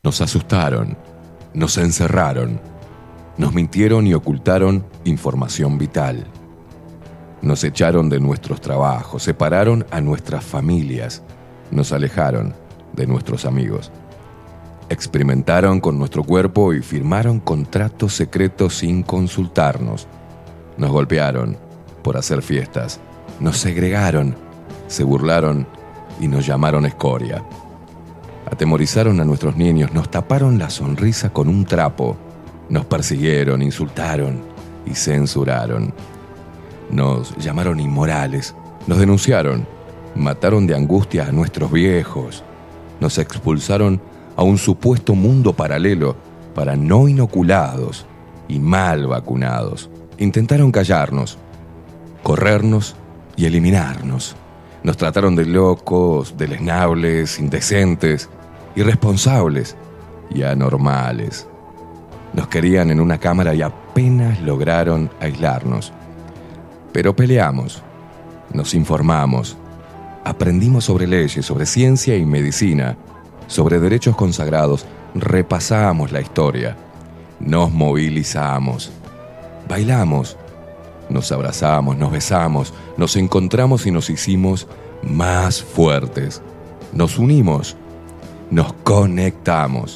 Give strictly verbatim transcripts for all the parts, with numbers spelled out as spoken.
Nos asustaron, nos encerraron, nos mintieron y ocultaron información vital. Nos echaron de nuestros trabajos, separaron a nuestras familias, nos alejaron de nuestros amigos. Experimentaron con nuestro cuerpo y firmaron contratos secretos sin consultarnos. Nos golpearon por hacer fiestas, nos segregaron, se burlaron y nos llamaron escoria. Atemorizaron a nuestros niños, nos taparon la sonrisa con un trapo, nos persiguieron, insultaron y censuraron. Nos llamaron inmorales, nos denunciaron, mataron de angustia a nuestros viejos, nos expulsaron a un supuesto mundo paralelo para no inoculados y mal vacunados. Intentaron callarnos, corrernos y eliminarnos. Nos trataron de locos, deleznables, indecentes, irresponsables y anormales. Nos querían en una cámara y apenas lograron aislarnos. Pero peleamos, nos informamos, aprendimos sobre leyes, sobre ciencia y medicina, sobre derechos consagrados, repasamos la historia, nos movilizamos, bailamos, nos abrazamos, nos besamos, nos encontramos y nos hicimos más fuertes, nos unimos, nos conectamos.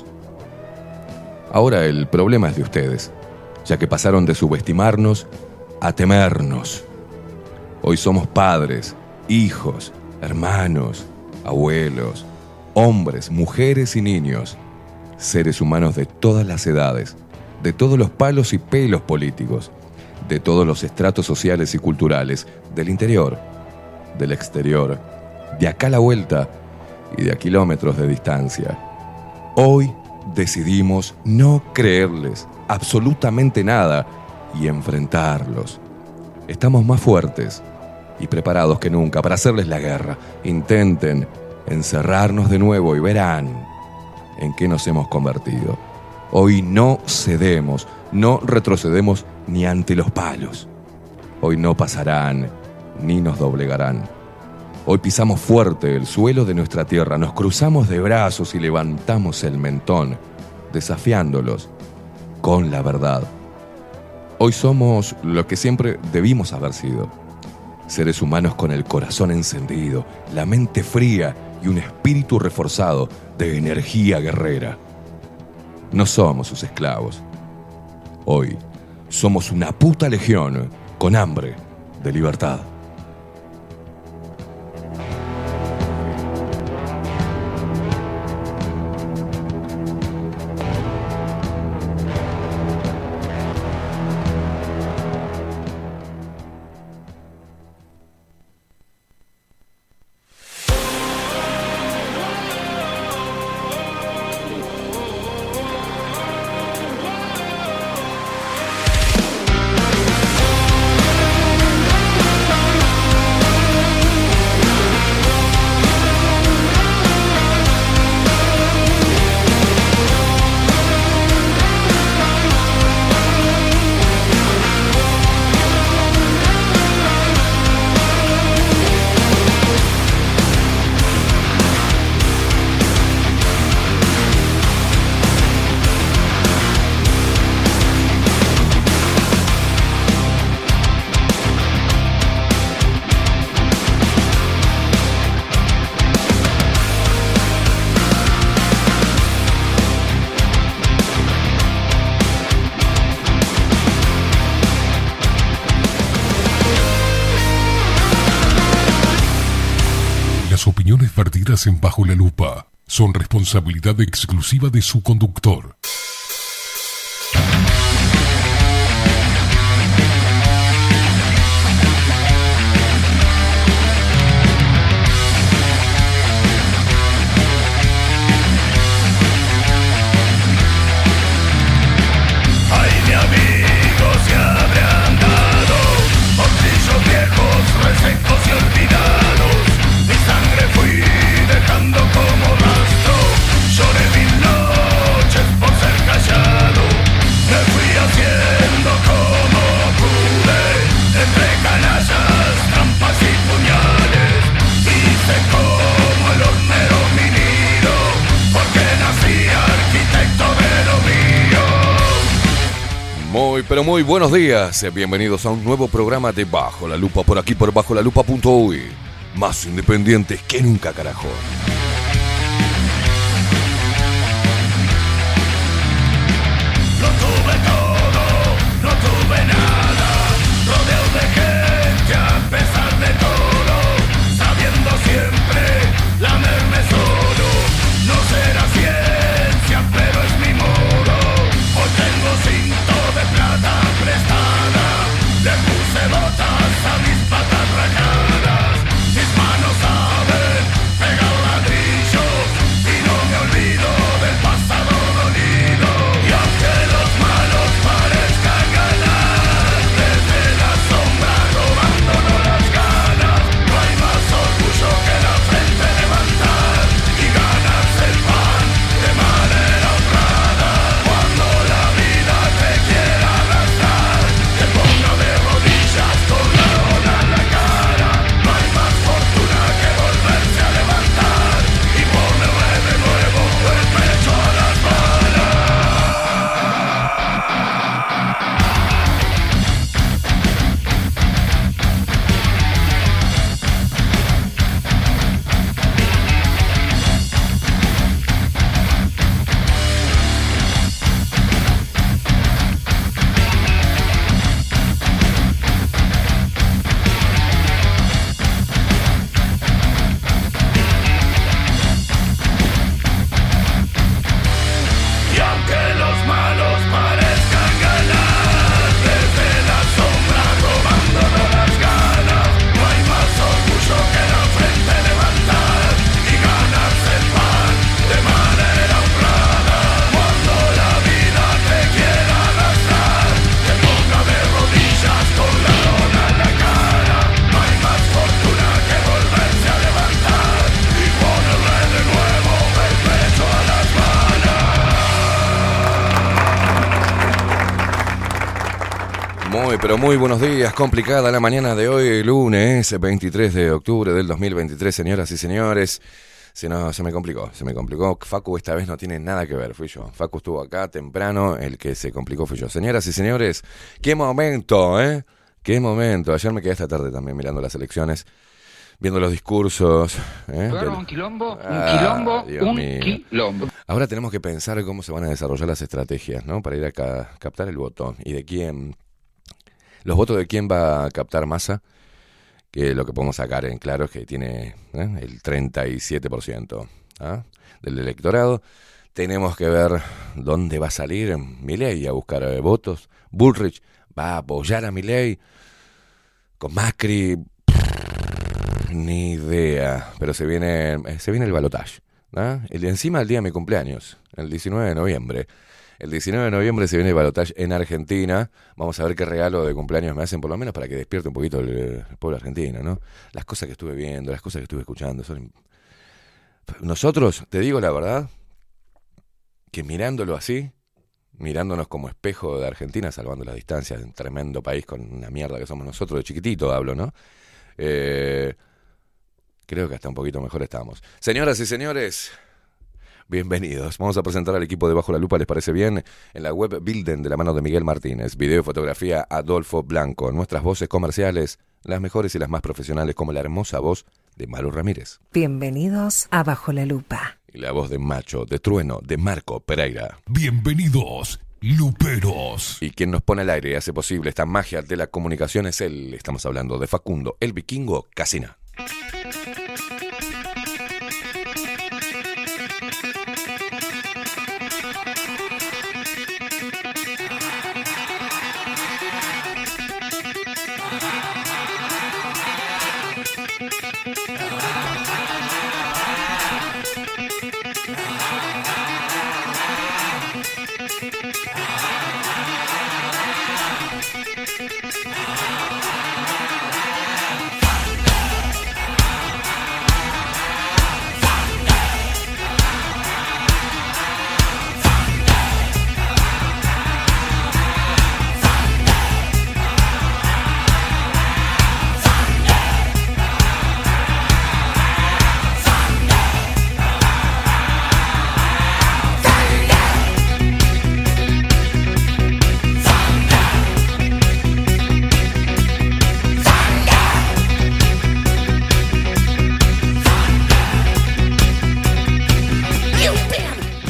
Ahora el problema es de ustedes, ya que pasaron de subestimarnos a temernos. Hoy somos padres, hijos, hermanos, abuelos, hombres, mujeres y niños, seres humanos de todas las edades, de todos los palos y pelos políticos, de todos los estratos sociales y culturales, del interior, del exterior, de acá a la vuelta y de a kilómetros de distancia. Hoy decidimos no creerles absolutamente nada y enfrentarlos. Estamos más fuertes y preparados que nunca para hacerles la guerra. Intenten encerrarnos de nuevo y verán en qué nos hemos convertido. Hoy no cedemos, no retrocedemos ni ante los palos. Hoy no pasarán ni nos doblegarán. Hoy pisamos fuerte el suelo de nuestra tierra, nos cruzamos de brazos y levantamos el mentón, desafiándolos con la verdad. Hoy somos lo que siempre debimos haber sido. Seres humanos con el corazón encendido, la mente fría y un espíritu reforzado de energía guerrera. No somos sus esclavos. Hoy somos una puta legión con hambre de libertad. Vertidas en Bajo la Lupa son responsabilidad exclusiva de su conductor. Como rastro, lloré mil noches por ser Muy, pero muy buenos días. Bienvenidos a un nuevo programa de Bajo la Lupa, por aquí por bajo la lupa punto uy. Más independientes que nunca, carajo. No tuve todo, no tuve nada, rodeado de gente a pesar de todo, sabiendo siempre lamerme solo. No será ciencia, pero es mi modo. Hoy tengo cinto de plata prestada, le puse botas a mis patas rajadas. Mis manos saben pegar ladrillos y no me olvido del pasado dolido. Y aunque los malos parezcan ganar, desde la sombra robándonos las ganas, no hay más orgullo que la frente levantar y ganarse el pan de manera honrada. Cuando la vida te quiera arrastrar, te ponga de rodillas con la lona en la cara. No hay más fortuna que volverse a levantar y ponerle de nuevo el pecho a las balas. Y aunque los malos parezcan ganar, desde la sombra robándonos las ganas, no hay más orgullo que la frente levantar y ganarse el pan de manera honrada. Cuando la vida te quiera arrastrar, te ponga de rodillas con la lona en la cara. No hay más fortuna que volverse a levantar y ponerle de nuevo el pecho a las balas. Muy, pero muy buenos días. Complicada la mañana de hoy, lunes veintitrés de octubre del dos mil veintitrés, señoras y señores. Se, no, se me complicó, se me complicó. Facu esta vez no tiene nada que ver, fui yo. Facu estuvo acá temprano, el que se complicó fui yo. Señoras y señores, qué momento, ¿eh? Qué momento. Ayer me quedé esta tarde también mirando las elecciones, viendo los discursos. ¿eh? Claro, Del- un quilombo, un Ah, quilombo, Dios un mío. quilombo. Ahora tenemos que pensar cómo se van a desarrollar las estrategias, ¿no? Para ir a ca- captar el voto. Y de quién, los votos de quién va a captar Massa, que lo que podemos sacar en claro es que tiene ¿eh? el treinta y siete por ciento ¿ah? del electorado. Tenemos que ver dónde va a salir Milei a buscar eh, votos. Bullrich va a apoyar a Milei. Con Macri, pff, ni idea. Pero se viene, eh, se viene el balotaje. ¿Ah? El de encima del día de mi cumpleaños, el diecinueve de noviembre. El diecinueve de noviembre se viene el balotaje en Argentina. Vamos a ver qué regalo de cumpleaños me hacen, por lo menos para que despierte un poquito el, el pueblo argentino, ¿no? Las cosas que estuve viendo, las cosas que estuve escuchando. Son... Nosotros, te digo la verdad, que mirándolo así, mirándonos como espejo de Argentina, salvando las distancias, un tremendo país con una mierda que somos nosotros, de chiquitito hablo, ¿no? Eh... Creo que hasta un poquito mejor estamos. Señoras y señores, bienvenidos. Vamos a presentar al equipo de Bajo la Lupa, ¿les parece bien? En la web Bilden, de la mano de Miguel Martínez. Video y fotografía, Adolfo Blanco. Nuestras voces comerciales, las mejores y las más profesionales, como la hermosa voz de Maru Ramírez. Bienvenidos a Bajo la Lupa. Y la voz de Macho, de Trueno, de Marco Pereira. Bienvenidos, luperos. Y quien nos pone al aire y hace posible esta magia de la comunicación es él. Estamos hablando de Facundo, el vikingo Casina.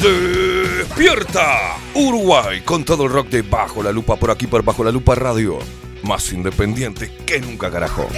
Despierta Uruguay con todo el rock de Bajo la Lupa por aquí por Bajo la Lupa Radio. Más independiente que nunca, carajo.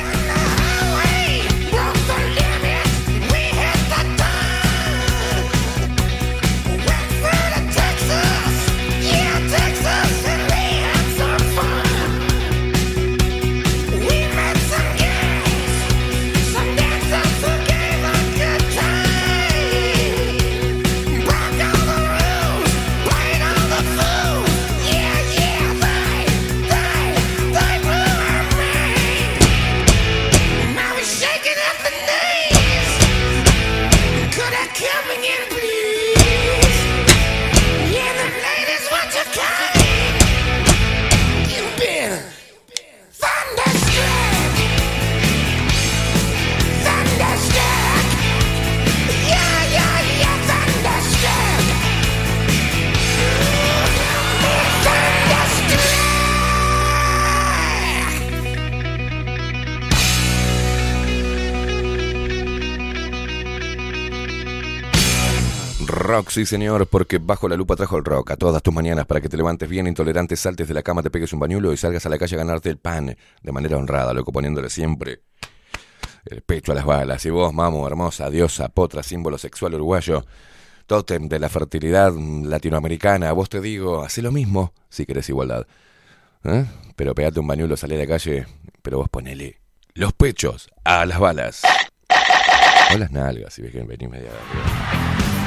Rock, sí señor, porque Bajo la Lupa trajo el rock a todas tus mañanas para que te levantes bien intolerante, saltes de la cama, te pegues un bañuelo y salgas a la calle a ganarte el pan de manera honrada, loco, poniéndole siempre el pecho a las balas. Y vos, mamo, hermosa, diosa, potra, símbolo sexual uruguayo, tótem de la fertilidad latinoamericana, vos te digo, hacé lo mismo si querés igualdad. ¿Eh? Pero pegate un bañuelo, salí a la calle, pero vos ponele los pechos a las balas. O las nalgas, si ves que venís media arriba.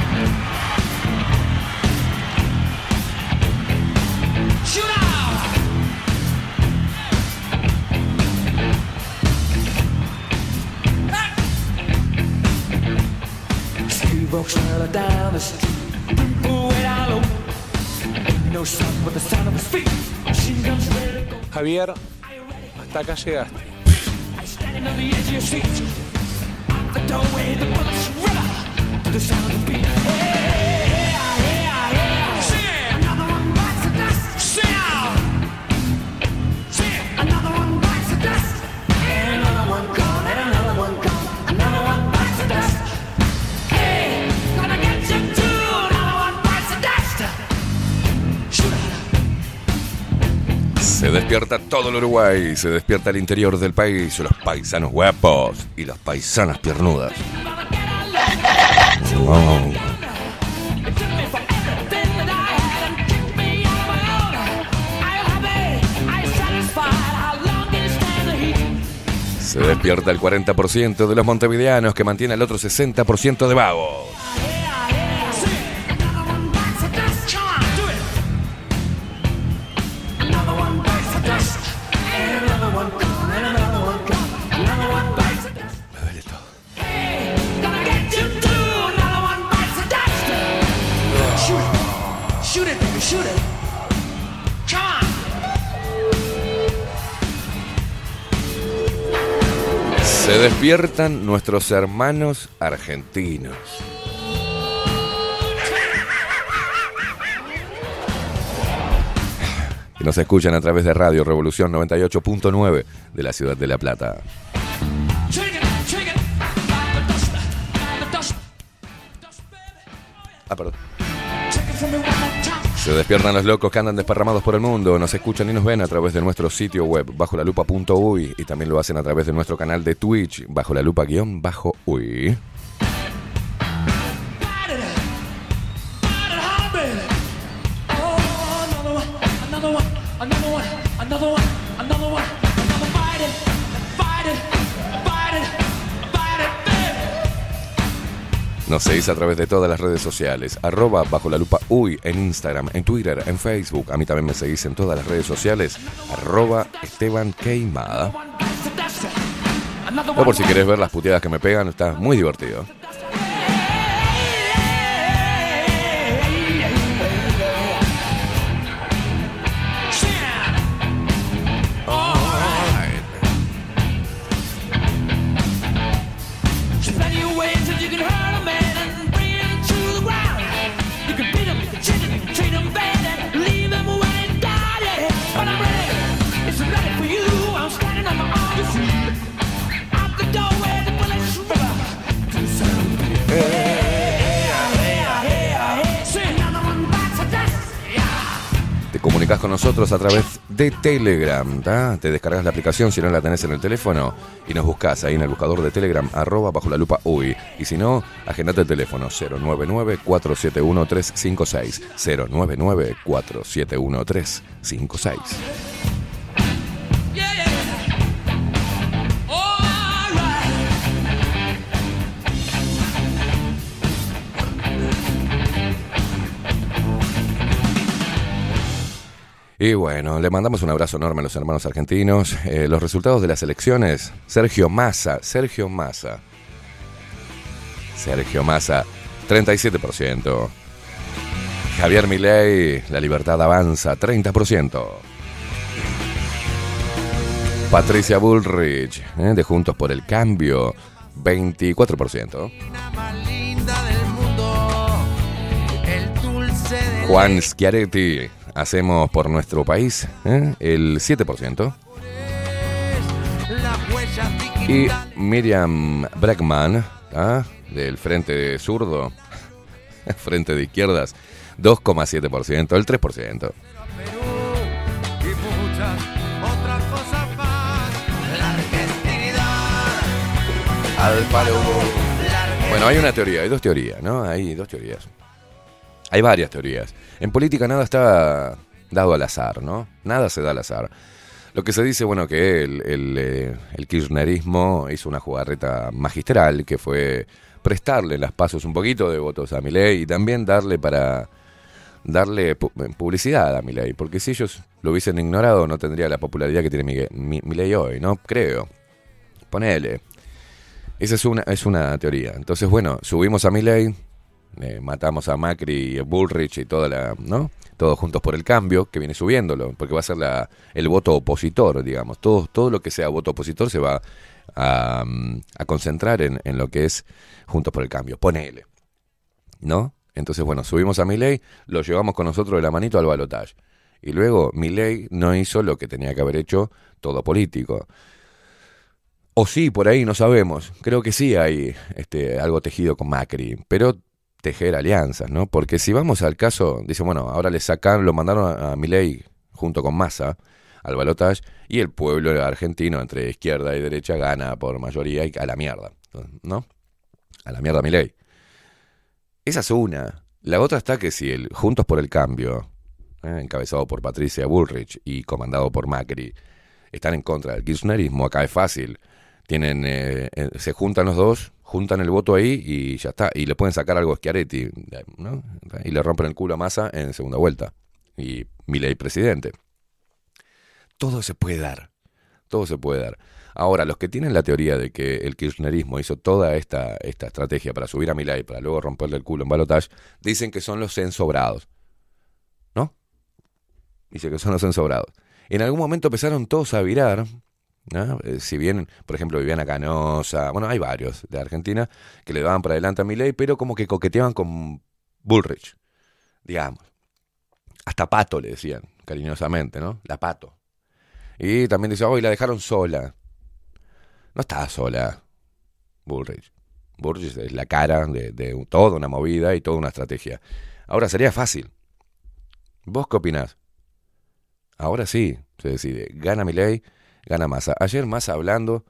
Walks down the street, way down low. Ain't no sound but the sound of his feet. Machine guns ready to go. Javier, hasta acá llegaste. I stand on the edge of your seat. Out the doorway, the bullets river to the sound of the beat. Hey, yeah, yeah, yeah. Sing. Another one bites the dust. Sing. Sing. Another one bites the dust. And another one gone, and another one gone. Another one bites the dust. Se despierta todo el Uruguay, se despierta el interior del país, los paisanos guapos y las paisanas piernudas. Oh. Se despierta el cuarenta por ciento de los montevideanos que mantiene el otro sesenta por ciento de vagos. Se despiertan nuestros hermanos argentinos. Que nos escuchan a través de Radio Revolución noventa y ocho punto nueve de la ciudad de La Plata. Ah, perdón. Se despiertan los locos que andan desparramados por el mundo. Nos escuchan y nos ven a través de nuestro sitio web bajo la lupa punto uy y también lo hacen a través de nuestro canal de Twitch bajo la lupa guión bajo uy. Nos seguís a través de todas las redes sociales, arroba bajo la lupa uy en Instagram, en Twitter, en Facebook. A mí también me seguís en todas las redes sociales, arroba Esteban Queimada. O por si querés ver las puteadas que me pegan, está muy divertido. I'm standing on my own feet. Out the doorway, the bullets river to the sun. comunicás con nosotros a través de Telegram, ¿tá? Te descargas la aplicación si no la tenés en el teléfono y nos buscás ahí en el buscador de Telegram, arroba bajo la lupa uy. Y si no, agendate el teléfono cero nueve nueve, cuatro siete uno, tres cinco seis, cero nueve nueve, cuatro siete uno, tres cinco seis. Y bueno, le mandamos un abrazo enorme a los hermanos argentinos. Eh, los resultados de las elecciones, Sergio Massa, Sergio Massa, Sergio Massa, treinta y siete por ciento. Javier Milei, La Libertad Avanza, treinta por ciento. Patricia Bullrich, eh, de Juntos por el Cambio, veinticuatro por ciento. Juan Schiaretti, Hacemos por Nuestro País, ¿eh? el siete por ciento. Y Miriam Bregman, ¿ah? del Frente Zurdo, Frente de Izquierdas, dos coma siete por ciento, el tres por ciento. Al palo. Bueno, hay una teoría, hay dos teorías, ¿no? Hay dos teorías. Hay varias teorías. En política nada está dado al azar, ¿no? Nada se da al azar. Lo que se dice, bueno, que el, el, eh, el kirchnerismo hizo una jugarreta magistral, que fue prestarle las pasos un poquito de votos a Milei y también darle para darle pu- publicidad a Milei, porque si ellos lo hubiesen ignorado no tendría la popularidad que tiene Miguel, Mi, Milei hoy, ¿no? Creo. Ponele. Esa es una, es una teoría. Entonces, bueno, subimos a Milei, eh, matamos a Macri y a Bullrich y toda la, ¿no? Todos Juntos por el Cambio, que viene subiéndolo, porque va a ser la, el voto opositor, digamos. Todo, todo lo que sea voto opositor se va a, a concentrar en, en lo que es Juntos por el Cambio. Ponele, ¿no? Entonces, bueno, subimos a Milei, lo llevamos con nosotros de la manito al balotaje. Y luego Milei no hizo lo que tenía que haber hecho todo político. O sí, por ahí, no sabemos. Creo que sí hay este, algo tejido con Macri, pero tejer alianzas, ¿no? Porque si vamos al caso, dice, bueno, ahora le sacan, lo mandaron a, a Milei junto con Massa al balotaje y el pueblo argentino entre izquierda y derecha gana por mayoría y a la mierda, ¿no? A la mierda Milei. Esa es una. La otra está que si el Juntos por el Cambio, eh, encabezado por Patricia Bullrich y comandado por Macri, están en contra del kirchnerismo, acá es fácil. Tienen, eh, eh, se juntan los dos, juntan el voto ahí y ya está. Y le pueden sacar algo a Schiaretti, ¿no? Y le rompen el culo a Massa en segunda vuelta. Y Milei presidente. Todo se puede dar. Todo se puede dar. Ahora, los que tienen la teoría de que el kirchnerismo hizo toda esta, esta estrategia para subir a Milei, para luego romperle el culo en balotaje, dicen que son los ensobrados. ¿No? Dicen que son los ensobrados. En algún momento empezaron todos a virar, ¿no? Eh, si bien, por ejemplo, Viviana Canosa, bueno, hay varios de Argentina que le daban para adelante a Milei, pero como que coqueteaban con Bullrich, digamos. Hasta Pato le decían, cariñosamente, ¿no? La Pato. Y también decía, hoy la dejaron sola. No está sola Bullrich. Bullrich es la cara de, de toda una movida y toda una estrategia. Ahora sería fácil. ¿Vos qué opinás? Ahora sí, se decide. Gana Milei, gana Massa. Ayer Massa hablando,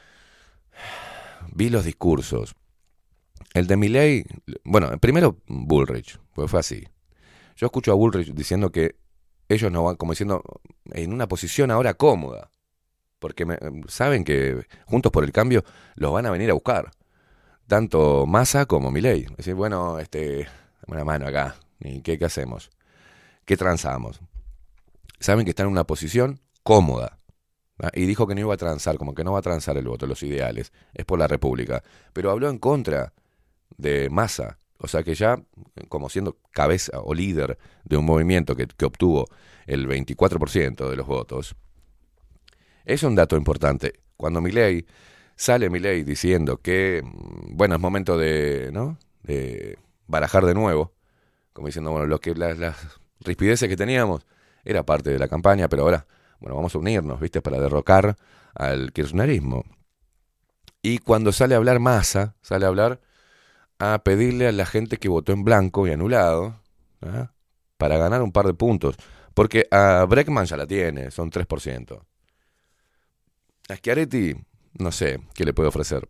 vi los discursos. El de Milei, bueno, primero Bullrich, pues fue así. Yo escucho a Bullrich diciendo que ellos no van, como diciendo, en una posición ahora cómoda. Porque me, saben que Juntos por el Cambio los van a venir a buscar. Tanto Massa como Milei. Es decir, bueno, este, una mano acá. ¿Y qué, qué hacemos? ¿Qué transamos? Saben que están en una posición cómoda. ¿Ah? Y dijo que no iba a transar, como que no va a transar el voto, los ideales. Es por la República. Pero habló en contra de Massa. O sea que ya, como siendo cabeza o líder de un movimiento que, que obtuvo el veinticuatro por ciento de los votos, es un dato importante. Cuando Milei, sale Milei diciendo que, bueno, es momento de, ¿no? de barajar de nuevo, como diciendo, bueno, lo que las, las rispideces que teníamos era parte de la campaña, pero ahora, bueno, vamos a unirnos, ¿viste? Para derrocar al kirchnerismo. Y cuando sale a hablar Massa, sale a hablar a pedirle a la gente que votó en blanco y anulado, ¿eh? para ganar un par de puntos. Porque a Bregman ya la tiene, son tres por ciento. A Schiaretti, no sé qué le puede ofrecer.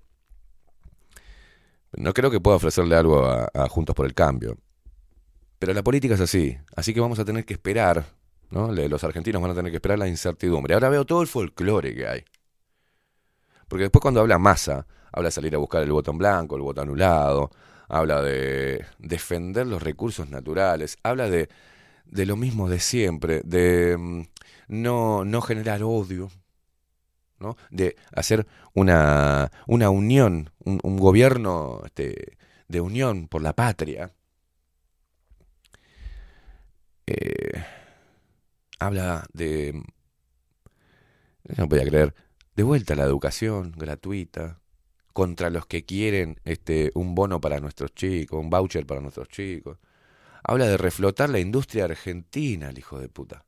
No creo que pueda ofrecerle algo a, a Juntos por el Cambio. Pero la política es así. Así que vamos a tener que esperar, ¿no? Los argentinos van a tener que esperar la incertidumbre. Ahora veo todo el folclore que hay. Porque después cuando habla Massa, habla de salir a buscar el voto en blanco, el voto anulado, habla de defender los recursos naturales, habla de, de lo mismo de siempre, de um, no, no generar odio, ¿no? De hacer una, una unión, un, un gobierno este, de unión por la patria. Eh, habla de, no podía creer, de vuelta a la educación gratuita, contra los que quieren este, un bono para nuestros chicos, un voucher para nuestros chicos. Habla de reflotar la industria argentina, el hijo de puta.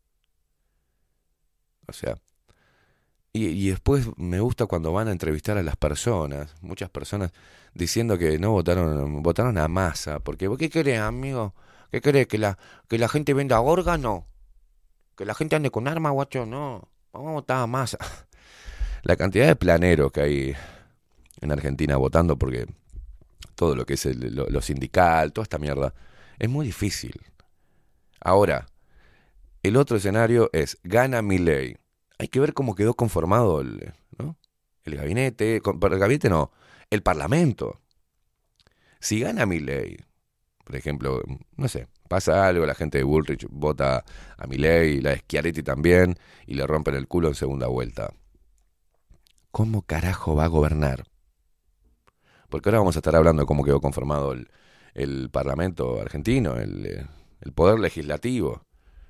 O sea, y, y después me gusta cuando van a entrevistar a las personas, muchas personas diciendo que no votaron, votaron a Massa, porque ¿qué querés, amigo? ¿Qué querés? ¿Que la, que la gente venda órgano? ¿Que la gente ande con armas, guacho? No, vamos a votar a Massa. La cantidad de planeros que hay en Argentina votando, porque todo lo que es el, lo, lo sindical, toda esta mierda, es muy difícil. Ahora, el otro escenario es, gana Milei. Hay que ver cómo quedó conformado el, ¿no? el gabinete, el gabinete no, el parlamento. Si gana Milei, por ejemplo, no sé, pasa algo, la gente de Bullrich vota a Milei, la de Schiaretti también, y le rompen el culo en segunda vuelta. ¿Cómo carajo va a gobernar? Porque ahora vamos a estar hablando de cómo quedó conformado el, el Parlamento argentino, el, el Poder Legislativo.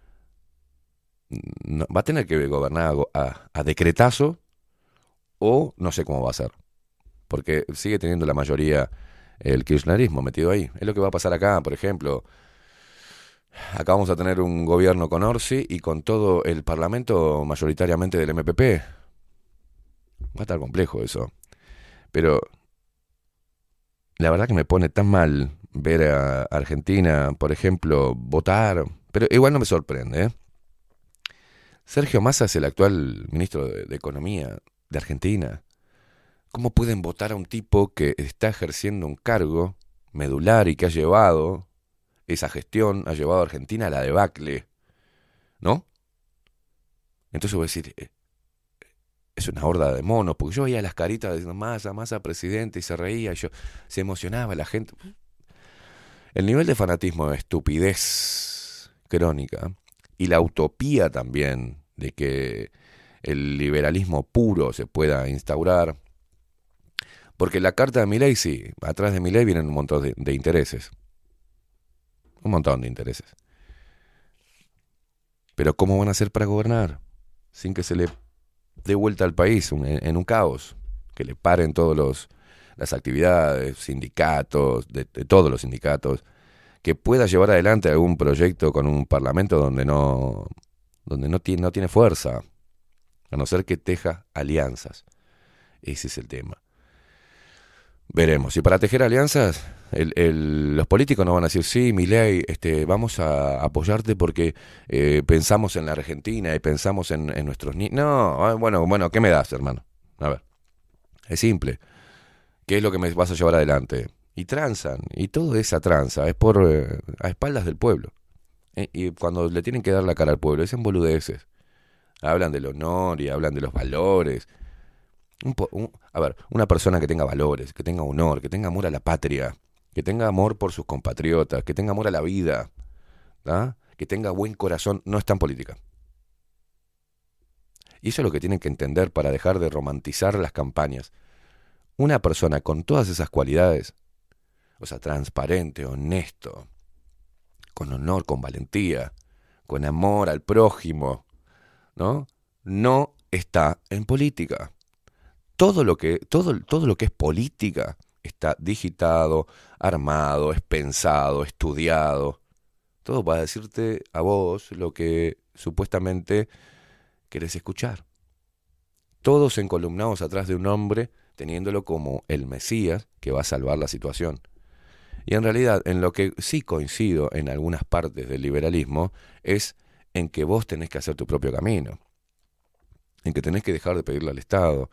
No, va a tener que gobernar a, a, a decretazo o no sé cómo va a ser. Porque sigue teniendo la mayoría el kirchnerismo metido ahí. Es lo que va a pasar acá, por ejemplo. Acá vamos a tener un gobierno con Orsi y con todo el Parlamento mayoritariamente del M P P. Va a estar complejo eso. Pero la verdad que me pone tan mal ver a Argentina, por ejemplo, votar. Pero igual no me sorprende, ¿eh? Sergio Massa es el actual ministro de, de Economía de Argentina. ¿Cómo pueden votar a un tipo que está ejerciendo un cargo medular y que ha llevado esa gestión, ha llevado a Argentina a la debacle? ¿No? Entonces voy a decir, eh, es una horda de monos, porque yo veía las caritas diciendo Massa, Massa presidente, y se reía, y yo, se emocionaba la gente. El nivel de fanatismo, de estupidez crónica, y la utopía también de que el liberalismo puro se pueda instaurar, porque la carta de Milei, sí, atrás de Milei vienen un montón de, de intereses, un montón de intereses. Pero ¿cómo van a hacer para gobernar sin que se le dé vuelta al país un, en un caos? Que le paren todos los las actividades, sindicatos, de, de todos los sindicatos, que pueda llevar adelante algún proyecto con un parlamento donde no donde no tiene, no tiene fuerza, a no ser que teja alianzas. Ese es el tema. Veremos. Y para tejer alianzas, el, el, los políticos no van a decir, sí, Milei, este, vamos a apoyarte porque eh, pensamos en la Argentina y pensamos en, en nuestros niños. No, bueno, bueno, ¿qué me das, hermano? A ver, es simple. ¿Qué es lo que me vas a llevar adelante? Y tranzan, y toda esa tranza es por eh, a espaldas del pueblo. Eh, y cuando le tienen que dar la cara al pueblo, es en boludeces. Hablan del honor y hablan de los valores. Un po, un, a ver, una persona que tenga valores, que tenga honor, que tenga amor a la patria, que tenga amor por sus compatriotas, que tenga amor a la vida, ¿tá? Que tenga buen corazón, no está en política. Y eso es lo que tienen que entender para dejar de romantizar las campañas. Una persona con todas esas cualidades, o sea, transparente, honesto, con honor, con valentía, con amor al prójimo, ¿no? No está en política. Todo lo que, todo, todo lo que es política está digitado, armado, es pensado, estudiado. Todo para decirte a vos lo que supuestamente querés escuchar. Todos encolumnados atrás de un hombre, teniéndolo como el Mesías que va a salvar la situación. Y en realidad, en lo que sí coincido en algunas partes del liberalismo, es en que vos tenés que hacer tu propio camino, en que tenés que dejar de pedirle al Estado.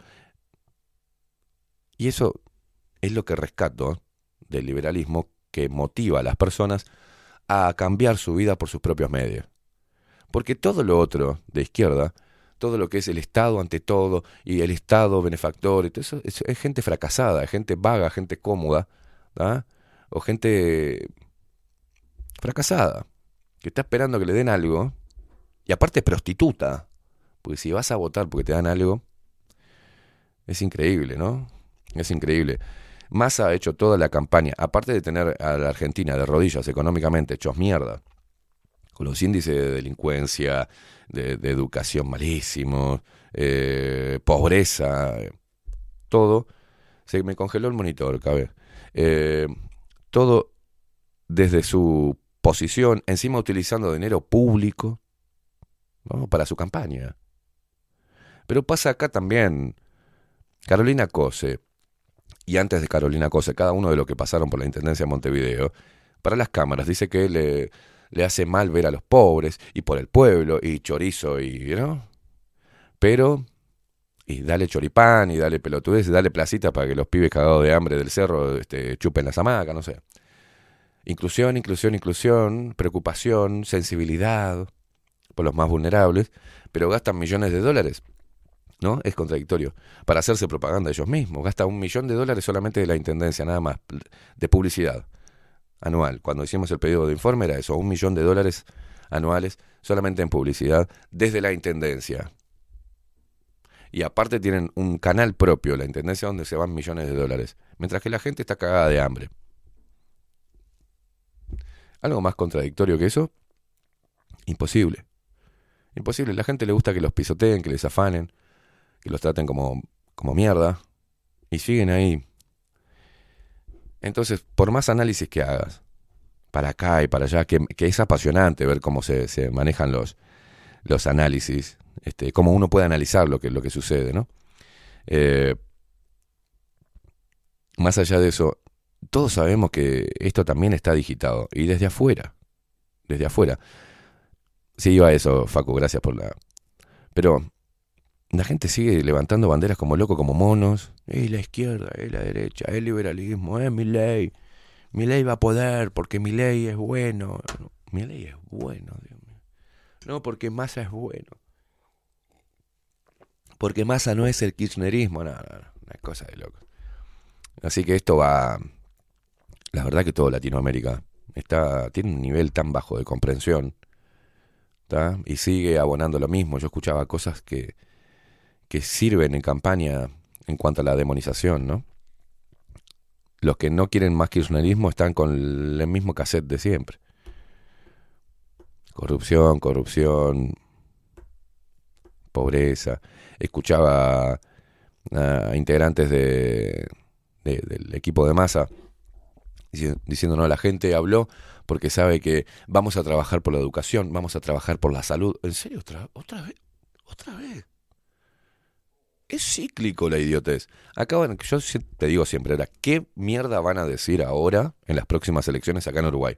Y eso es lo que rescato del liberalismo, que motiva a las personas a cambiar su vida por sus propios medios. Porque todo lo otro de izquierda, todo lo que es el Estado ante todo, y el Estado benefactor, y todo eso, es, es gente fracasada, es gente vaga, gente cómoda, ¿tá? O gente fracasada, que está esperando que le den algo, y aparte prostituta, porque si vas a votar porque te dan algo, es increíble, ¿no? Es increíble. Massa ha hecho toda la campaña, aparte de tener a la Argentina de rodillas económicamente hechos mierda, con los índices de delincuencia, de, de educación malísimos, eh, pobreza, todo. Se me congeló el monitor, cabe. Eh, todo desde su posición, encima utilizando dinero público, ¿no?, para su campaña. Pero pasa acá también. Carolina Cose, y antes de Carolina Cose, cada uno de los que pasaron por la Intendencia de Montevideo, para las cámaras dice que le, le hace mal ver a los pobres, y por el pueblo, y chorizo, y ¿no? Pero, y dale choripán, y dale pelotudez, y dale placita para que los pibes cagados de hambre del cerro este, chupen las hamacas, no sé. Inclusión, inclusión, inclusión, preocupación, sensibilidad por los más vulnerables, pero gastan millones de dólares, ¿no? Es contradictorio. Para hacerse propaganda ellos mismos. Gasta un millón de dólares solamente de la Intendencia, nada más, de publicidad anual. Cuando hicimos el pedido de informe era eso, un millón de dólares anuales solamente en publicidad desde la Intendencia. Y aparte tienen un canal propio, la Intendencia, donde se van millones de dólares, mientras que la gente está cagada de hambre. ¿Algo más contradictorio que eso? Imposible. Imposible. La gente le gusta que los pisoteen, que les afanen, que los traten como, como mierda, y siguen ahí. Entonces, por más análisis que hagas, para acá y para allá, que, que es apasionante ver cómo se, se manejan los, los análisis, este, cómo uno puede analizar lo que, lo que sucede, ¿no? Eh, más allá de eso, todos sabemos que esto también está digitado, y desde afuera, desde afuera. Sí, iba a eso, Facu, gracias por la... Pero la gente sigue levantando banderas como loco, como monos. Es la izquierda, es la derecha, es el liberalismo, es Milei. Milei va a poder porque Milei es bueno. No, Milei es bueno, Dios mío. No, porque Massa es bueno. Porque Massa no es el kirchnerismo, no, no, no, una cosa de loco. Así que esto va... La verdad que todo Latinoamérica está tiene un nivel tan bajo de comprensión, ¿tá? Y sigue abonando lo mismo. Yo escuchaba cosas que, que sirven en campaña en cuanto a la demonización, ¿no? Los que no quieren más kirchnerismo están con el mismo cassette de siempre. Corrupción, corrupción, pobreza. Escuchaba a integrantes de, de, del equipo de Massa diciendo, no, la gente habló porque sabe que vamos a trabajar por la educación, vamos a trabajar por la salud. ¿En serio? ¿Otra, otra vez? ¿Otra vez? Es cíclico la idiotez. Acaban, yo te digo siempre, ahora, ¿qué mierda van a decir ahora en las próximas elecciones acá en Uruguay?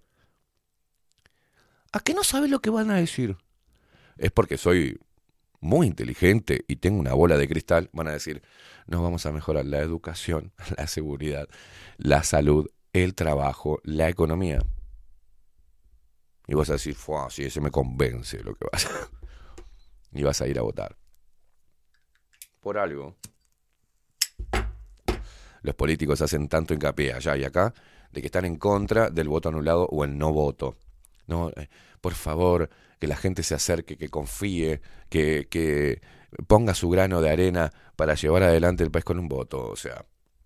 ¿A qué no sabes lo que van a decir? Es porque soy muy inteligente y tengo una bola de cristal. Van a decir, nos vamos a mejorar la educación, la seguridad, la salud, el trabajo, la economía. Y vas a decir, fue así, ese me convence lo que vas a... y vas a ir a votar. Por algo, los políticos hacen tanto hincapié allá y acá de que están en contra del voto anulado o el no voto. No, eh, por favor, que la gente se acerque, que confíe, que, que ponga su grano de arena para llevar adelante el país con un voto. O sea,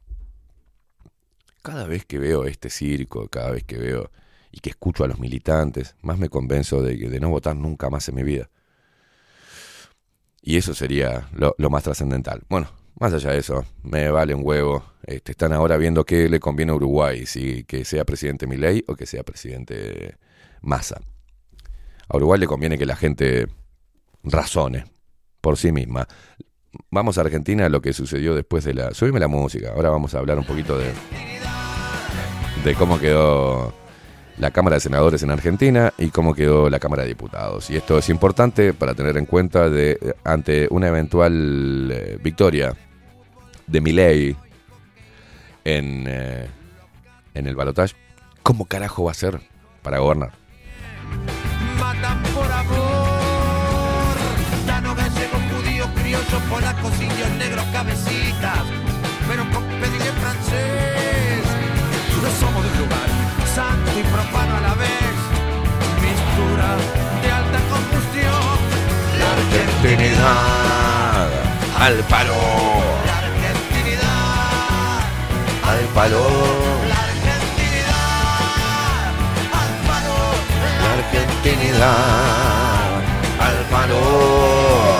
cada vez que veo este circo, cada vez que veo y que escucho a los militantes, más me convenzo de, de no votar nunca más en mi vida. Y eso sería lo, lo más trascendental. Bueno, más allá de eso, me vale un huevo. Este, están ahora viendo qué le conviene a Uruguay, si que sea presidente Milei o que sea presidente Massa. A Uruguay le conviene que la gente razone por sí misma. Vamos a Argentina, lo que sucedió después de la... Subime la música, ahora vamos a hablar un poquito de, de cómo quedó la Cámara de Senadores en Argentina y cómo quedó la Cámara de Diputados. Y esto es importante para tener en cuenta de ante una eventual eh, victoria de Milei en, eh, en el balotaje. ¿Cómo carajo va a ser para gobernar? Matan por amor, dano gallegos, judíos, criollos, polacos, indios, negros, cabecitas, pero con pediré francés. No somos de un lugar santo y profano a la vez, mistura de alta combustión. La Argentinidad al palo, La argentinidad al palo, La argentinidad al palo, la argentinidad al palo.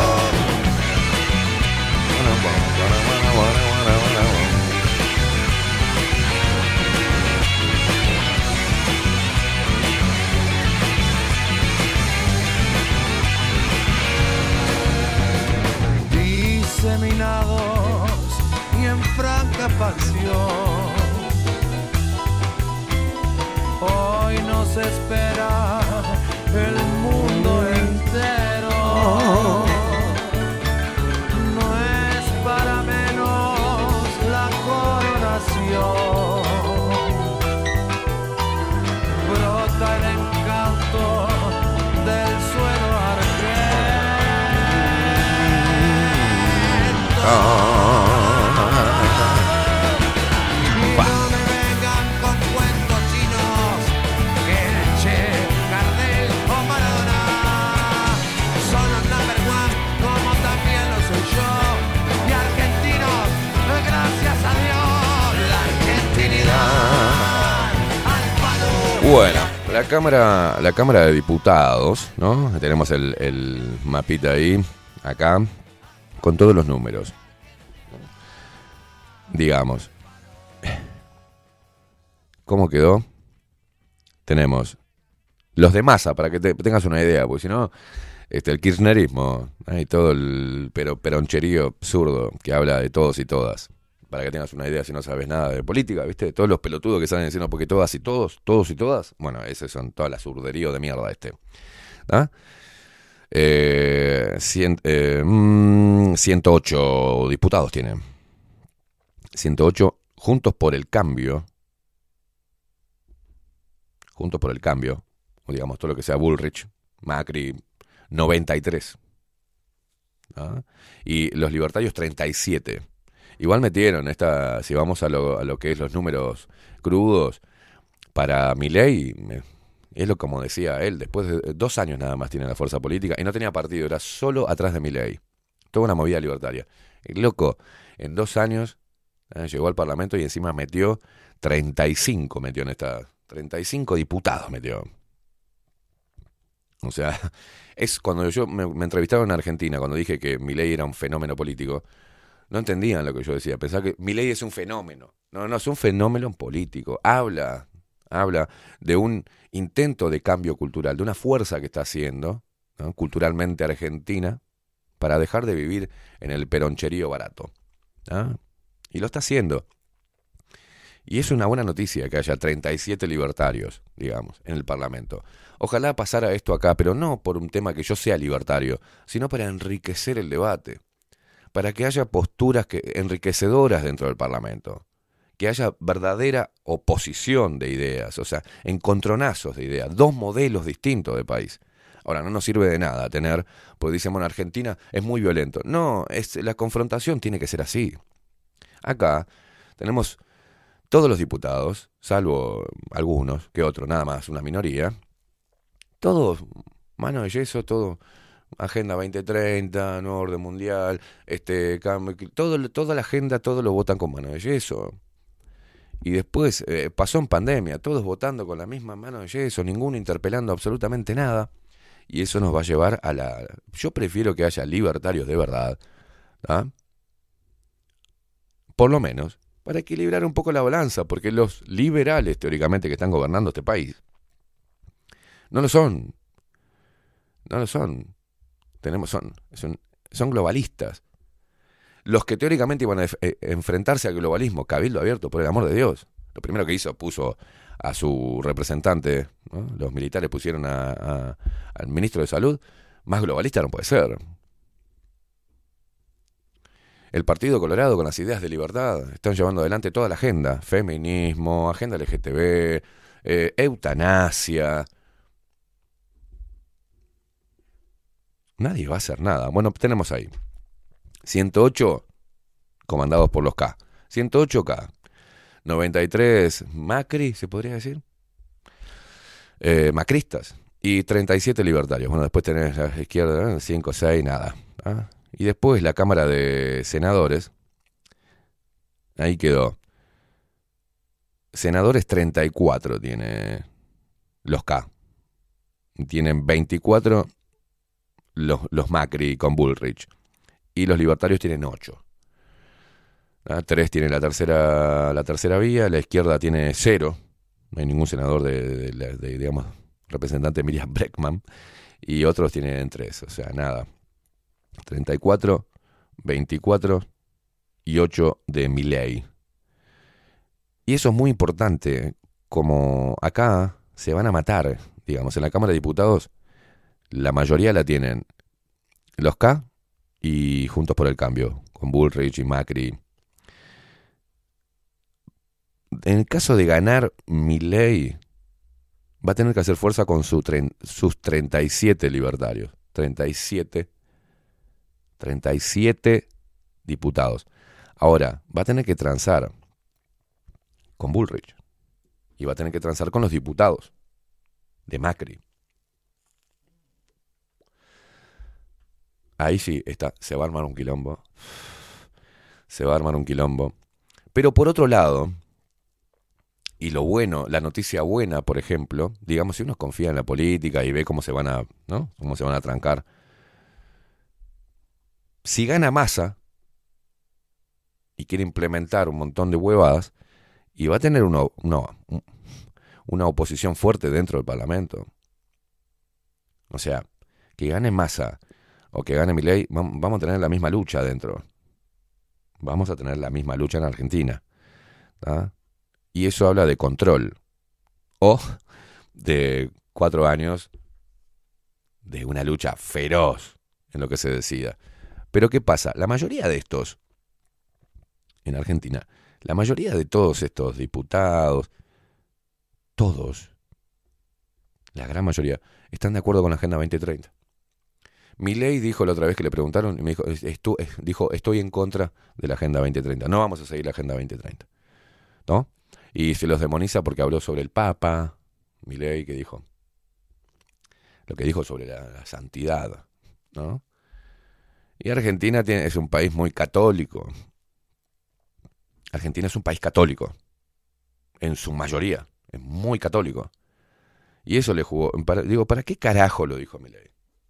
Diseminados y en franca pasión, hoy nos espera el mundo entero. No es para menos la coronación, brota el encanto del suelo argentino. Y no me vengan con cuentos chinos, que el Che, Gardel o Maradona son los number one, como también lo soy yo. Y argentinos, gracias a Dios, la argentinidad al palo. Bueno, la Cámara, la Cámara de Diputados, ¿no? Tenemos el, el mapita ahí, acá, con todos los números. Digamos, ¿cómo quedó? Tenemos los de masa, para que te, tengas una idea, porque si no, este, el kirchnerismo, ¿eh? Y todo el pero, peroncherío absurdo que habla de todos y todas. Para que tengas una idea, si no sabes nada de política, ¿viste? Todos los pelotudos que salen diciendo porque todas y todos, todos y todas, bueno, ese son todas las urderíos de mierda este. ¿Ah? Eh, cien, eh, mm, ciento ocho diputados tienen. ciento ocho Juntos por el Cambio. Juntos por el Cambio. O digamos, todo lo que sea Bullrich, Macri, noventa y tres. ¿Ah? Y los libertarios, treinta y siete. Igual metieron esta, si vamos a lo, a lo que es los números crudos, para Milei, es lo como decía él, después de dos años nada más tiene la fuerza política y no tenía partido, era solo atrás de Milei. Toda una movida libertaria. El loco, en dos años, eh, llegó al Parlamento y encima metió treinta y cinco, metió en esta, treinta y cinco diputados metió. O sea, es cuando yo me, me entrevistaron en Argentina, cuando dije que Milei era un fenómeno político, no entendían lo que yo decía, pensaban que Milei es un fenómeno. No, no, es un fenómeno político. Habla, habla de un intento de cambio cultural, de una fuerza que está haciendo, ¿no?, culturalmente argentina, para dejar de vivir en el peroncherío barato. ¿Ah? Y lo está haciendo. Y es una buena noticia que haya treinta y siete libertarios, digamos, en el Parlamento. Ojalá pasara esto acá, pero no por un tema que yo sea libertario, sino para enriquecer el debate, para que haya posturas que, enriquecedoras dentro del Parlamento, que haya verdadera oposición de ideas, o sea, encontronazos de ideas, dos modelos distintos de país. Ahora, no nos sirve de nada tener, porque dicen, bueno, Argentina es muy violento. No, es, la confrontación tiene que ser así. Acá tenemos todos los diputados, salvo algunos, que otros, nada más, una minoría, todos, mano de yeso, todo, Agenda veinte treinta, nuevo orden mundial, este, todo, toda la agenda, todos lo votan con mano de yeso. Y después eh, pasó en pandemia, todos votando con la misma mano de yeso, ninguno interpelando absolutamente nada. Y eso nos va a llevar a la... Yo prefiero que haya libertarios de verdad, ¿ah? Por lo menos, para equilibrar un poco la balanza, porque los liberales, teóricamente, que están gobernando este país, no lo son. No lo son. Tenemos, son, son, son globalistas. Los que teóricamente iban a eh, enfrentarse al globalismo, Cabildo Abierto, por el amor de Dios. lo primero que hizo, puso a su representante, ¿no? Los militares pusieron a, a, al ministro de Salud. Más globalista no puede ser. El Partido Colorado, con las ideas de libertad, están llevando adelante toda la agenda. Feminismo, agenda L G T B, eh, eutanasia. Nadie va a hacer nada. Bueno, tenemos ahí ciento ocho comandados por los K. ciento ocho K. noventa y tres Macri, se podría decir. Eh, macristas. Y treinta y siete libertarios. Bueno, después tenés la izquierda, cinco, seis, nada. ¿Ah? Y después la Cámara de Senadores. Ahí quedó. Senadores treinta y cuatro tiene los K. Tienen veinticuatro los, los Macri con Bullrich. Y los libertarios tienen ocho. ¿Ah? Tres tienen la tercera, la tercera vía. La izquierda tiene cero. No hay ningún senador de, de, de, de digamos, representante Miriam Bregman. Y otros tienen tres. O sea, nada. treinta y cuatro, veinticuatro y ocho de Milei. Y eso es muy importante. Como acá se van a matar, digamos, en la Cámara de Diputados, la mayoría la tienen los K y Juntos por el Cambio, con Bullrich y Macri. En el caso de ganar Milei, va a tener que hacer fuerza con su tre- sus treinta y siete libertarios. treinta y siete, treinta y siete diputados. Ahora, va a tener que transar con Bullrich. Y va a tener que transar con los diputados de Macri. Ahí sí, está, se va a armar un quilombo. Se va a armar un quilombo. Pero por otro lado, y lo bueno, la noticia buena, por ejemplo, digamos, si uno confía en la política y ve cómo se van a, ¿no? Cómo se van a trancar. Si gana Massa y quiere implementar un montón de huevadas, y va a tener una, una, una oposición fuerte dentro del Parlamento. O sea, que gane Massa o que gane Milei, vamos a tener la misma lucha adentro. Vamos a tener la misma lucha en Argentina. ¿Tá? Y eso habla de control. O de cuatro años de una lucha feroz en lo que se decida. Pero ¿qué pasa? La mayoría de estos, en Argentina, la mayoría de todos estos diputados, todos, la gran mayoría, están de acuerdo con la Agenda veinte treinta. Milei dijo la otra vez que le preguntaron, y me dijo, estu, dijo, estoy en contra de la Agenda veinte treinta. No vamos a seguir la Agenda veinte treinta. ¿No? Y se los demoniza porque habló sobre el Papa. Milei, que dijo lo que dijo sobre la, la santidad, ¿no? Y Argentina tiene, es un país muy católico. Argentina es un país católico. En su mayoría. Es muy católico. Y eso le jugó. Para, digo, ¿para qué carajo lo dijo Milei?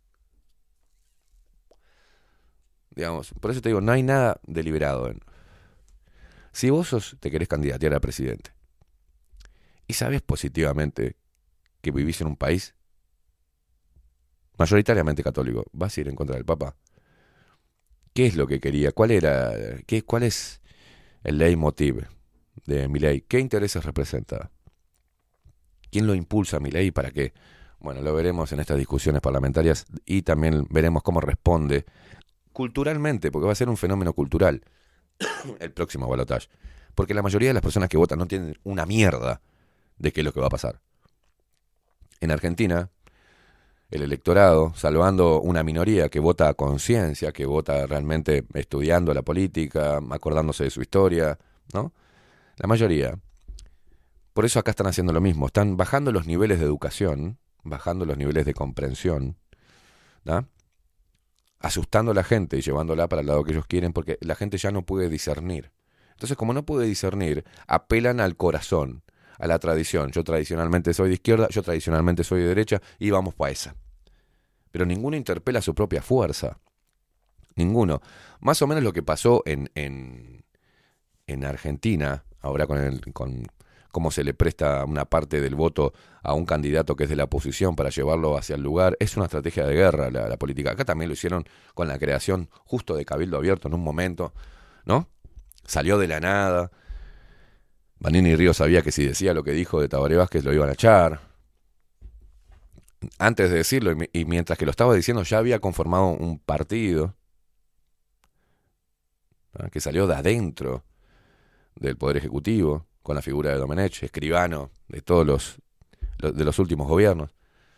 Digamos, por eso te digo, no hay nada deliberado. Si vos sos, te querés candidatear a presidente y sabes positivamente que vivís en un país mayoritariamente católico, vas a ir en contra del Papa. ¿Qué es lo que quería? ¿Cuál era? ¿Qué, cuál es el leitmotiv de Milei? ¿Qué intereses representa? ¿Quién lo impulsa a Milei y para qué? Bueno, lo veremos en estas discusiones parlamentarias y también veremos cómo responde culturalmente, porque va a ser un fenómeno cultural el próximo balotaje. Porque la mayoría de las personas que votan no tienen una mierda de qué es lo que va a pasar. En Argentina, el electorado, salvando una minoría que vota a conciencia, que vota realmente estudiando la política, acordándose de su historia, ¿no? La mayoría. Por eso acá están haciendo lo mismo. Están bajando los niveles de educación, bajando los niveles de comprensión, ¿no? Asustando a la gente y llevándola para el lado que ellos quieren, porque la gente ya no puede discernir. Entonces, como no puede discernir, apelan al corazón, a la tradición. Yo tradicionalmente soy de izquierda, yo tradicionalmente soy de derecha, y vamos para esa. Pero ninguno interpela su propia fuerza. Ninguno. Más o menos lo que pasó en, en, en Argentina, ahora con, el, con cómo se le presta una parte del voto a un candidato que es de la oposición para llevarlo hacia el lugar, es una estrategia de guerra la, la política. Acá también lo hicieron con la creación justo de Cabildo Abierto en un momento, ¿no? Salió de la nada. Vanini Ríos sabía que si decía lo que dijo de Tabaré Vázquez lo iban a echar. Antes de decirlo, y mientras que lo estaba diciendo, ya había conformado un partido, ¿no?, que salió de adentro del Poder Ejecutivo, con la figura de Domenech, escribano de todos los, de los últimos gobiernos,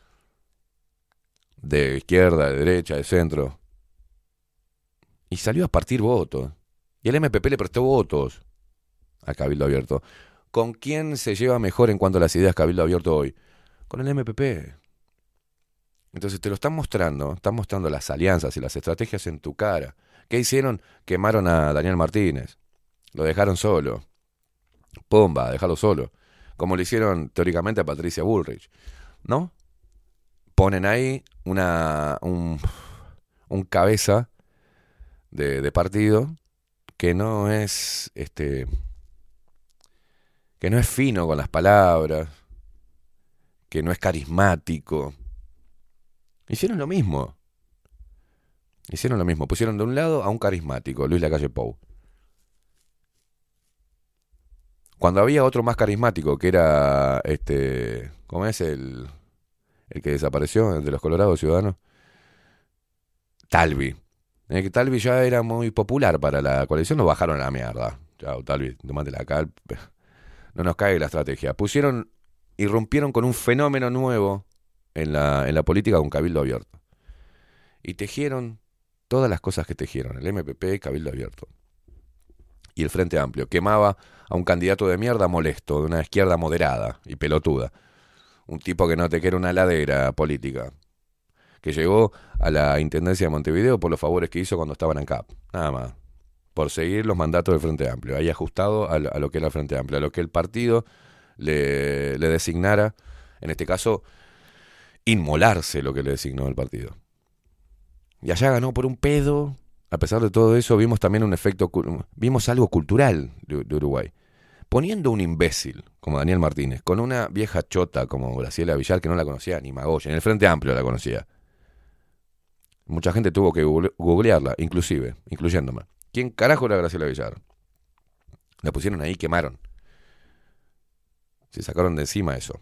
de izquierda, de derecha, de centro, y salió a partir votos. Y el M P P le prestó votos a Cabildo Abierto. ¿Con quién se lleva mejor en cuanto a las ideas Cabildo Abierto hoy? Con el M P P. Entonces te lo están mostrando, están mostrando las alianzas y las estrategias en tu cara. ¿Qué hicieron? Quemaron a Daniel Martínez. Lo dejaron solo. Pomba, dejarlo solo. Como le hicieron teóricamente a Patricia Bullrich, ¿no? Ponen ahí una un, un cabeza de, de partido que no es este que no es fino con las palabras, que no es carismático. Hicieron lo mismo. Hicieron lo mismo. Pusieron de un lado a un carismático, Luis Lacalle Pou. Cuando había otro más carismático, que era, este, ¿cómo es el, el que desapareció, el de los Colorados Ciudadanos? Talvi. Eh, que Talvi ya era muy popular para la coalición, lo bajaron a la mierda. Chao, Talvi, tomátela acá. No nos cae la estrategia. Pusieron, irrumpieron con un fenómeno nuevo en la, en la política con Cabildo Abierto. Y tejieron todas las cosas que tejieron. El M P P, Cabildo Abierto. Y el Frente Amplio. Quemaba a un candidato de mierda molesto, de una izquierda moderada y pelotuda. Un tipo que no te quiere una ladera política. Que llegó a la Intendencia de Montevideo por los favores que hizo cuando estaba en ANCAP. Nada más. Por seguir los mandatos del Frente Amplio. Ahí ajustado a lo, a lo que era el Frente Amplio. A lo que el partido le, le designara. En este caso, inmolarse lo que le designó el partido. Y allá ganó por un pedo. A pesar de todo eso, vimos también un efecto, vimos algo cultural de, de Uruguay. Poniendo un imbécil como Daniel Martínez, con una vieja chota como Graciela Villar, que no la conocía ni Magoya, en el Frente Amplio la conocía. Mucha gente tuvo que googlearla, inclusive, incluyéndome. ¿Quién carajo era Graciela Villar? La pusieron ahí y quemaron. Se sacaron de encima eso.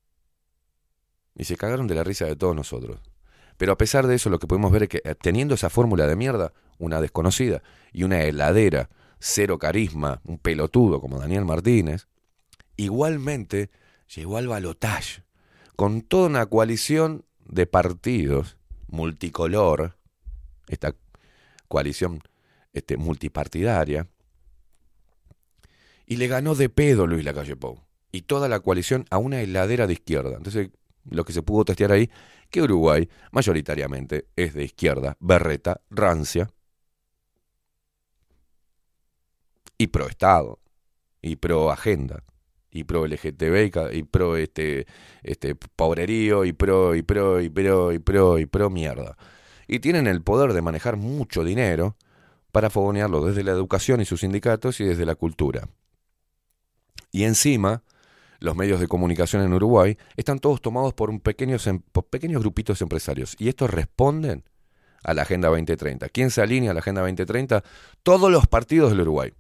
Y se cagaron de la risa de todos nosotros. Pero a pesar de eso, lo que podemos ver es que teniendo esa fórmula de mierda, una desconocida y una heladera, cero carisma, un pelotudo como Daniel Martínez, igualmente llegó al balotaje con toda una coalición de partidos multicolor, esta coalición este, multipartidaria, y le ganó de pedo Luis Lacalle Pou y toda la coalición a una heladera de izquierda. Entonces, lo que se pudo testear ahí, que Uruguay mayoritariamente es de izquierda, berreta, rancia, y pro Estado, y pro agenda, y pro L G T B, y pro este, este pobrerío, y pro, y pro, y pro, y pro, y pro mierda. Y tienen el poder de manejar mucho dinero para fogonearlo desde la educación y sus sindicatos y desde la cultura. Y encima, los medios de comunicación en Uruguay están todos tomados por, un pequeños, por pequeños grupitos empresarios. Y estos responden a la Agenda veinte treinta. ¿Quién se alinea a la Agenda veinte treinta? Todos los partidos del Uruguay.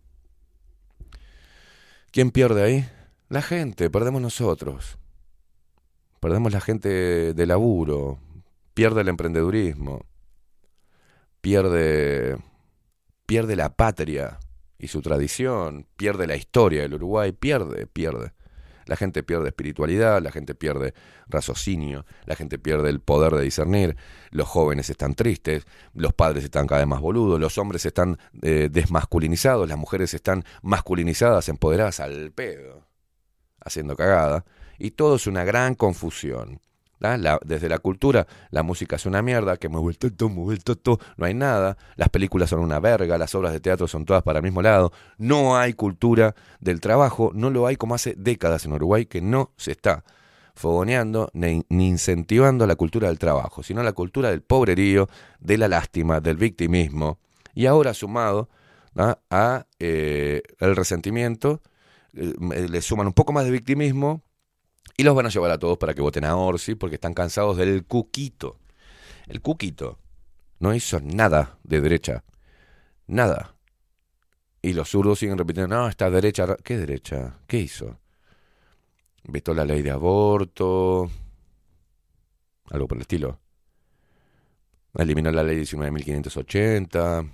¿Quién pierde ahí? La gente, perdemos nosotros. Perdemos la gente de laburo. Pierde el emprendedurismo. Pierde, pierde la patria y su tradición. Pierde la historia del Uruguay. Pierde, pierde. La gente pierde espiritualidad, la gente pierde raciocinio, la gente pierde el poder de discernir, los jóvenes están tristes, los padres están cada vez más boludos, los hombres están eh, desmasculinizados, las mujeres están masculinizadas, empoderadas al pedo, haciendo cagada, y todo es una gran confusión. La, desde la cultura, la música es una mierda, que mueve el toto, mueve el toto, no hay nada, las películas son una verga, las obras de teatro son todas para el mismo lado, no hay cultura del trabajo, no lo hay como hace décadas en Uruguay, que no se está fogoneando ni, ni incentivando la cultura del trabajo, sino la cultura del pobrerío, de la lástima, del victimismo, y ahora sumado ¿no? a eh, el resentimiento, eh, le suman un poco más de victimismo, y los van a llevar a todos para que voten a Orsi porque están cansados del cuquito. El cuquito no hizo nada de derecha. Nada. Y los zurdos siguen repitiendo, no, esta derecha... ¿Qué derecha? ¿Qué hizo? Vetó la ley de aborto, algo por el estilo. Eliminó la ley diecinueve mil quinientos ochenta.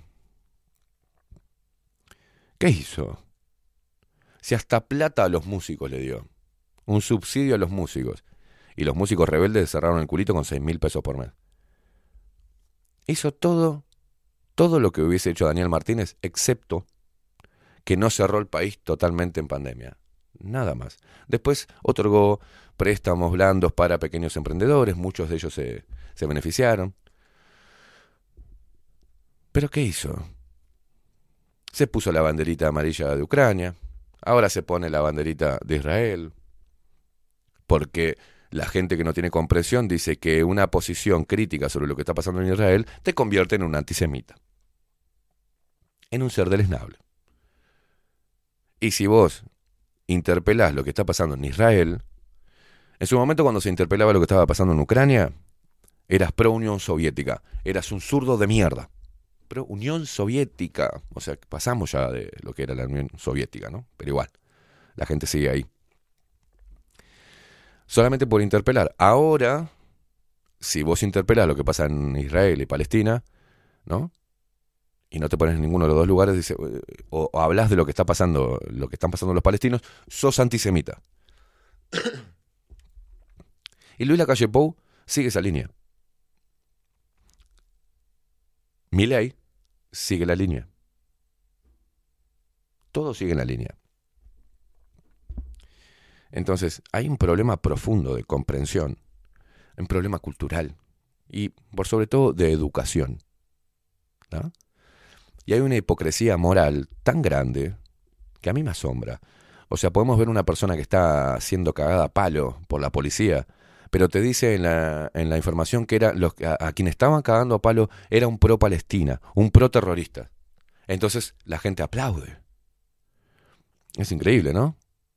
¿Qué hizo? Si hasta plata a los músicos le dio. Un subsidio a los músicos. Y los músicos rebeldes cerraron el culito con seis mil pesos por mes. Hizo todo, todo lo que hubiese hecho Daniel Martínez, excepto que no cerró el país totalmente en pandemia. Nada más. Después otorgó préstamos blandos para pequeños emprendedores. Muchos de ellos se, se beneficiaron. ¿Pero qué hizo? Se puso la banderita amarilla de Ucrania. Ahora se pone la banderita de Israel. Porque la gente que no tiene comprensión dice que una posición crítica sobre lo que está pasando en Israel te convierte en un antisemita. En un ser deleznable. Y si vos interpelás lo que está pasando en Israel, en su momento cuando se interpelaba lo que estaba pasando en Ucrania, eras pro Unión Soviética. Eras un zurdo de mierda. Pro Unión Soviética. O sea, pasamos ya de lo que era la Unión Soviética, ¿no? Pero igual, la gente sigue ahí. Solamente por interpelar. Ahora, si vos interpelás lo que pasa en Israel y Palestina, ¿no? Y no te pones en ninguno de los dos lugares, dice, o, o hablas de lo que está pasando, lo que están pasando los palestinos, sos antisemita. Y Luis Lacalle Pou sigue esa línea. Milei sigue la línea. Todos siguen la línea. Entonces, hay un problema profundo de comprensión, un problema cultural y, por sobre todo, de educación, ¿no? Y hay una hipocresía moral tan grande que a mí me asombra. O sea, podemos ver una persona que está siendo cagada a palo por la policía, pero te dice en la, en la información que era los, a, a quienes estaban cagando a palo era un pro-palestina, un pro-terrorista. Entonces la gente aplaude. Es increíble, ¿no?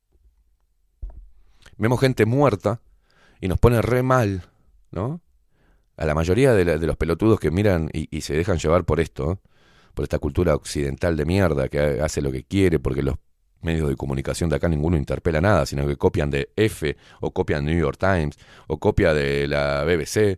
Vemos gente muerta y nos pone re mal, ¿no? A la mayoría de, la, de los pelotudos que miran y, y se dejan llevar por esto, por esta cultura occidental de mierda que hace lo que quiere porque los medios de comunicación de acá ninguno interpela nada, sino que copian de F, o copian de New York Times, o copia de la B B C,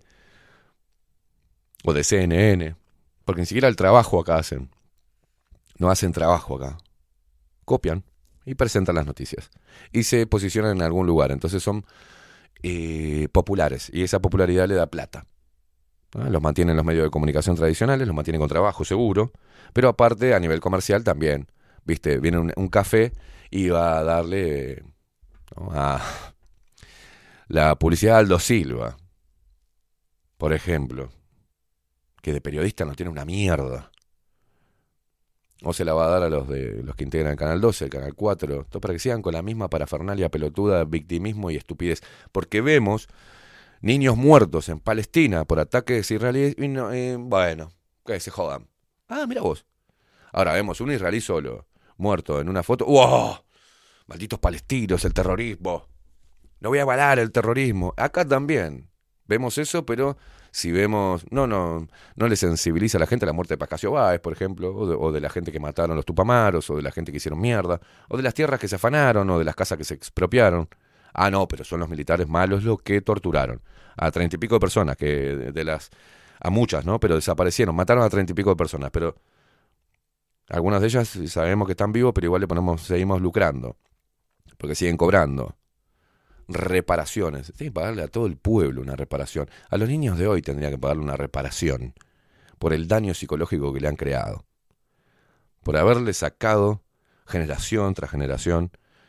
o de C N N, porque ni siquiera el trabajo acá hacen. No hacen trabajo acá. Copian y presentan las noticias. Y se posicionan en algún lugar. Entonces son eh, populares, y esa popularidad le da plata. ¿Ah? Los mantienen los medios de comunicación tradicionales, los mantienen con trabajo seguro, pero aparte a nivel comercial también. Viste, viene un, un café y va a darle, ¿no?, a la publicidad a Aldo Silva, por ejemplo, que de periodista no tiene una mierda. O se la va a dar a los de los que integran el Canal doce, el Canal cuatro, todo para que sigan con la misma parafernalia pelotuda, victimismo y estupidez. Porque vemos niños muertos en Palestina por ataques israelíes y no, eh, bueno, que se jodan. Ah, mira vos. Ahora vemos un israelí solo, muerto en una foto. ¡Wow! Malditos palestinos, el terrorismo. No voy a avalar el terrorismo. Acá también vemos eso, pero si vemos... No, no, no le sensibiliza a la gente la muerte de Pascasio Báez, por ejemplo, o de, o de la gente que mataron los tupamaros, o de la gente que hicieron mierda, o de las tierras que se afanaron, o de las casas que se expropiaron. Ah, no, pero son los militares malos los que torturaron a treinta y pico de personas, que de, de las... a muchas, ¿no? Pero desaparecieron, mataron a treinta y pico de personas, pero... Algunas de ellas sabemos que están vivos, pero igual le ponemos, seguimos lucrando. Porque siguen cobrando. Reparaciones. Tiene que pagarle a todo el pueblo una reparación. A los niños de hoy tendría que pagarle una reparación. Por el daño psicológico que le han creado. Por haberle sacado, generación tras generación,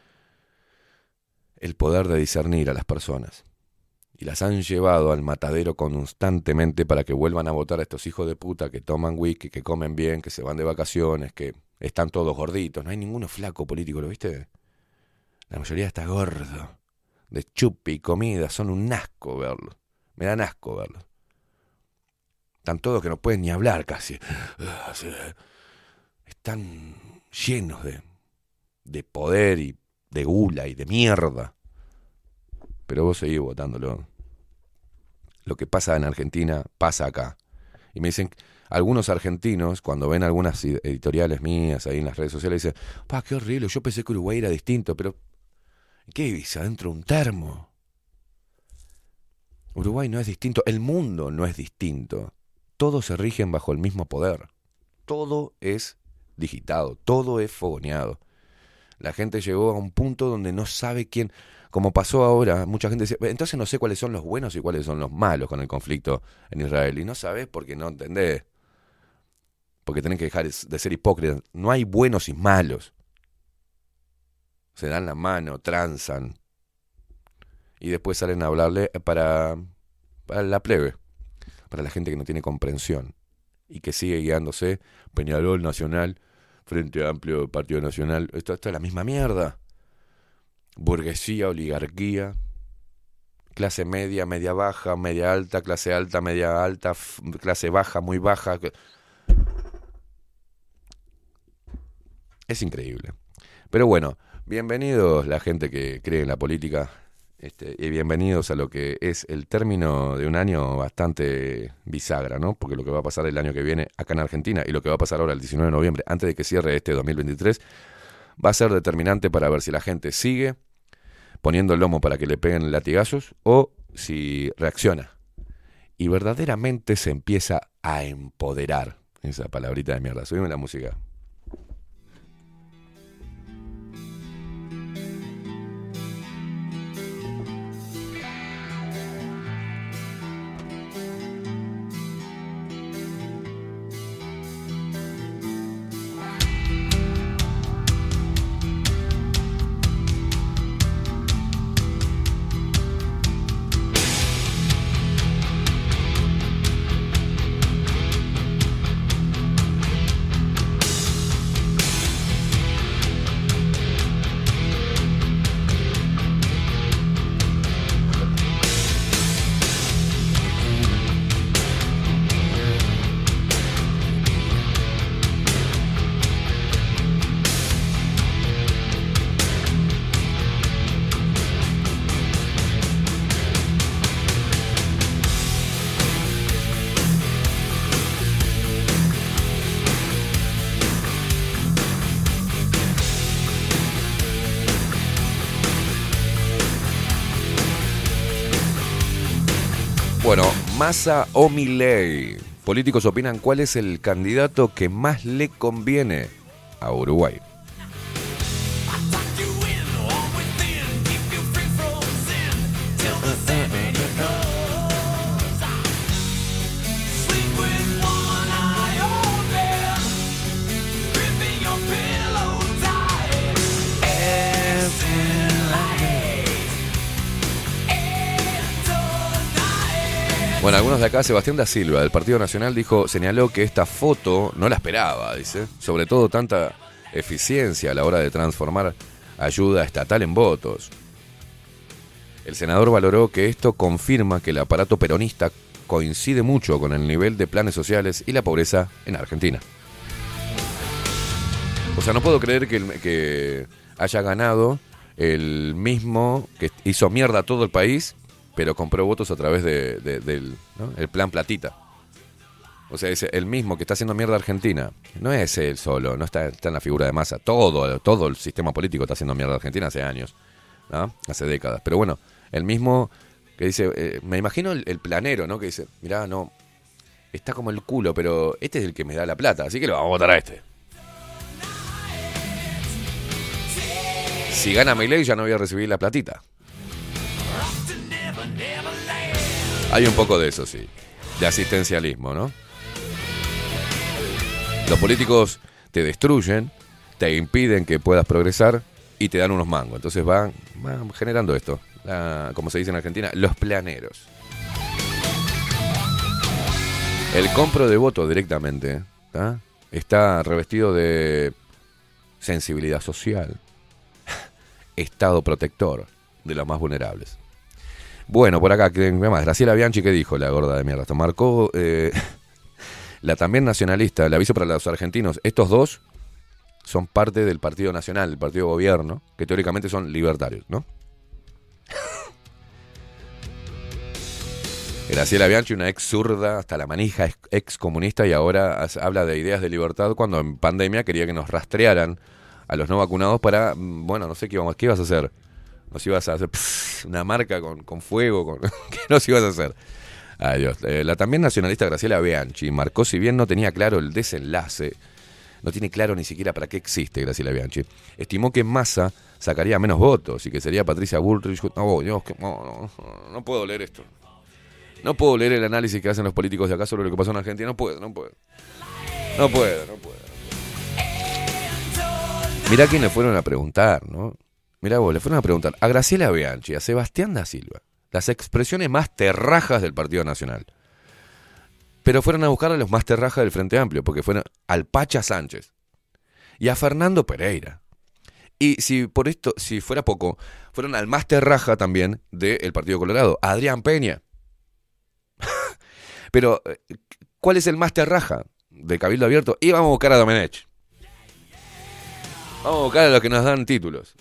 el poder de discernir a las personas. Y las han llevado al matadero constantemente para que vuelvan a votar a estos hijos de puta que toman whisky, que comen bien, que se van de vacaciones, que están todos gorditos. No hay ninguno flaco político, ¿lo viste? La mayoría está gordo. De chupi y comida. Son un asco verlos. Me dan asco verlos. Están todos que no pueden ni hablar casi. Están llenos de, de poder y de gula y de mierda. Pero vos seguís votándolo. Lo que pasa en Argentina, pasa acá. Y me dicen, algunos argentinos, cuando ven algunas editoriales mías ahí en las redes sociales, dicen, pa, qué horrible, yo pensé que Uruguay era distinto, pero ¿qué vivís adentro de un termo? Uruguay no es distinto, el mundo no es distinto. Todos se rigen bajo el mismo poder. Todo es digitado, todo es fogoneado. La gente llegó a un punto donde no sabe quién, como pasó ahora, mucha gente dice, entonces no sé cuáles son los buenos y cuáles son los malos con el conflicto en Israel. Y no sabés porque no entendés. Porque tenés que dejar de ser hipócritas. No hay buenos y malos. Se dan la mano, transan. Y después salen a hablarle para, para la plebe. Para la gente que no tiene comprensión. Y que sigue guiándose Peñarol, Nacional, Frente Amplio, Partido Nacional. Esto, esto es la misma mierda. Burguesía, oligarquía, clase media, media baja, media alta, clase alta, media alta, f- clase baja, muy baja. Es increíble. Pero bueno, bienvenidos la gente que cree en la política, este, y bienvenidos a lo que es el término de un año bastante bisagra, ¿no? Porque lo que va a pasar el año que viene acá en Argentina y lo que va a pasar ahora el diecinueve de noviembre, antes de que cierre este dos mil veintitrés, va a ser determinante para ver si la gente sigue poniendo el lomo para que le peguen latigazos o si reacciona y verdaderamente se empieza a empoderar. Esa palabrita de mierda. Subime la música. Bueno, Massa o Milei. Políticos opinan cuál es el candidato que más le conviene a Uruguay. Bueno, algunos de acá, Sebastián da Silva, del Partido Nacional, dijo, señaló que esta foto no la esperaba, dice. Sobre todo tanta eficiencia a la hora de transformar ayuda estatal en votos. El senador valoró que esto confirma que el aparato peronista coincide mucho con el nivel de planes sociales y la pobreza en Argentina. O sea, no puedo creer que, el, que haya ganado el mismo que hizo mierda a todo el país, pero compró votos a través de, de, del ¿no? el plan platita. O sea, es el mismo que está haciendo mierda a Argentina. No es él solo, no está, está en la figura de Massa. Todo, todo el sistema político está haciendo mierda a Argentina hace años, ¿no? Hace décadas. Pero bueno, el mismo que dice, eh, me imagino el, el planero, ¿no? Que dice, mirá, no, está como el culo, pero este es el que me da la plata, así que lo vamos a votar a este. Si gana Milei ya no voy a recibir la platita. Hay un poco de eso, sí. De asistencialismo, ¿no? Los políticos te destruyen, te impiden que puedas progresar y te dan unos mangos. Entonces van, van generando esto. La, como se dice en Argentina, los planeros. El compro de voto directamente, ¿tá? Está revestido de sensibilidad social, estado protector de los más vulnerables. Bueno, por acá, ¿qué más? Graciela Bianchi, ¿qué dijo la gorda de mierda? Esto marcó eh, la también nacionalista, el aviso para los argentinos. Estos dos son parte del Partido Nacional, el Partido Gobierno, que teóricamente son libertarios, ¿no? Graciela Bianchi, una ex zurda, hasta la manija, ex, ex comunista, y ahora hace- habla de ideas de libertad cuando en pandemia quería que nos rastrearan a los no vacunados para, bueno, no sé qué, íbamos, qué ibas a hacer. Nos ibas a hacer pss, una marca con, con fuego, con, ¿qué nos ibas a hacer? Ay, Dios. Eh, la también nacionalista Graciela Bianchi marcó, si bien no tenía claro el desenlace, no tiene claro ni siquiera para qué existe Graciela Bianchi, estimó que Massa sacaría menos votos y que sería Patricia Bullrich. No, Dios, que, no, no, no puedo leer esto. No puedo leer el análisis que hacen los políticos de acá sobre lo que pasó en Argentina. No puedo, no puedo. No puedo, no puedo. Mirá quién le fueron a preguntar, ¿no? Mirá vos, le fueron a preguntar a Graciela Bianchi, a Sebastián da Silva, las expresiones más terrajas del Partido Nacional. Pero fueron a buscar a los más terrajas del Frente Amplio, porque fueron al Pacha Sánchez y a Fernando Pereira. Y si por esto, si fuera poco, fueron al más terraja también del Partido Colorado, a Adrián Peña. Pero, ¿cuál es el más terraja de Cabildo Abierto? Y vamos a buscar a Domenech. Vamos a buscar a los que nos dan títulos.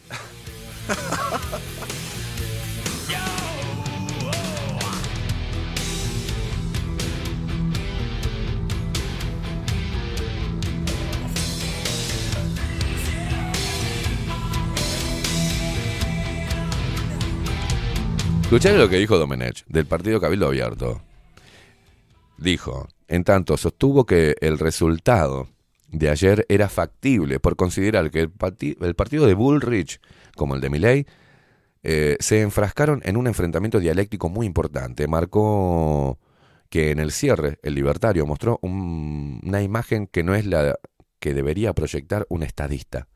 Escuchale lo que dijo Domenech del Partido Cabildo Abierto. Dijo, en tanto, sostuvo que el resultado de ayer era factible por considerar que el, parti- el partido de Bullrich, como el de Milei, eh, se enfrascaron en un enfrentamiento dialéctico muy importante. Marcó que en el cierre el libertario mostró un, una imagen que no es la que debería proyectar un estadista.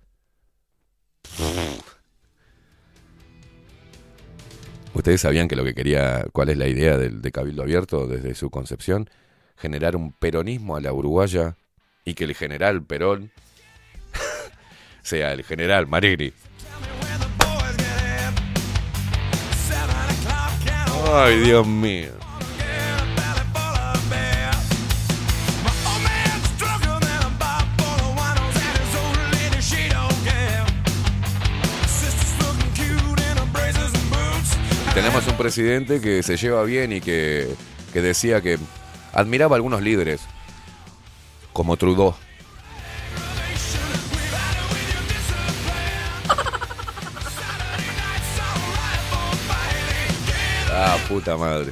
¿Ustedes sabían que lo que quería, cuál es la idea del, de Cabildo Abierto desde su concepción? Generar un peronismo a la uruguaya y que el general Perón sea el general Marini. Ay, Dios mío. Tenemos un presidente que se lleva bien y que, que decía que admiraba a algunos líderes, como Trudeau. Ah, puta madre.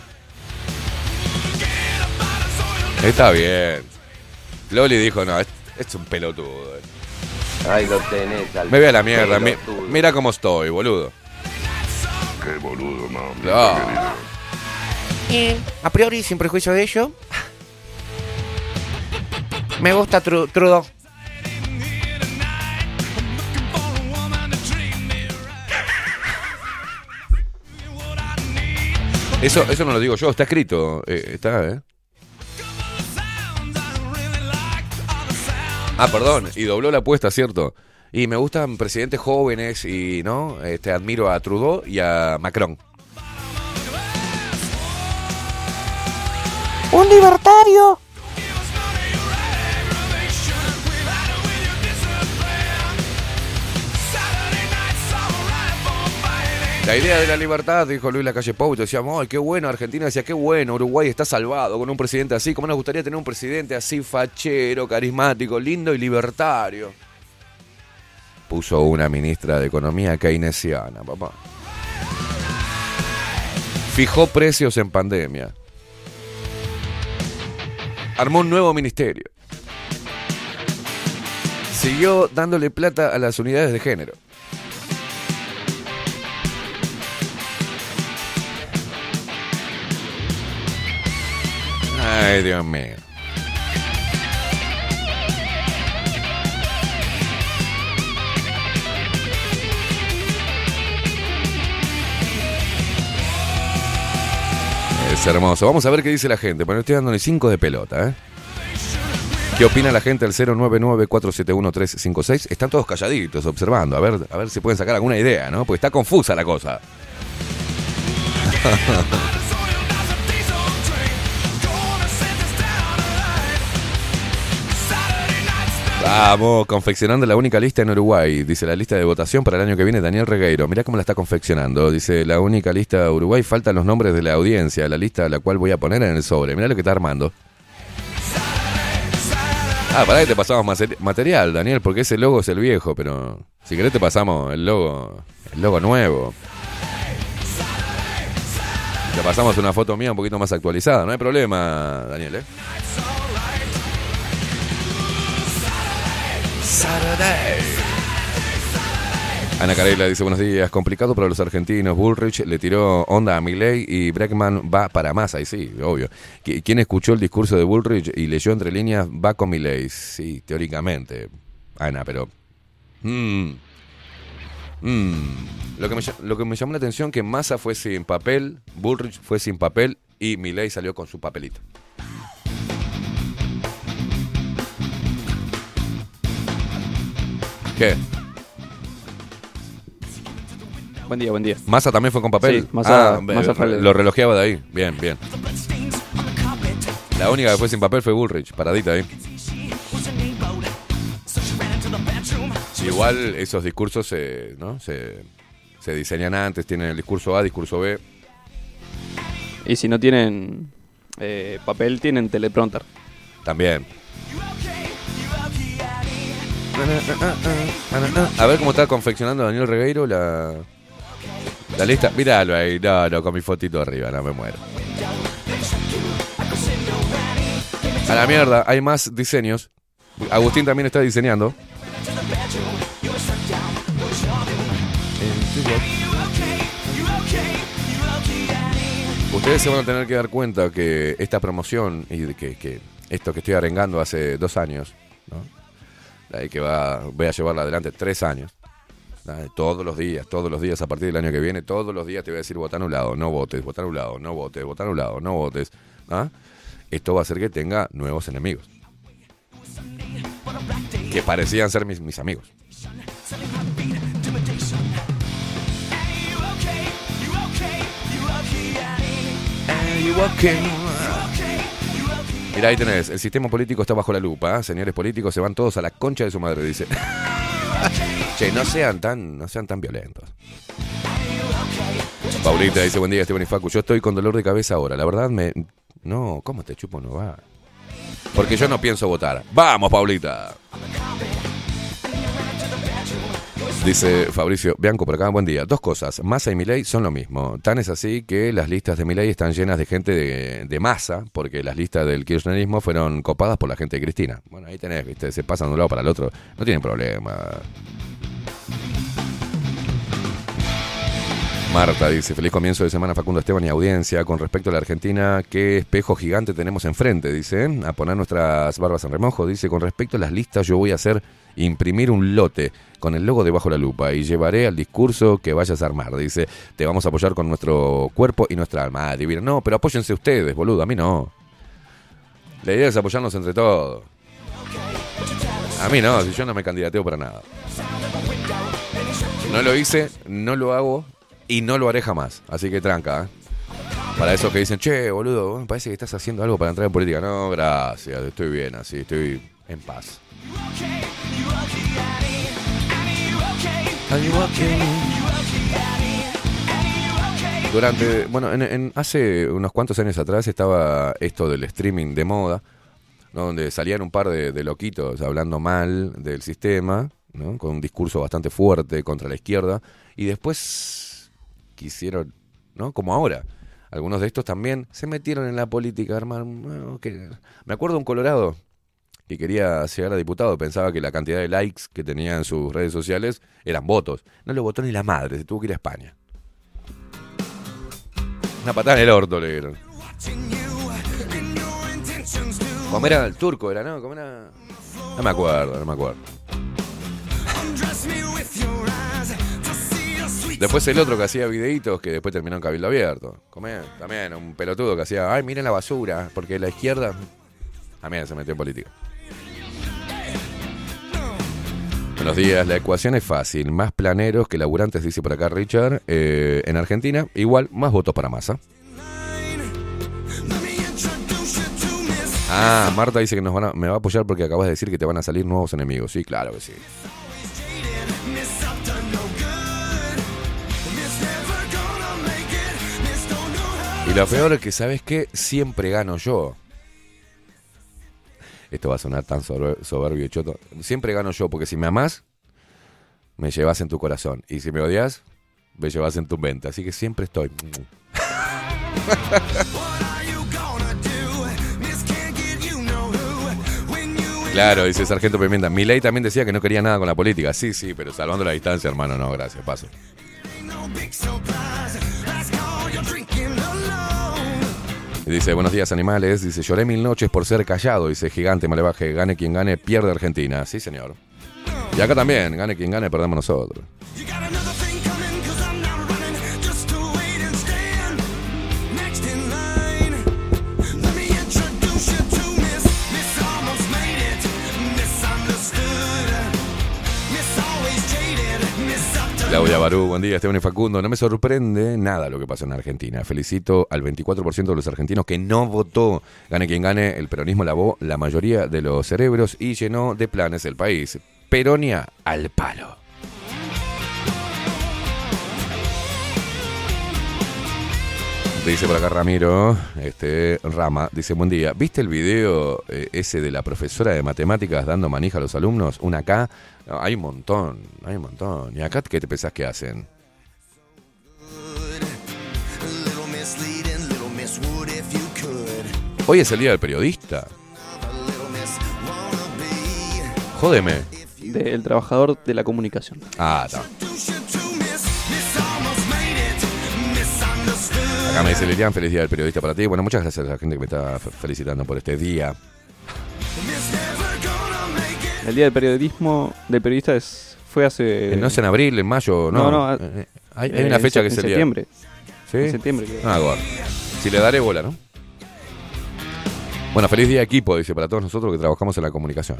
Está bien. Loli dijo, no, es, es un pelotudo. Ahí lo tenés. Al Me voy a la mierda. Mi, pelotudo. mira cómo estoy, boludo. Qué boludo, mami. No. Eh, a priori, sin prejuicio de ello, me gusta Tru- Trudeau. Eso, eso no lo digo yo, está escrito. Eh, está, ¿eh? Ah, perdón, y dobló la apuesta, ¿cierto? Y me gustan presidentes jóvenes y, ¿no? Este, admiro a Trudeau y a Macron. ¡Un libertario! La idea de la libertad, dijo Luis Lacalle Pou, y decíamos, ¡ay, qué bueno! Argentina decía, qué bueno, Uruguay está salvado con un presidente así. ¿Cómo nos gustaría tener un presidente así fachero, carismático, lindo y libertario? Puso una ministra de Economía keynesiana, papá. Fijó precios en pandemia. Armó un nuevo ministerio. Siguió dándole plata a las unidades de género. Ay, Dios mío. Es hermoso. Vamos a ver qué dice la gente. Bueno, estoy dándole cinco de pelota, ¿eh? ¿Qué opina la gente al cero nueve nueve cuatro siete uno tres cinco seis? Están todos calladitos, observando. A ver, a ver si pueden sacar alguna idea, ¿no? Porque está confusa la cosa. Vamos, confeccionando la única lista en Uruguay. Dice la lista de votación para el año que viene, Daniel Regueiro. Mirá cómo la está confeccionando. Dice la única lista de Uruguay. Faltan los nombres de la audiencia, la lista a la cual voy a poner en el sobre. Mirá lo que está armando. Ah, pará que te pasamos material, Daniel, porque ese logo es el viejo, pero si querés te pasamos el logo, el logo nuevo. Te pasamos una foto mía un poquito más actualizada, no hay problema, Daniel, ¿eh? Saturday. Ana Carela dice, buenos días, complicado para los argentinos. Bullrich le tiró onda a Milei y Bregman va para Massa, y sí, obvio. ¿Quién escuchó el discurso de Bullrich y leyó entre líneas va con Milei? Sí, teóricamente, Ana, pero... Mm, mm, lo, que me, lo que me llamó la atención que Massa fue sin papel, Bullrich fue sin papel y Milei salió con su papelito. ¿Qué? Buen día, buen día. ¿Massa también fue con papel? Sí, Massa, ah, Massa fue el... Lo relojeaba de ahí. Bien, bien. La única que fue sin papel fue Bullrich, paradita ahí. Igual esos discursos se, ¿no? se, se diseñan antes, tienen el discurso A, discurso B. Y si no tienen eh, papel, tienen teleprompter. También. A ver cómo está confeccionando Daniel Regueiro la... La lista, míralo ahí, no, no, con mi fotito arriba, no me muero. A la mierda, hay más diseños. Agustín también está diseñando. Ustedes se van a tener que dar cuenta que esta promoción y que, que esto que estoy arengando hace dos años, ¿no? Ahí que va, voy a llevarla adelante tres años. Todos los días, todos los días a partir del año que viene, todos los días te voy a decir vota anulado, no votes, vota anulado, no votes, vota anulado, no votes. ¿Ah? Esto va a hacer que tenga nuevos enemigos. Que parecían ser mis, mis amigos. Mira, ahí tenés, el sistema político está bajo la lupa, ¿eh? Señores políticos se van todos a la concha de su madre, dice. Che, no sean tan, no sean tan violentos. Paulita dice, buen día, Esteban y Facu. Yo estoy con dolor de cabeza ahora. La verdad me... No, ¿cómo te chupo? No va. Porque yo no pienso votar. ¡Vamos, Paulita! Dice Fabricio Bianco por acá, buen día. Dos cosas, Massa y Milei son lo mismo. Tan es así que las listas de Milei están llenas de gente de, de Massa, porque las listas del kirchnerismo fueron copadas por la gente de Cristina. Bueno, ahí tenés, viste, se pasan de un lado para el otro. No tienen problema. Marta dice, feliz comienzo de semana Facundo, Esteban y audiencia. Con respecto a la Argentina, ¿qué espejo gigante tenemos enfrente? Dice, a poner nuestras barbas en remojo. Dice, con respecto a las listas yo voy a hacer imprimir un lote con el logo debajo de la lupa y llevaré al discurso que vayas a armar. Dice, te vamos a apoyar con nuestro cuerpo y nuestra alma. Ah, divina. No, pero apóyense ustedes, boludo, a mí no. La idea es apoyarnos entre todos. A mí no, si yo no me candidateo para nada. No lo hice, no lo hago y no lo haré jamás. Así que tranca, ¿eh? Para esos que dicen, che, boludo, me parece que estás haciendo algo para entrar en política. No, gracias, estoy bien así, estoy en paz. Durante, bueno, en, en, hace unos cuantos años atrás estaba esto del streaming de moda, ¿no? Donde salían un par de, de loquitos hablando mal del sistema, ¿no? Con un discurso bastante fuerte contra la izquierda, y después quisieron, ¿no? Como ahora, algunos de estos también se metieron en la política, hermano. Que... Me acuerdo de un colorado que quería llegar a diputado, pensaba que la cantidad de likes que tenía en sus redes sociales eran votos. No lo votó ni la madre, se tuvo que ir a España. Una patada en el orto le dieron. Como era el turco, era, ¿no? Como era... No me acuerdo, no me acuerdo. Después el otro que hacía videitos que después terminó en Cabildo Abierto. Como también un pelotudo que hacía, ay, miren la basura, porque la izquierda también se metió en política. Buenos días, la ecuación es fácil. Más planeros que laburantes, dice por acá Richard. Eh, en Argentina, igual, más votos para Massa. Ah, Marta dice que nos van a, me va a apoyar porque acabas de decir que te van a salir nuevos enemigos. Sí, claro que sí. Y lo peor es que, ¿sabes qué? Siempre gano yo. Esto va a sonar tan soberbio y choto. Siempre gano yo, porque si me amás, me llevas en tu corazón. Y si me odias, me llevas en tu mente. Así que siempre estoy. Claro, dice Sargento Pimienta. Milei también decía que no quería nada con la política. Sí, sí, pero salvando la distancia, hermano, no, gracias, paso. Y dice, buenos días, animales. Dice, lloré mil noches por ser callado. Dice, gigante, malevaje, gane quien gane, pierde Argentina. Sí, señor. Y acá también, gane quien gane, perdemos nosotros. Claudia Barú, buen día, Esteban y Facundo. No me sorprende nada lo que pasó en Argentina. Felicito al veinticuatro por ciento de los argentinos que no votó. Gane quien gane, el peronismo lavó la mayoría de los cerebros y llenó de planes el país. Peronia al palo. Dice por acá Ramiro, este Rama, dice, buen día. ¿Viste el video eh, ese de la profesora de matemáticas dando manija a los alumnos? Una acá. No, hay un montón, hay un montón. ¿Y acá qué te pensás que hacen? Hoy es el día del periodista. Jódeme. Del trabajador de la comunicación. Ah, está. Acá me dice Lilian, feliz día del periodista para ti. Bueno, muchas gracias a la gente que me está felicitando por este día. El día del periodismo, del periodista es, fue hace... No es en abril, en mayo, no. No, no. Eh, hay, hay una fecha que es el día. En septiembre. ¿Sí? En septiembre. Que... Ah, bueno. Si le daré bola, ¿no? Bueno, feliz día equipo, dice, para todos nosotros que trabajamos en la comunicación.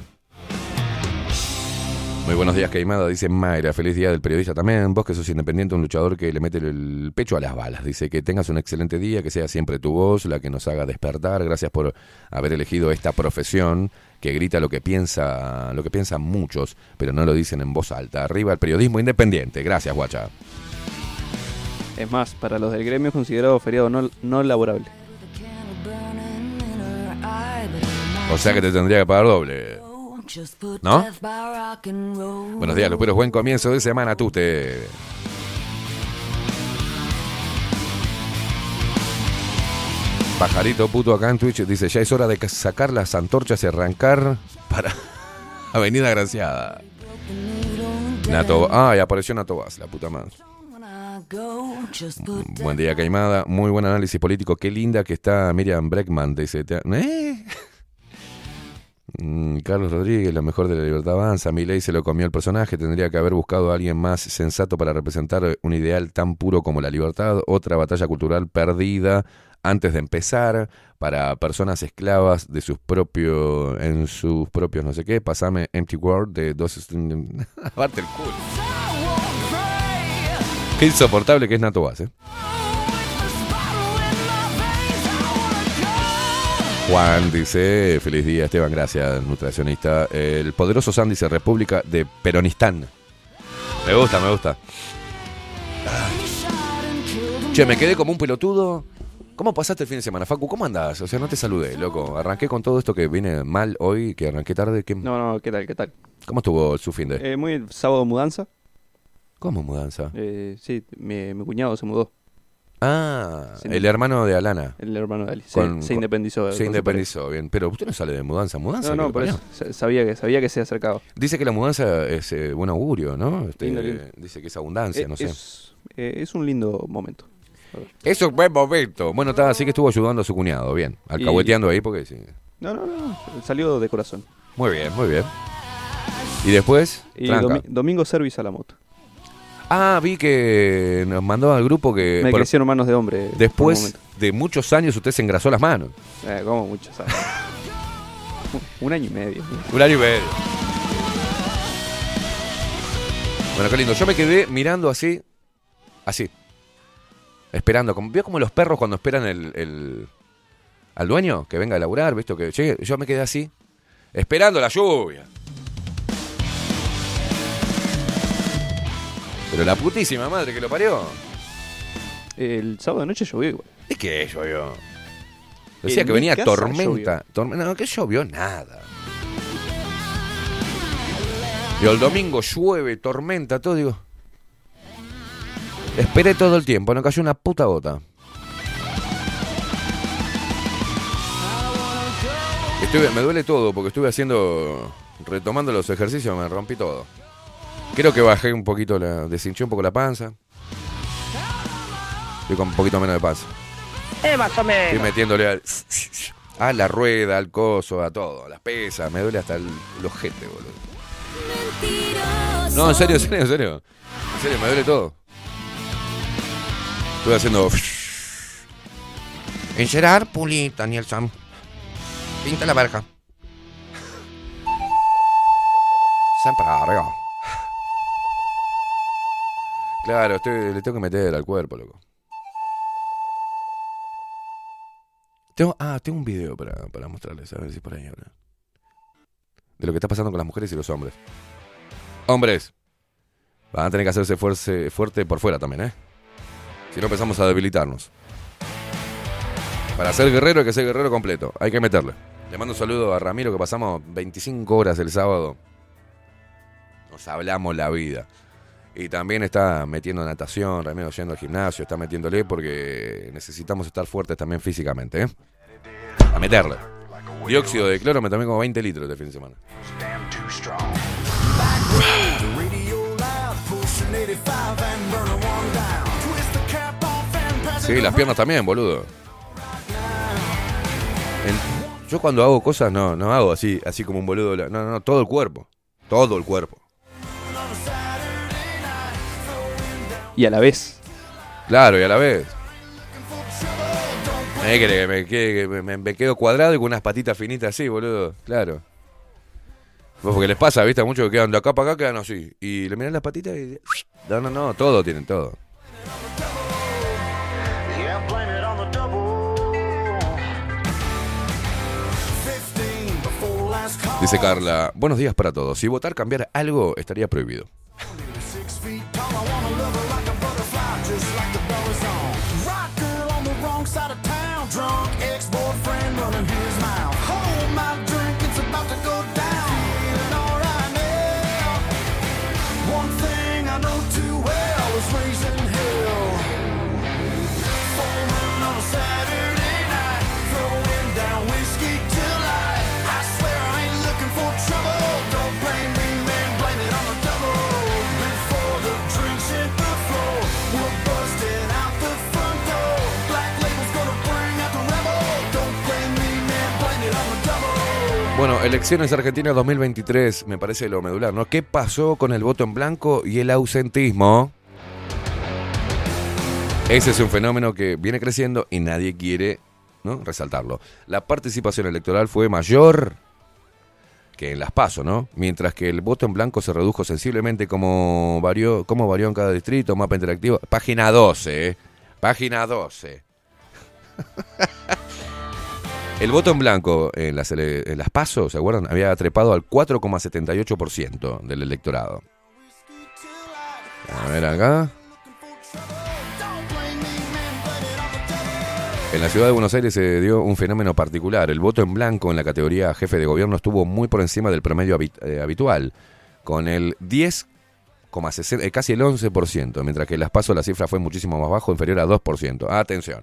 Muy buenos días, Queimada, dice Mayra. Feliz día del periodista también. Vos que sos independiente, un luchador que le mete el pecho a las balas. Dice que tengas un excelente día, que sea siempre tu voz la que nos haga despertar. Gracias por haber elegido esta profesión que grita lo que piensa, lo que piensan muchos, pero no lo dicen en voz alta. Arriba el periodismo independiente. Gracias, guacha. Es más, para los del gremio es considerado feriado no, no laborable. O sea que te tendría que pagar doble. ¿No? Buenos días, Luperos. Buen comienzo de semana, Tute. Pajarito puto acá en Twitch dice, ya es hora de sacar las antorchas y arrancar para Avenida Graciada. Nato, ah, y apareció Nato Vaz, la puta madre. Buen día, Caimada. Muy buen análisis político. Qué linda que está Miriam Breckman. Dice, ¿eh? Mm, Carlos Rodríguez, lo mejor de la libertad avanza. Milei se lo comió el personaje. Tendría que haber buscado a alguien más sensato para representar un ideal tan puro como la libertad. Otra batalla cultural perdida antes de empezar para personas esclavas de sus propios, en sus propios no sé qué. Pasame Empty World de dos. Aparte el culo. Qué insoportable que es Nato Vaz, ¿eh? Juan dice, feliz día Esteban, gracias, nutricionista. El poderoso San dice, República de Peronistán. Me gusta, me gusta. Che, me quedé como un pelotudo. ¿Cómo pasaste el fin de semana, Facu? ¿Cómo andás? O sea, no te saludé, loco. Arranqué con todo esto que vine mal hoy, que arranqué tarde. ¿Qué... No, no, ¿qué tal, qué tal? ¿Cómo estuvo su fin de? Eh, muy sábado mudanza. ¿Cómo mudanza? Eh, sí, mi, mi cuñado se mudó. Ah, sí, el hermano de Alana. El hermano de Ali. Con, se, se independizó. Se independizó, bien. Pero usted no sale de mudanza, mudanza. No, no, por eso sabía que, sabía que se acercaba. Dice que la mudanza es eh, buen augurio, ¿no? Este, lindo, lindo. Dice que es abundancia, eh, no sé. Es, eh, es un lindo momento. Es un buen momento. Bueno, está, así que estuvo ayudando a su cuñado, bien. Alcahueteando y... ahí porque sí. No, no, no. Salió de corazón. Muy bien, muy bien. Y después. Y domi domingo service a la moto. Ah, vi que nos mandó al grupo que... Me por, crecieron manos de hombre. Después de muchos años usted se engrasó las manos. Eh, ¿cómo muchos años? Un año y medio. Un año y medio. Bueno, qué lindo. Yo me quedé mirando así, así. Esperando. Como, vio como los perros cuando esperan el, el... al dueño que venga a laburar, ¿viste? Que llegue. Yo me quedé así, esperando la lluvia. Pero la putísima madre que lo parió. El sábado de noche llovió igual. ¿De qué llovió? Decía En que mi venía casa tormenta. Torme- no, que llovió nada. Y el domingo llueve, tormenta, todo, digo. Esperé todo el tiempo, no cayó una puta gota. Estuve, me duele todo porque estuve haciendo, retomando los ejercicios, me rompí todo. Creo que bajé un poquito, la, deshinché un poco la panza. Estoy con un poquito menos de panza. Eh, más o menos. Estoy metiéndole al, a la rueda, al coso, a todo, a las pesas. Me duele hasta el, el ojete, boludo. No, en serio, en serio, en serio. En serio, me duele todo. Estuve haciendo... En Gerard Puli, Daniel Sam. Pinta la verja. Siempre arriba. Claro, estoy, le tengo que meter al cuerpo, loco. Tengo, ah, tengo un video para, para mostrarles, a ver si por ahí ahora. De lo que está pasando con las mujeres y los hombres. Hombres, van a tener que hacerse fuerce, fuerte por fuera también, ¿eh? Si no empezamos a debilitarnos. Para ser guerrero hay que ser guerrero completo. Hay que meterle. Le mando un saludo a Ramiro, que pasamos veinticinco horas el sábado. Nos hablamos la vida. Y también está metiendo natación, Ramiro yendo al gimnasio, está metiéndole porque necesitamos estar fuertes también físicamente, ¿eh? A meterle. Dióxido de cloro me tomé como veinte litros de fin de semana. Sí, las piernas también, boludo. En, yo cuando hago cosas no, no hago así, así como un boludo. No, no, no, todo el cuerpo. Todo el cuerpo. Y a la vez. Claro, y a la vez. Me, que me, que me, me quedo cuadrado y con unas patitas finitas así, boludo. Claro. Porque les pasa, ¿viste? Muchos que quedan de acá para acá, quedan así. Y le miran las patitas y... No, no, no, todo tienen, todo. Dice Carla, buenos días para todos. Si votar cambiar algo estaría prohibido. Bueno, elecciones Argentinas dos mil veintitrés, me parece lo medular, ¿no? ¿Qué pasó con el voto en blanco y el ausentismo? Ese es un fenómeno que viene creciendo y nadie quiere, ¿no?, resaltarlo. La participación electoral fue mayor que en las PASO, ¿no? Mientras que el voto en blanco se redujo sensiblemente, como varió, como varió en cada distrito, mapa interactivo. Página doce, ¿eh? Página doce. El voto en blanco en las, en las PASO, ¿se acuerdan? Había trepado al cuatro coma setenta y ocho por ciento del electorado. A ver acá. En la ciudad de Buenos Aires se dio un fenómeno particular. El voto en blanco en la categoría jefe de gobierno estuvo muy por encima del promedio habit- eh, habitual, con el diez coma sesenta, eh, casi el once por ciento, mientras que en las PASO la cifra fue muchísimo más bajo, inferior a dos por ciento. Atención.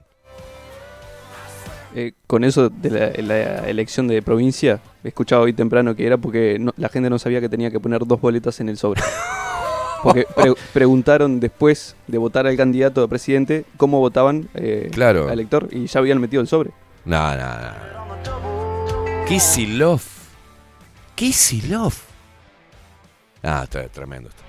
Eh, con eso de la, la elección de provincia, he escuchado hoy temprano que era porque no, la gente no sabía que tenía que poner dos boletas en el sobre. Porque pre- preguntaron después de votar al candidato a presidente cómo votaban eh, Claro. al elector y ya habían metido el sobre. No, no, no. Kicillof. Kicillof. Ah, esto es tremendo esto.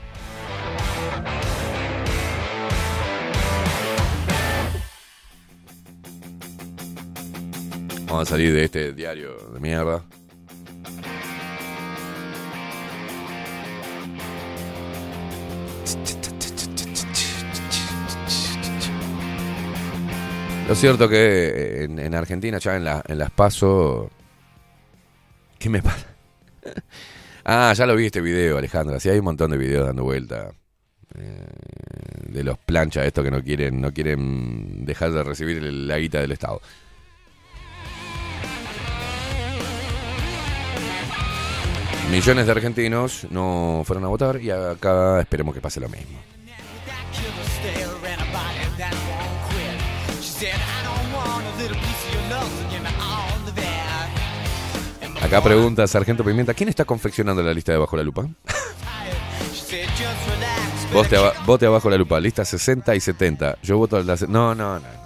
Vamos a salir de este diario de mierda. Lo cierto que en, en Argentina, ya en, la, en las PASO... ¿Qué me pasa? Ah, ya lo vi este video, Alejandra. Sí, hay un montón de videos dando vuelta. Eh, de los planchas estos que no quieren, no quieren dejar de recibir la guita del Estado. Millones de argentinos no fueron a votar y acá esperemos que pase lo mismo. Acá pregunta Sargento Pimienta, ¿quién está confeccionando la lista de Bajo la Lupa? Vote, aba- vote abajo la lupa, lista sesenta y setenta. Yo voto la... Se- no, no, no, no.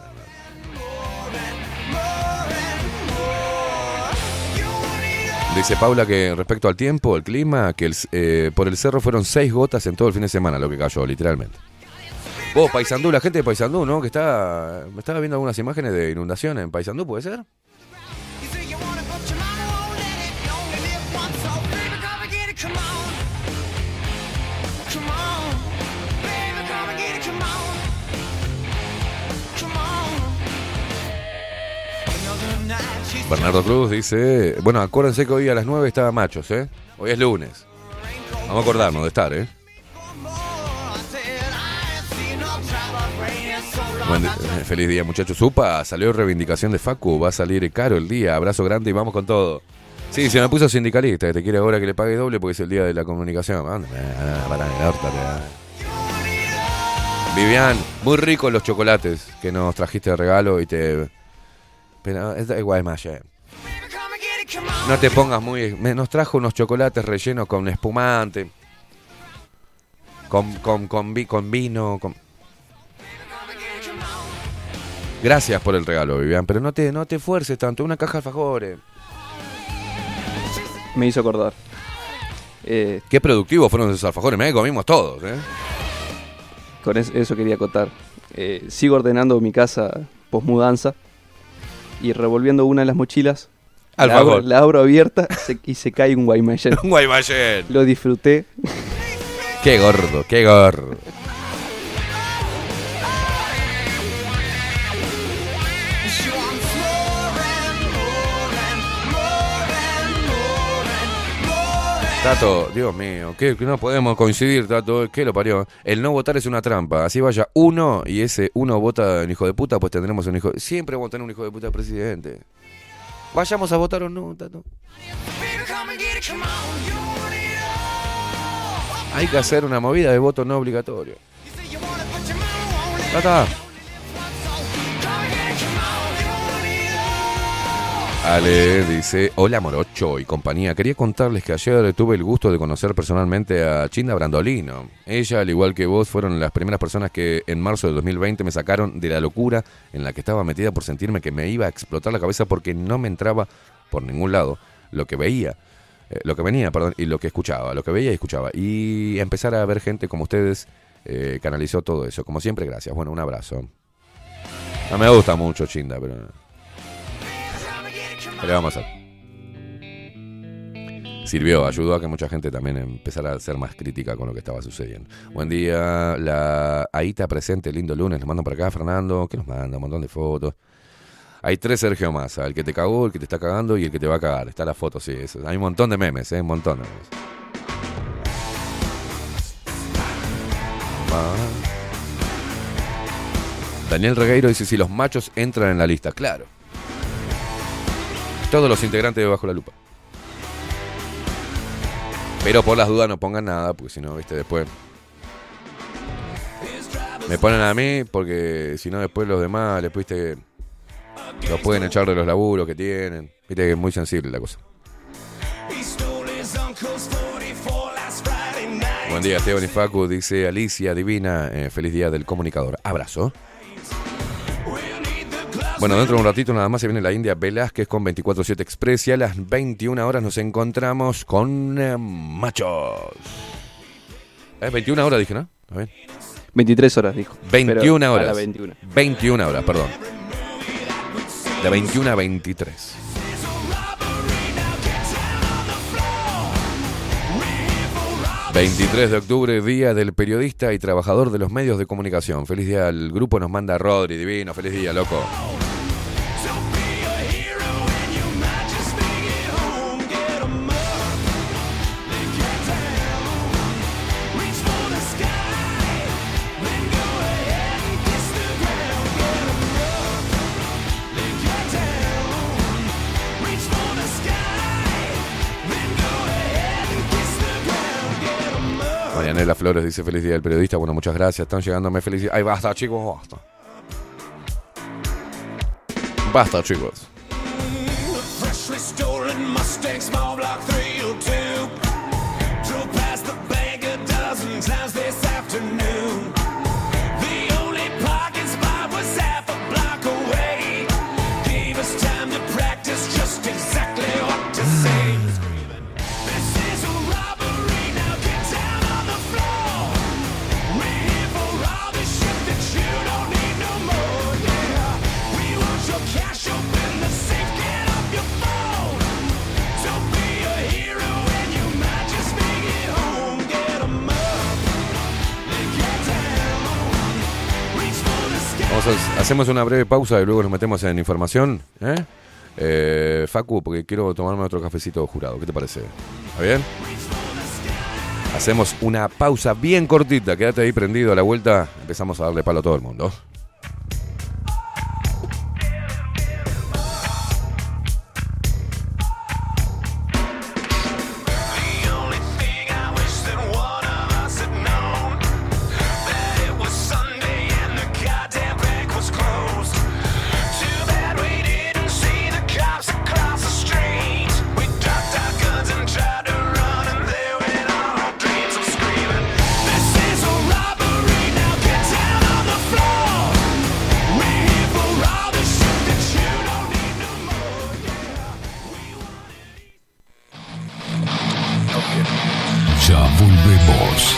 Dice Paula que respecto al tiempo, el clima, que el, eh, por el cerro fueron seis gotas en todo el fin de semana lo que cayó, literalmente. Vos, Paysandú, la gente de Paysandú, ¿no? Que está... Me estaba viendo algunas imágenes de inundación en Paysandú, ¿puede ser? Bernardo Cruz dice, bueno, acuérdense que hoy a las nueve estaba Machos, ¿eh? Hoy es lunes. Vamos a acordarnos de estar, ¿eh? Buen di- feliz día, muchachos. Upa, salió reivindicación de Facu, va a salir caro el día, abrazo grande y vamos con todo. Sí, se me puso sindicalista, que te quiere ahora que le pague doble porque es el día de la comunicación. Ándame, para el orto, te- Vivian, muy ricos los chocolates que nos trajiste de regalo y te... Pero es igual más, eh. No te pongas muy... me- nos trajo unos chocolates rellenos con espumante, con, con, con, vi- con vino, con... Gracias por el regalo, Vivian, pero no te, no te esfuerces tanto, una caja de alfajores. Me hizo acordar. Eh, Qué productivos fueron esos alfajores, me comimos todos, ¿eh? con es- eso quería acotar. Eh, sigo ordenando mi casa posmudanza y revolviendo una de las mochilas. La Alfajor. abro, la abro abierta se- y se cae un Guaymallén. Un Guaymallén. Lo disfruté. Qué gordo, qué gordo. Tato, Dios mío, que no podemos coincidir, Tato, ¿qué lo parió? El no votar es una trampa, así vaya uno y ese uno vota en hijo de puta, pues tendremos un hijo de... Siempre vamos a tener un hijo de puta presidente. Vayamos a votar o no, Tato. Hay que hacer una movida de voto no obligatorio. Tata. Ale dice, hola Morocho y compañía, quería contarles que ayer tuve el gusto de conocer personalmente a Chinda Brandolino. Ella, al igual que vos, fueron las primeras personas que en marzo del dos mil veinte me sacaron de la locura en la que estaba metida por sentirme que me iba a explotar la cabeza porque no me entraba por ningún lado lo que veía, eh, lo que venía, perdón, y lo que escuchaba, lo que veía y escuchaba. Y empezar a ver gente como ustedes eh, canalizó todo eso. Como siempre, gracias. Bueno, un abrazo. No me gusta mucho Chinda, pero... Pero vamos a... Sirvió, ayudó a que mucha gente también empezara a ser más crítica con lo que estaba sucediendo. Buen día, la Aita presente, lindo lunes, nos mandan para acá, Fernando, que nos manda un montón de fotos. Hay tres Sergio Massa, el que te cagó, el que te está cagando y el que te va a cagar. Está la foto, sí, eso. Hay un montón de memes, eh, un montón de memes. Ah. Daniel Regueiro dice, si los machos entran en la lista, claro. Todos los integrantes de Bajo la Lupa. Pero por las dudas no pongan nada, porque si no, viste, después... Me ponen a mí, porque si no después los demás, les viste, los pueden echar de los laburos que tienen. Viste que es muy sensible la cosa. Buen día, Esteban y Facu, dice Alicia Divina, eh, feliz día del comunicador. Abrazo. Bueno, dentro de un ratito nada más se viene la India Velázquez con veinticuatro siete Express y a las veintiuna horas nos encontramos con eh, Machos. ¿Eh? veintiuna horas dije, ¿no? A ver. veintitrés horas, dijo. veintiuna Pero horas. A la veintiuna. veintiuna horas, perdón. De veintiuna a veintitrés. veintitrés de octubre, Día del Periodista y Trabajador de los Medios de Comunicación. Feliz día al grupo, nos manda Rodri, divino, feliz día, loco. Marianela Flores dice feliz día del periodista. Bueno, muchas gracias. Están llegándome felicidades. Ay, basta, chicos, basta. Basta, chicos. Hacemos una breve pausa y luego nos metemos en información, ¿eh? Eh, Facu, porque quiero tomarme otro cafecito jurado. ¿Qué te parece? ¿Está bien? Hacemos una pausa bien cortita. Quédate ahí prendido. A la vuelta empezamos a darle palo a todo el mundo. Ya volvemos.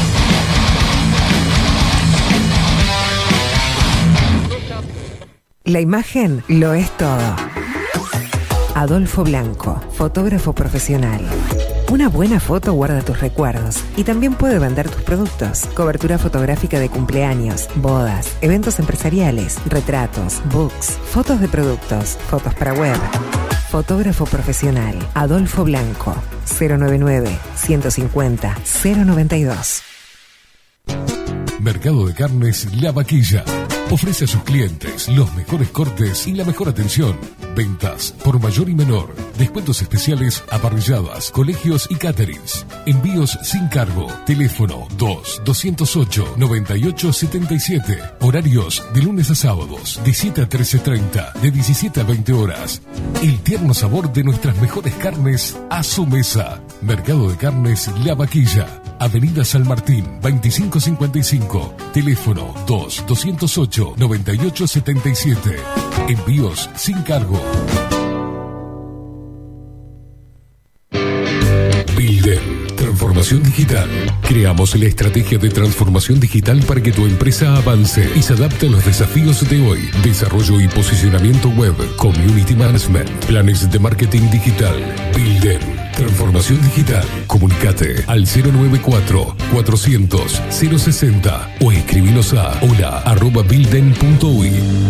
La imagen lo es todo. Adolfo Blanco, fotógrafo profesional. Una buena foto guarda tus recuerdos y también puede vender tus productos. Cobertura fotográfica de cumpleaños, bodas, eventos empresariales, retratos, books, fotos de productos, fotos para web. Fotógrafo profesional, Adolfo Blanco, cero noventa y nueve, ciento cincuenta, cero noventa y dos. Mercado de Carnes La Vaquilla. Ofrece a sus clientes los mejores cortes y la mejor atención. Ventas por mayor y menor. Descuentos especiales a parrilladas, colegios y caterings. Envíos sin cargo. Teléfono dos, doscientos ocho, noventa y ocho setenta y siete. Horarios de lunes a sábados, de siete a trece treinta, de diecisiete a veinte horas. El tierno sabor de nuestras mejores carnes a su mesa. Mercado de Carnes La Vaquilla. Avenida San Martín, veinticinco cincuenta y cinco. Teléfono dos, doscientos ocho, noventa y ocho setenta y siete. Envíos sin cargo. Builden. Transformación digital. Creamos la estrategia de transformación digital para que tu empresa avance y se adapte a los desafíos de hoy. Desarrollo y posicionamiento web, community management, planes de marketing digital. Builden. Transformación digital. Comunicate al cero noventa y cuatro, cuatrocientos, cero sesenta o escribinos a hola arroba builden punto uy.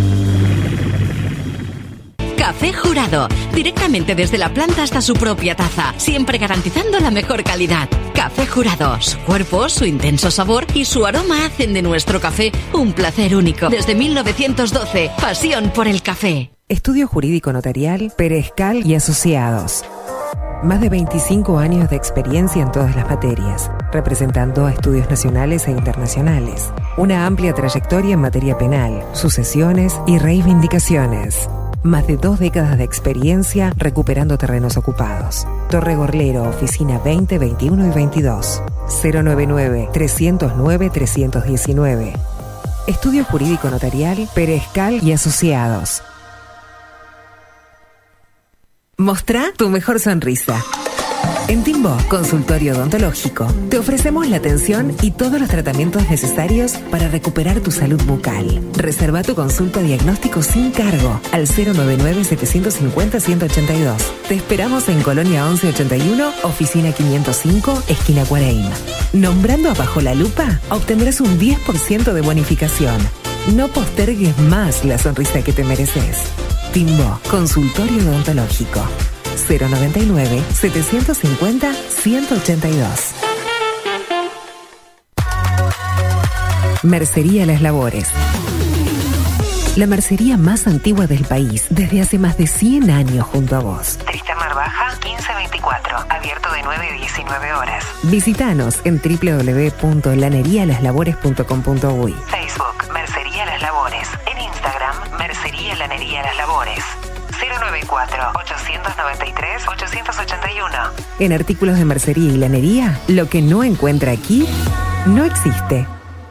Café Jurado, directamente desde la planta hasta su propia taza, siempre garantizando la mejor calidad. Café Jurado, su cuerpo, su intenso sabor y su aroma hacen de nuestro café un placer único. Desde mil novecientos doce, pasión por el café. Estudio Jurídico Notarial, Perezcal y Asociados. Más de veinticinco años de experiencia en todas las materias, representando a estudios nacionales e internacionales. Una amplia trayectoria en materia penal, sucesiones y reivindicaciones. Más de dos décadas de experiencia recuperando terrenos ocupados. Torre Gorlero, oficina veinte, veintiuno y veintidós. cero noventa y nueve, trescientos nueve, trescientos diecinueve. Estudio Jurídico Notarial, Perezcal y Asociados. Mostrá tu mejor sonrisa. En Timbo, consultorio odontológico, te ofrecemos la atención y todos los tratamientos necesarios para recuperar tu salud bucal. Reserva tu consulta diagnóstico sin cargo al cero nueve nueve, setecientos cincuenta, ciento ochenta y dos. Te esperamos en Colonia once ochenta y uno, oficina quinientos cinco, esquina Cuareim. Nombrando a Bajo la Lupa, obtendrás un diez por ciento de bonificación. No postergues más la sonrisa que te mereces. Timbo, consultorio odontológico. cero noventa y nueve, setecientos cincuenta, ciento ochenta y dos. Mercería Las Labores. La mercería más antigua del país, desde hace más de cien años junto a vos. Tristamar Baja, quince veinticuatro, abierto de nueve a diecinueve horas. Visítanos en doble u doble u doble u punto lanería las labores punto com punto uy. Facebook, Mercería Las Labores. En Instagram, Mercería Lanería Las Labores. cero nueve cuatro, ochocientos noventa y tres, ochocientos ochenta y uno. En artículos de mercería y lanería, lo que no encuentra aquí, no existe.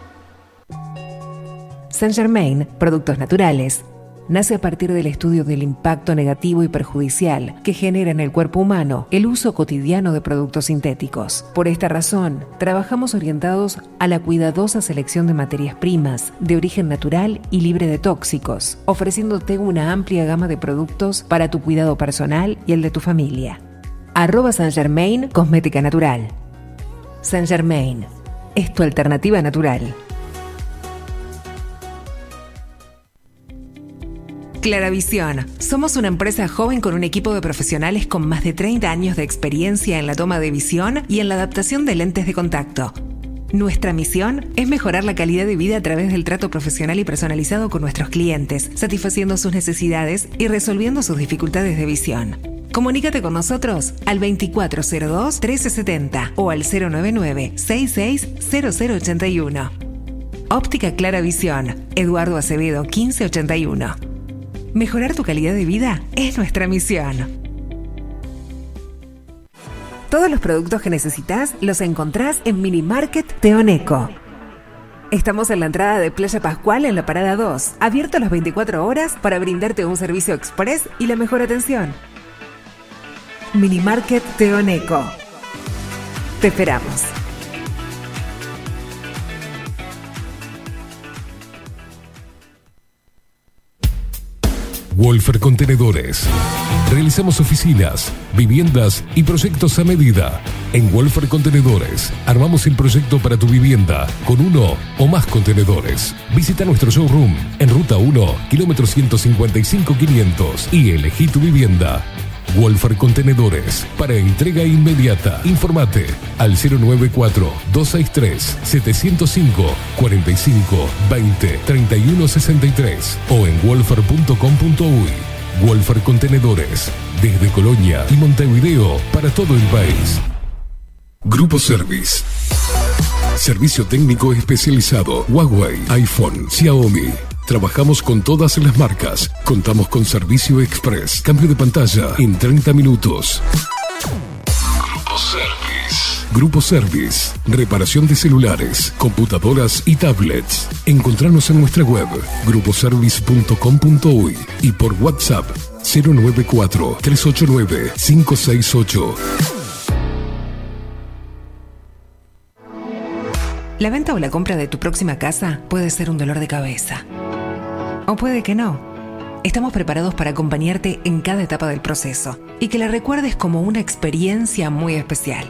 Saint Germain, productos naturales, nace a partir del estudio del impacto negativo y perjudicial que genera en el cuerpo humano el uso cotidiano de productos sintéticos. Por esta razón, trabajamos orientados a la cuidadosa selección de materias primas de origen natural y libre de tóxicos, ofreciéndote una amplia gama de productos para tu cuidado personal y el de tu familia. Arroba Saint Germain Cosmética Natural. Saint Germain es tu alternativa natural. Claravisión. Somos una empresa joven con un equipo de profesionales con más de treinta años de experiencia en la toma de visión y en la adaptación de lentes de contacto. Nuestra misión es mejorar la calidad de vida a través del trato profesional y personalizado con nuestros clientes, satisfaciendo sus necesidades y resolviendo sus dificultades de visión. Comunícate con nosotros al veinticuatro cero dos, trece setenta o al cero nueve nueve, sesenta y seis, cero cero ochenta y uno. Óptica Claravisión. Eduardo Acevedo, quince ochenta y uno. Mejorar tu calidad de vida es nuestra misión. Todos los productos que necesitas los encontrás en Mini Market Teoneco. Estamos en la entrada de Playa Pascual en la Parada dos, abierto las veinticuatro horas para brindarte un servicio express y la mejor atención. Mini Market Teoneco. Te esperamos. Wolfer Contenedores. Realizamos oficinas, viviendas y proyectos a medida. En Wolfer Contenedores armamos el proyecto para tu vivienda con uno o más contenedores. Visita nuestro showroom en Ruta uno, kilómetro ciento cincuenta y cinco quinientos y elegí tu vivienda. Wolfer Contenedores, para entrega inmediata. Informate al cero nueve cuatro, dos seis tres, siete cero cinco, cuatro cinco, veinte, treinta y uno sesenta y tres o en wolfer punto com punto uy. Wolfer Contenedores, desde Colonia y Montevideo para todo el país. Grupo Service. Servicio técnico especializado. Huawei, iPhone, Xiaomi. Trabajamos con todas las marcas. Contamos con servicio express. Cambio de pantalla en treinta minutos. Grupo Service. Grupo Service. Reparación de celulares, computadoras y tablets. Encontranos en nuestra web grupo service punto com punto uy y por WhatsApp cero nueve cuatro, tres ocho nueve, cinco seis ocho. La venta o la compra de tu próxima casa puede ser un dolor de cabeza. O puede que no. Estamos preparados para acompañarte en cada etapa del proceso y que la recuerdes como una experiencia muy especial.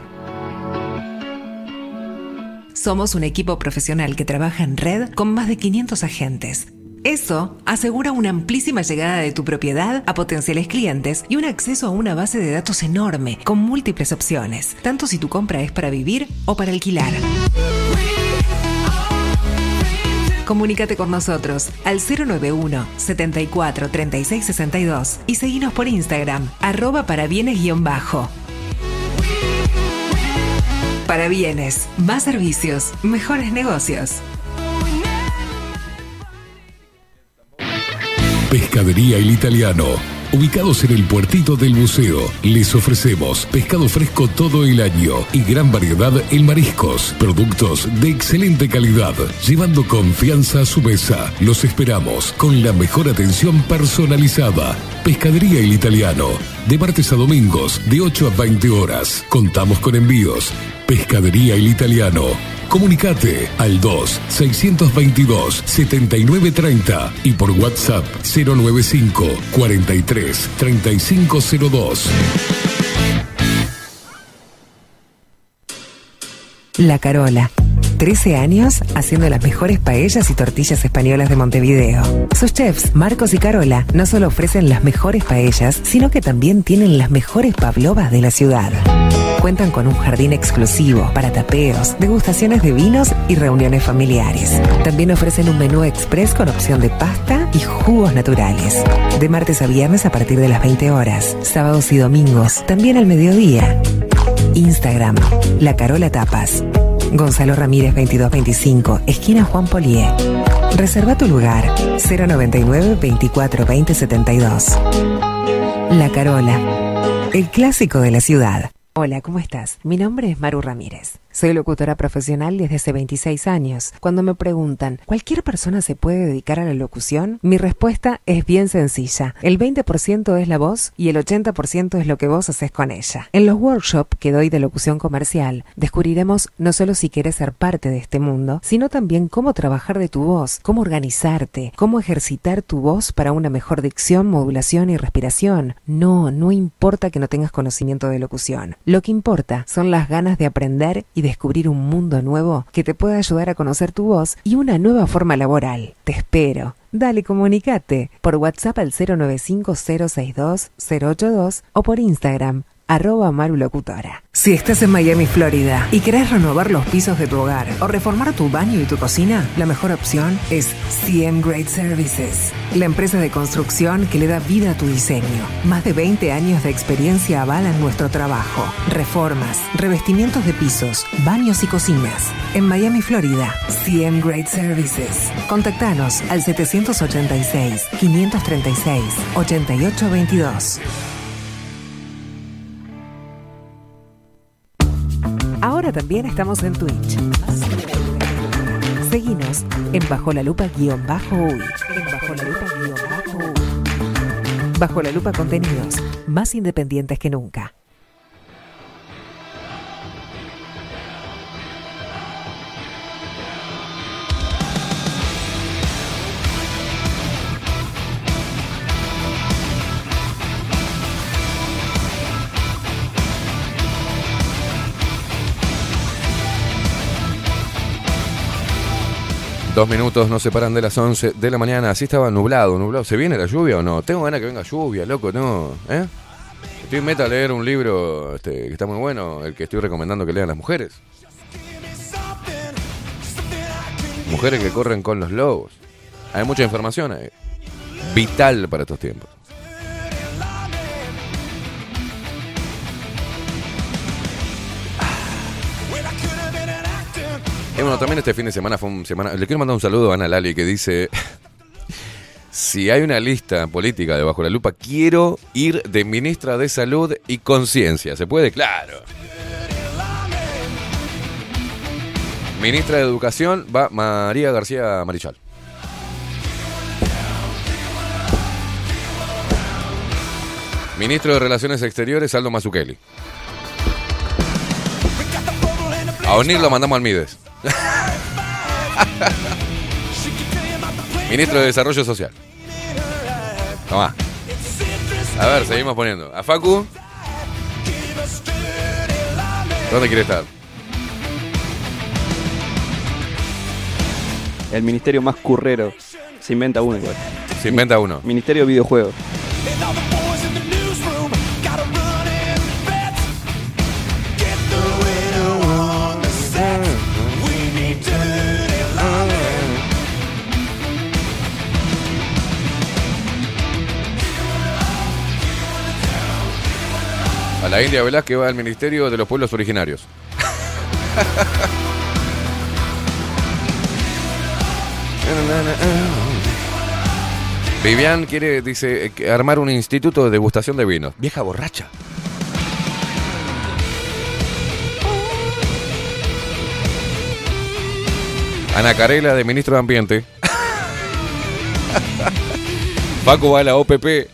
Somos un equipo profesional que trabaja en red con más de quinientos agentes. Eso asegura una amplísima llegada de tu propiedad a potenciales clientes y un acceso a una base de datos enorme con múltiples opciones, tanto si tu compra es para vivir o para alquilar. Comunícate con nosotros al cero nueve uno, setenta y cuatro, treinta y seis sesenta y dos y seguinos por Instagram, arroba parabienes guión bajo. Parabienes, más servicios, mejores negocios. Pescadería El Italiano. ubicados en el puertito del buceo. Les ofrecemos pescado fresco todo el año y gran variedad en mariscos, productos de excelente calidad, llevando confianza a su mesa. Los esperamos con la mejor atención personalizada. Pescadería El Italiano, de martes a domingos, de ocho a veinte horas. Contamos con envíos. Pescadería El Italiano. Comunicate al dos seiscientos veintidós setenta y nueve treinta y por WhatsApp cero noventa y cinco cuarenta y tres treinta y cinco cero dos. La Carola. trece años haciendo las mejores paellas y tortillas españolas de Montevideo. Sus chefs, Marcos y Carola, no solo ofrecen las mejores paellas, sino que también tienen las mejores pavlovas de la ciudad. Cuentan con un jardín exclusivo para tapeos, degustaciones de vinos y reuniones familiares. También ofrecen un menú express con opción de pasta y jugos naturales. De martes a viernes a partir de las veinte horas, sábados y domingos, también al mediodía. Instagram, La Carola Tapas. Gonzalo Ramírez veintidós veinticinco, esquina Juan Polié. Reserva tu lugar, cero noventa y nueve veinticuatro veinte setenta y dos. La Carola, el clásico de la ciudad. Hola, ¿cómo estás? Mi nombre es Maru Ramírez. Soy locutora profesional desde hace veintiséis años. Cuando me preguntan, ¿cualquier persona se puede dedicar a la locución? Mi respuesta es bien sencilla. El veinte por ciento es la voz y el ochenta por ciento es lo que vos haces con ella. En los workshops que doy de locución comercial, descubriremos no solo si quieres ser parte de este mundo, sino también cómo trabajar de tu voz, cómo organizarte, cómo ejercitar tu voz para una mejor dicción, modulación y respiración. No, no importa que no tengas conocimiento de locución. Lo que importa son las ganas de aprender y descubrir un mundo nuevo que te pueda ayudar a conocer tu voz y una nueva forma laboral. Te espero. Dale, comunicate por WhatsApp al cero nueve cinco cero seis dos cero ocho dos o por Instagram, arroba marulocutora. Si estás en Miami, Florida, y querés renovar los pisos de tu hogar o reformar tu baño y tu cocina, la mejor opción es C M Great Services, la empresa de construcción que le da vida a tu diseño. Más de veinte años de experiencia avalan nuestro trabajo. Reformas, revestimientos de pisos, baños y cocinas. En Miami, Florida, C M Great Services. Contactanos al setecientos ochenta y seis, quinientos treinta y seis, ochenta y ocho veintidós. Ahora también estamos en Twitch. Seguinos en Bajo la Lupa guión bajo uy. En Bajo la Lupa guión bajo uy. Bajo la Lupa contenidos más independientes que nunca. Dos minutos nos separan de las once de la mañana. Así estaba nublado, nublado. ¿Se viene la lluvia o no? Tengo ganas que venga lluvia, loco, ¿no? ¿Eh? Estoy meta a leer un libro este, que está muy bueno, el que estoy recomendando que lean las mujeres. Mujeres que corren con los lobos. Hay mucha información ahí. Vital para estos tiempos. Y bueno, también este fin de semana fue un semana. Le quiero mandar un saludo a Ana Lali que dice: si hay una lista política de Bajo la Lupa, quiero ir de ministra de Salud y Conciencia. ¿Se puede? Claro. Ministra de Educación va María García Marichal. Ministro de Relaciones Exteriores, Aldo Mazzucchelli. A Onir lo mandamos al Mides. Ministro de Desarrollo Social. Tomá. A ver, seguimos poniendo. A Facu. ¿Dónde quiere estar? El ministerio más currero. Se inventa uno igual. Se inventa uno. Ministerio de Videojuegos. A la India Velázquez va al Ministerio de los Pueblos Originarios. Vivian quiere, dice, eh, armar un instituto de degustación de vinos. Vieja borracha. Ana Carela, de Ministro de Ambiente. Paco va a la O P P.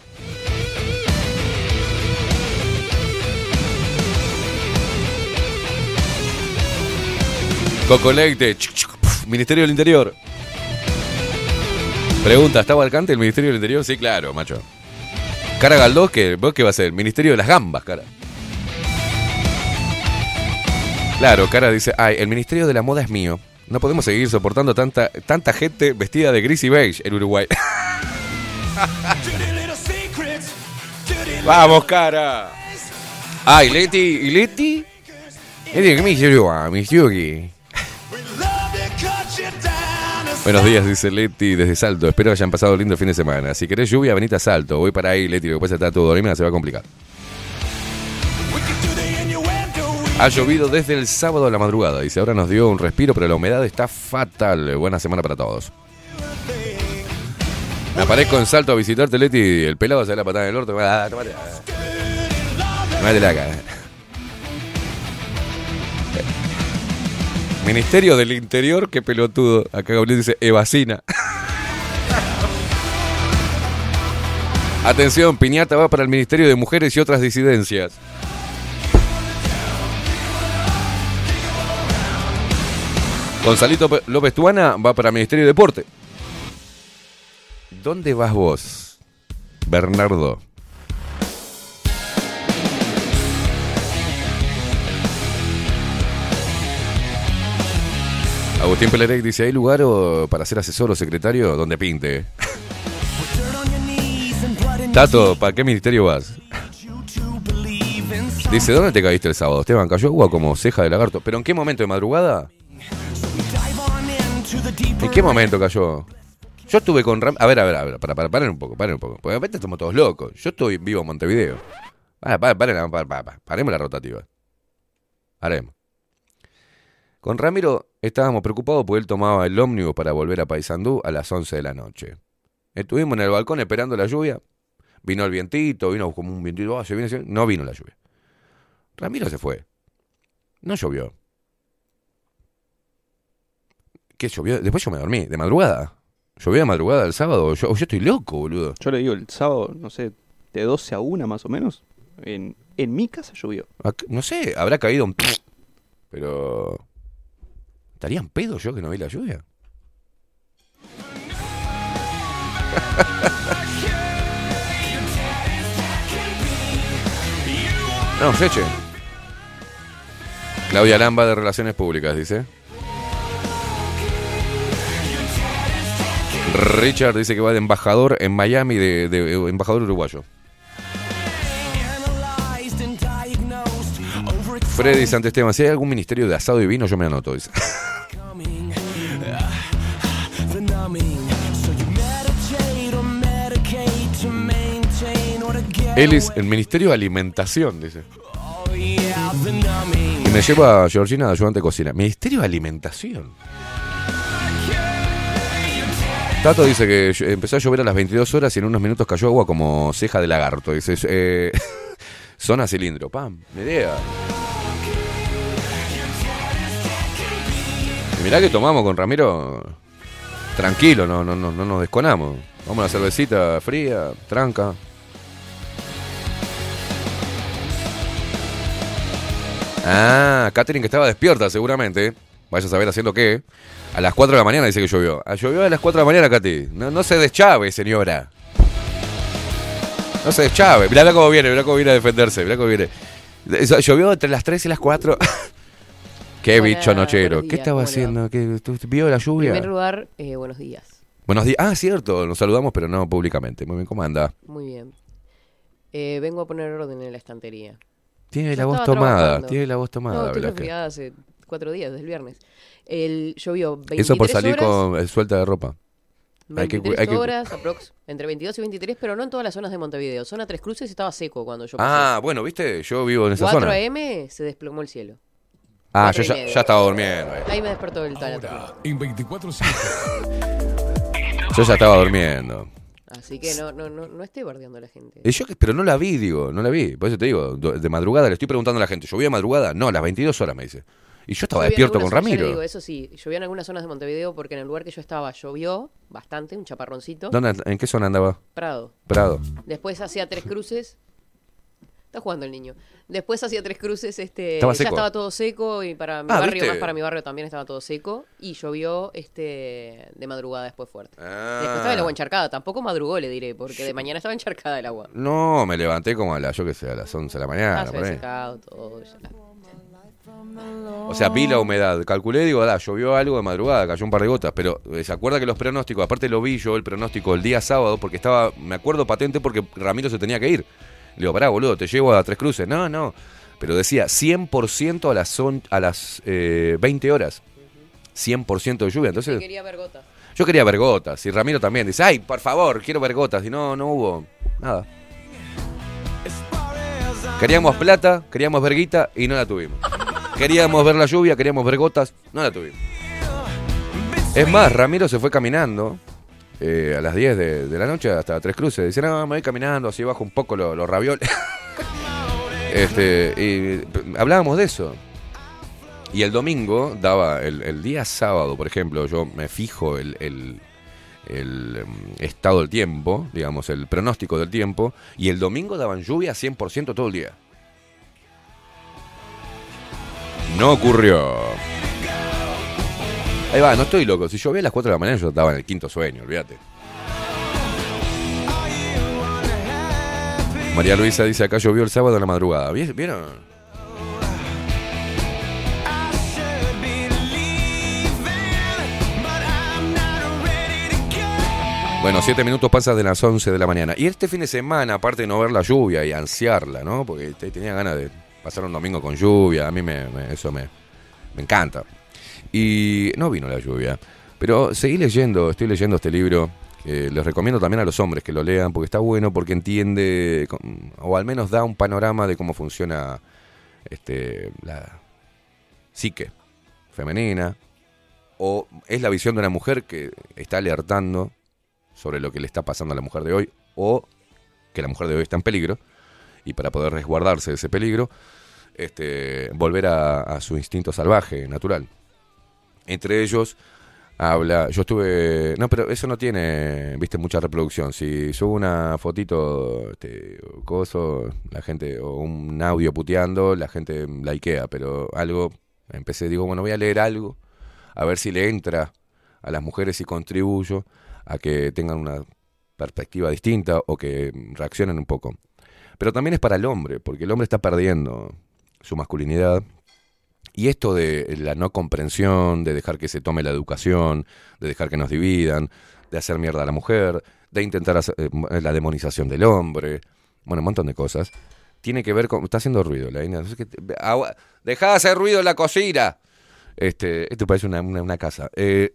Coco Leite. Ministerio del Interior. Pregunta, ¿está vacante el Ministerio del Interior? Sí, claro, macho. Cara Galdós, ¿qué, ¿vos qué va a ser? El Ministerio de las Gambas, cara. Claro, Cara dice, ay, el Ministerio de la Moda es mío. No podemos seguir soportando tanta, tanta gente vestida de gris y beige en Uruguay. Vamos, Cara. Ay, Leti, ¿y Leti? Leti, ¿qué me hicieron? ¿Me hicieron qué? Buenos días, dice Leti desde Salto. Espero hayan pasado lindo fin de semana. Si querés lluvia, venite a Salto. Voy para ahí, Leti. Lo que pasa es que está todo dormida, se va a complicar. Ha llovido desde el sábado a la madrugada. Dice, ahora nos dio un respiro, pero la humedad está fatal. Buena semana para todos. Me aparezco en Salto a visitarte, Leti. El pelado se da la patada en el orto. Ah, tomate. Tomate la cara. Ministerio del Interior, qué pelotudo. Acá Gabriel dice, evacina. Atención, piñata va para el Ministerio de Mujeres y otras disidencias. Gonzalito López Tuana va para el Ministerio de Deporte. ¿Dónde vas vos, Bernardo? Agustín Pelerec dice, ¿hay lugar o para ser asesor o secretario donde pinte? Tato, ¿para qué ministerio vas? Dice, ¿dónde te caíste el sábado? Esteban, cayó agua como ceja de lagarto. ¿Pero en qué momento? ¿De madrugada? ¿En qué momento cayó? Yo estuve con Ram... A ver, a ver, a ver, para, para, paren un poco, paren un poco. Porque de repente estamos todos locos. Yo estoy vivo en Montevideo. Para, para, paren, para, para, para, paremos la rotativa. Haremos. Con Ramiro estábamos preocupados porque él tomaba el ómnibus para volver a Paysandú a las once de la noche. Estuvimos en el balcón esperando la lluvia. Vino el vientito, vino como un vientito. Oh, se viene, se viene. No vino la lluvia. Ramiro se fue. No llovió. ¿Qué llovió? Después yo me dormí, de madrugada. ¿Llovió de madrugada el sábado? Yo, yo estoy loco, boludo. Yo le digo, el sábado, no sé, de doce a una más o menos, en, en mi casa llovió. No sé, habrá caído un... Pero... ¿Estarían pedos yo que no vi la lluvia? No, sé, che. Claudia Lamba de Relaciones Públicas, dice. Richard dice que va de embajador en Miami, de, de, de embajador uruguayo. Freddy Santesteban, si hay algún ministerio de asado y vino, yo me anoto, dice. Ellis, el Ministerio de Alimentación, dice. Y me lleva a Georgina de ayudante de cocina. Ministerio de Alimentación. Tato dice que empezó a llover a las veintidós horas y en unos minutos cayó agua como ceja de lagarto. Dice, eh, zona cilindro. Pam, ni idea. Y mirá que tomamos con Ramiro tranquilo, no, no, no, no nos desconamos. Vamos a una cervecita fría, tranca. Ah, Catherine que estaba despierta seguramente. Vaya a saber haciendo qué. A las cuatro de la mañana dice que llovió. Ah, llovió a las cuatro de la mañana, Katy. No, no se deschave, señora. No se deschave. Mirá cómo viene, mirá cómo viene a defenderse. Mirá cómo viene. Llovió entre las tres y las cuatro. Qué Buena, bicho nochero. Días, ¿qué estaba haciendo? ¿Qué, ¿Tú vio la lluvia? En primer lugar, eh, buenos días. Buenos días. Ah, cierto. Nos saludamos, pero no públicamente. Muy bien, ¿cómo anda? Muy bien. Eh, vengo a poner orden en la estantería. Tiene la voz tomada. Tiene la voz tomada. No, estoy resfriada hace cuatro días, desde el viernes. El, llovió veintitrés Eso por salir horas, con suelta de ropa. veintitrés hay que, hay horas, que... aprox, entre veintidós y veintitrés, pero no en todas las zonas de Montevideo. Zona Tres Cruces estaba seco cuando yo pasé. Ah, bueno, viste, yo vivo en esa cuatro zona. cuatro a eme se desplomó el cielo. Ah, yo ya, ya estaba durmiendo. Eh. Ahí me despertó el talato. En veinticuatro siete. Yo ya estaba durmiendo. Así que no, no, no, no estoy bardeando a la gente. Y yo, pero no la vi, digo, no la vi. Por eso te digo, de madrugada le estoy preguntando a la gente, ¿llovía de madrugada? No, a las veintidós horas me dice. Y yo estaba Llovía en despierto con algunas zonas, ya le Ramiro. digo, eso sí, llovió en algunas zonas de Montevideo porque en el lugar que yo estaba llovió bastante, un chaparroncito. ¿Dónde, ¿En qué zona andaba? Prado. Prado. Después hacía Tres Cruces. Está jugando el niño. Después hacía Tres Cruces, este, Estaba ya seco. estaba todo seco y para mi Ah, barrio, ¿viste? más para mi barrio también estaba todo seco. Y llovió este de madrugada después fuerte. Ah. Después estaba el agua encharcada. Tampoco madrugó, le diré, porque de mañana estaba encharcada el agua. No, me levanté como a las, yo qué sé, a las once de la mañana. Ah, se por había ahí. secado todo. Ya. O sea, vi la humedad, calculé, digo, da, llovió algo de madrugada, cayó un par de gotas, pero eh, se acuerda que los pronósticos, aparte lo vi yo el pronóstico el día sábado, porque estaba, me acuerdo patente porque Ramiro se tenía que ir. Le digo, pará, boludo, te llevo a Tres Cruces. No, no, pero decía cien por ciento a las, on, a las eh, veinte horas, cien por ciento de lluvia, entonces... Sí, quería ver gotas. Yo quería ver gotas, y Ramiro también dice, ay, por favor, quiero ver gotas, y no, no hubo nada. Queríamos plata, queríamos ver guita, y no la tuvimos. Queríamos ver la lluvia, queríamos ver gotas, no la tuvimos. Es más, Ramiro se fue caminando eh, a las diez de, de la noche hasta Tres Cruces. Dice, no, me voy caminando, así bajo un poco los lo ravioles. este, y hablábamos de eso. Y el domingo daba, el, el día sábado, por ejemplo, yo me fijo el, el, el um, estado del tiempo, digamos, el pronóstico del tiempo, y el domingo daban lluvia cien por ciento todo el día. No ocurrió. Ahí va, no estoy loco. Si llovía a las cuatro de la mañana yo estaba en el quinto sueño, olvídate. María Luisa dice, acá llovió el sábado en la madrugada. ¿Vieron? Bueno, siete minutos pasan de las once de la mañana. Y este fin de semana, aparte de no ver la lluvia y ansiarla, ¿no? Porque tenía ganas de pasar un domingo con lluvia. A mí me, me, eso me, me encanta. Y no vino la lluvia. Pero seguí leyendo, estoy leyendo este libro. Eh, les recomiendo también a los hombres que lo lean, porque está bueno, porque entiende, o al menos da un panorama de cómo funciona este, la psique femenina. O es la visión de una mujer que está alertando sobre lo que le está pasando a la mujer de hoy, o que la mujer de hoy está en peligro, y para poder resguardarse de ese peligro, este, volver a, a su instinto salvaje, natural. Entre ellos habla, yo estuve, no, pero eso no tiene, viste, mucha reproducción. Si subo una fotito, este, coso, la gente, o un audio puteando, la gente likea, pero algo, empecé, digo, bueno, voy a leer algo, a ver si le entra a las mujeres y contribuyo a que tengan una perspectiva distinta o que reaccionen un poco. Pero también es para el hombre, porque el hombre está perdiendo su masculinidad. Y esto de la no comprensión, de dejar que se tome la educación, de dejar que nos dividan, de hacer mierda a la mujer, de intentar hacer, eh, la demonización del hombre, bueno, un montón de cosas, tiene que ver con... Está haciendo ruido, la Ina. ¡Dejá de hacer ruido en la cocina! Este, esto parece una, una, una casa. Eh,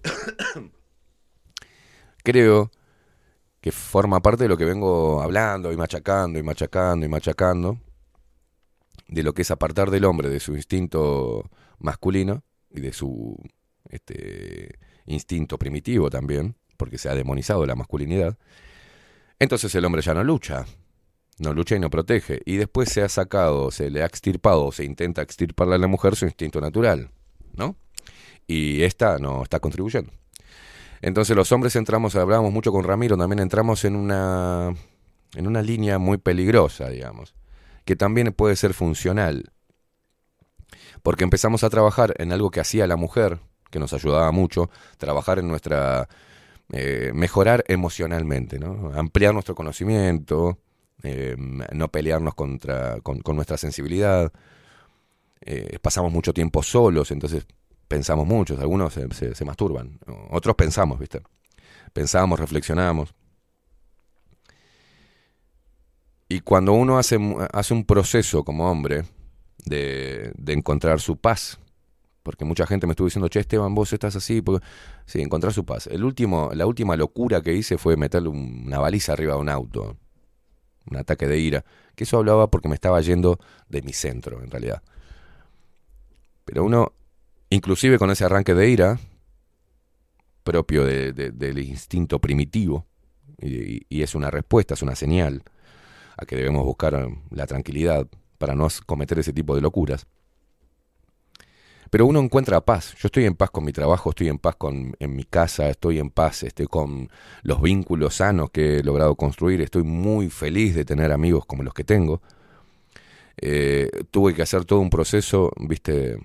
creo que forma parte de lo que vengo hablando y machacando y machacando y machacando, de lo que es apartar del hombre de su instinto masculino y de su este, instinto primitivo también, porque se ha demonizado la masculinidad. Entonces el hombre ya no lucha, no lucha y no protege, y después se ha sacado, se le ha extirpado, se intenta extirparle a la mujer su instinto natural, ¿no? Y esta no está contribuyendo. Entonces los hombres entramos, hablábamos mucho con Ramiro, también entramos en una, en una línea muy peligrosa, digamos, que también puede ser funcional, porque empezamos a trabajar en algo que hacía la mujer, que nos ayudaba mucho, trabajar en nuestra, eh, mejorar emocionalmente, ¿no? Ampliar nuestro conocimiento, eh, no pelearnos contra, con, con nuestra sensibilidad, eh, pasamos mucho tiempo solos, entonces pensamos mucho, algunos se, se, se masturban, otros pensamos, ¿viste? Pensamos, reflexionamos. Y cuando uno hace, hace un proceso como hombre de, de encontrar su paz, porque mucha gente me estuvo diciendo, che, Esteban, vos estás así, porque... sí, encontrar su paz. El último, la última locura que hice fue meterle un, una baliza arriba de un auto, un ataque de ira, que eso hablaba porque me estaba yendo de mi centro, en realidad. Pero uno, inclusive con ese arranque de ira, propio de, de, del instinto primitivo, y, y es una respuesta, es una señal a que debemos buscar la tranquilidad para no cometer ese tipo de locuras. Pero uno encuentra paz. Yo estoy en paz con mi trabajo, estoy en paz con, en mi casa, estoy en paz estoy con los vínculos sanos que he logrado construir, estoy muy feliz de tener amigos como los que tengo. Eh, tuve que hacer todo un proceso, viste,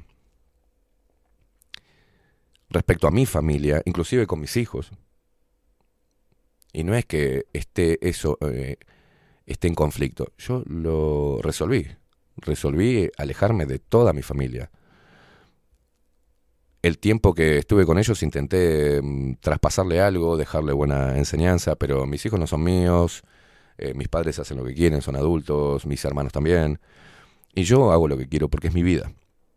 respecto a mi familia, inclusive con mis hijos. Y no es que esté eso eh, esté en conflicto. Yo lo resolví. Resolví alejarme de toda mi familia. El tiempo que estuve con ellos intenté mm, traspasarle algo, dejarle buena enseñanza, pero mis hijos no son míos, eh, mis padres hacen lo que quieren, son adultos, mis hermanos también, y yo hago lo que quiero porque es mi vida.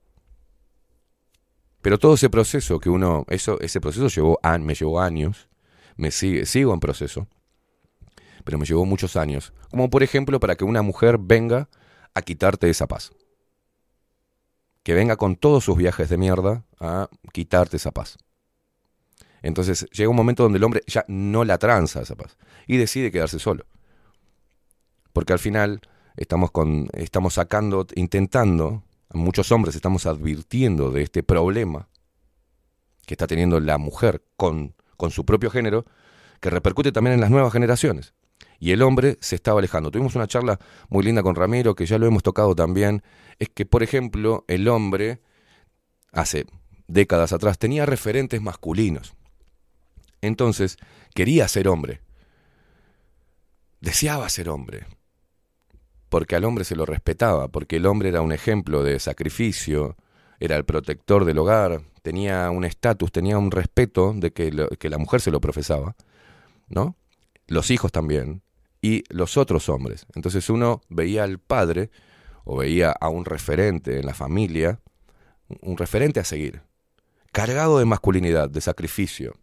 Pero todo ese proceso que uno, eso, ese proceso llevó a, me llevó años, me sigue, sigo en proceso, pero me llevó muchos años, como por ejemplo para que una mujer venga a quitarte esa paz. Que venga con todos sus viajes de mierda a quitarte esa paz. Entonces llega un momento donde el hombre ya no la tranza esa paz y decide quedarse solo. Porque al final estamos, con, estamos sacando, intentando, muchos hombres estamos advirtiendo de este problema que está teniendo la mujer con, con su propio género, que repercute también en las nuevas generaciones. Y el hombre se estaba alejando. Tuvimos una charla muy linda con Ramiro, que ya lo hemos tocado también. Es que, por ejemplo, el hombre, hace décadas atrás, tenía referentes masculinos. Entonces, quería ser hombre. Deseaba ser hombre. Porque al hombre se lo respetaba, porque el hombre era un ejemplo de sacrificio, era el protector del hogar, tenía un estatus, tenía un respeto de que, lo, que la mujer se lo profesaba, ¿no? Los hijos también. Y los otros hombres. Entonces uno veía al padre o veía a un referente en la familia, un referente a seguir, cargado de masculinidad, de sacrificio,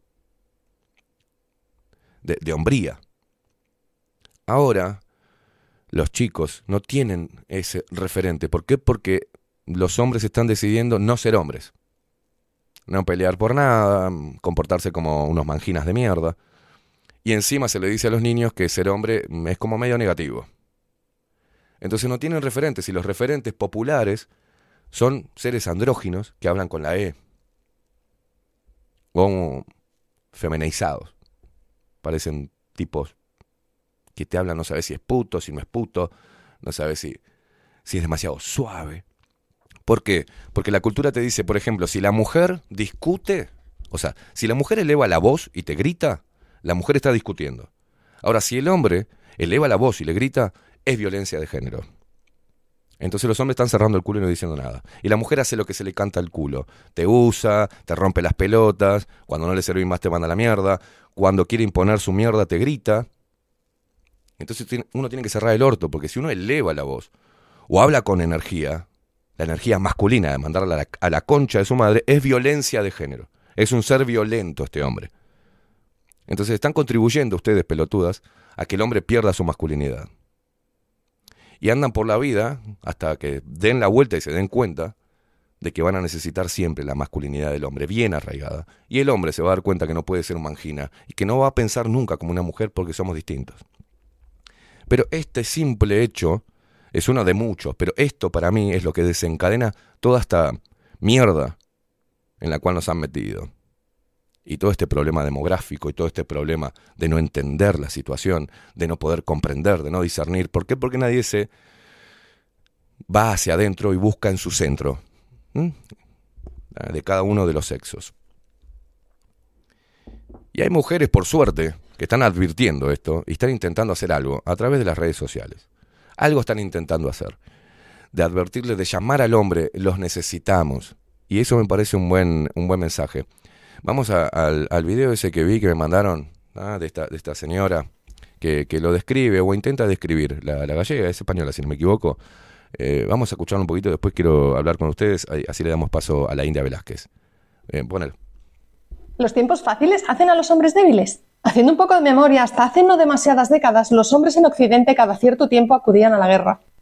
de, de hombría. Ahora los chicos no tienen ese referente. ¿Por qué? Porque los hombres están decidiendo no ser hombres, no pelear por nada, comportarse como unos manginas de mierda. Y encima se le dice a los niños que ser hombre es como medio negativo. Entonces no tienen referentes, y los referentes populares son seres andróginos que hablan con la E. O feminizados. Parecen tipos que te hablan, no sabes si es puto, si no es puto, no sabes si, si es demasiado suave. ¿Por qué? Porque la cultura te dice, por ejemplo, si la mujer discute, o sea, si la mujer eleva la voz y te grita, la mujer está discutiendo. Ahora, si el hombre eleva la voz y le grita, es violencia de género. Entonces los hombres están cerrando el culo y no diciendo nada. Y la mujer hace lo que se le canta al culo. Te usa, te rompe las pelotas, cuando no le servís más te manda a la mierda, cuando quiere imponer su mierda te grita. Entonces uno tiene que cerrar el orto, porque si uno eleva la voz o habla con energía, la energía masculina de mandarla a la, a la concha de su madre, es violencia de género. Es un ser violento este hombre. Entonces están contribuyendo ustedes, pelotudas, a que el hombre pierda su masculinidad. Y andan por la vida hasta que den la vuelta y se den cuenta de que van a necesitar siempre la masculinidad del hombre, bien arraigada. Y el hombre se va a dar cuenta que no puede ser un mangina y que no va a pensar nunca como una mujer porque somos distintos. Pero este simple hecho es uno de muchos, pero esto para mí es lo que desencadena toda esta mierda en la cual nos han metido. Y todo este problema demográfico y todo este problema de no entender la situación, de no poder comprender, de no discernir. ¿Por qué? Porque nadie se va hacia adentro y busca en su centro, ¿m? de cada uno de los sexos. Y hay mujeres, por suerte, que están advirtiendo esto y están intentando hacer algo a través de las redes sociales. Algo están intentando hacer. De advertirle, de llamar al hombre, los necesitamos. Y eso me parece un buen, un buen mensaje. Vamos a, al, al video ese que vi que me mandaron, ¿ah? de, esta, de esta señora que, que lo describe o intenta describir, la, la gallega, es española si no me equivoco. Eh, vamos a escucharlo un poquito, después quiero hablar con ustedes, así le damos paso a la India Velázquez. Eh, ponelo. Los tiempos fáciles hacen a los hombres débiles. Haciendo un poco de memoria, hasta hace no demasiadas décadas, los hombres en Occidente cada cierto tiempo acudían a la guerra.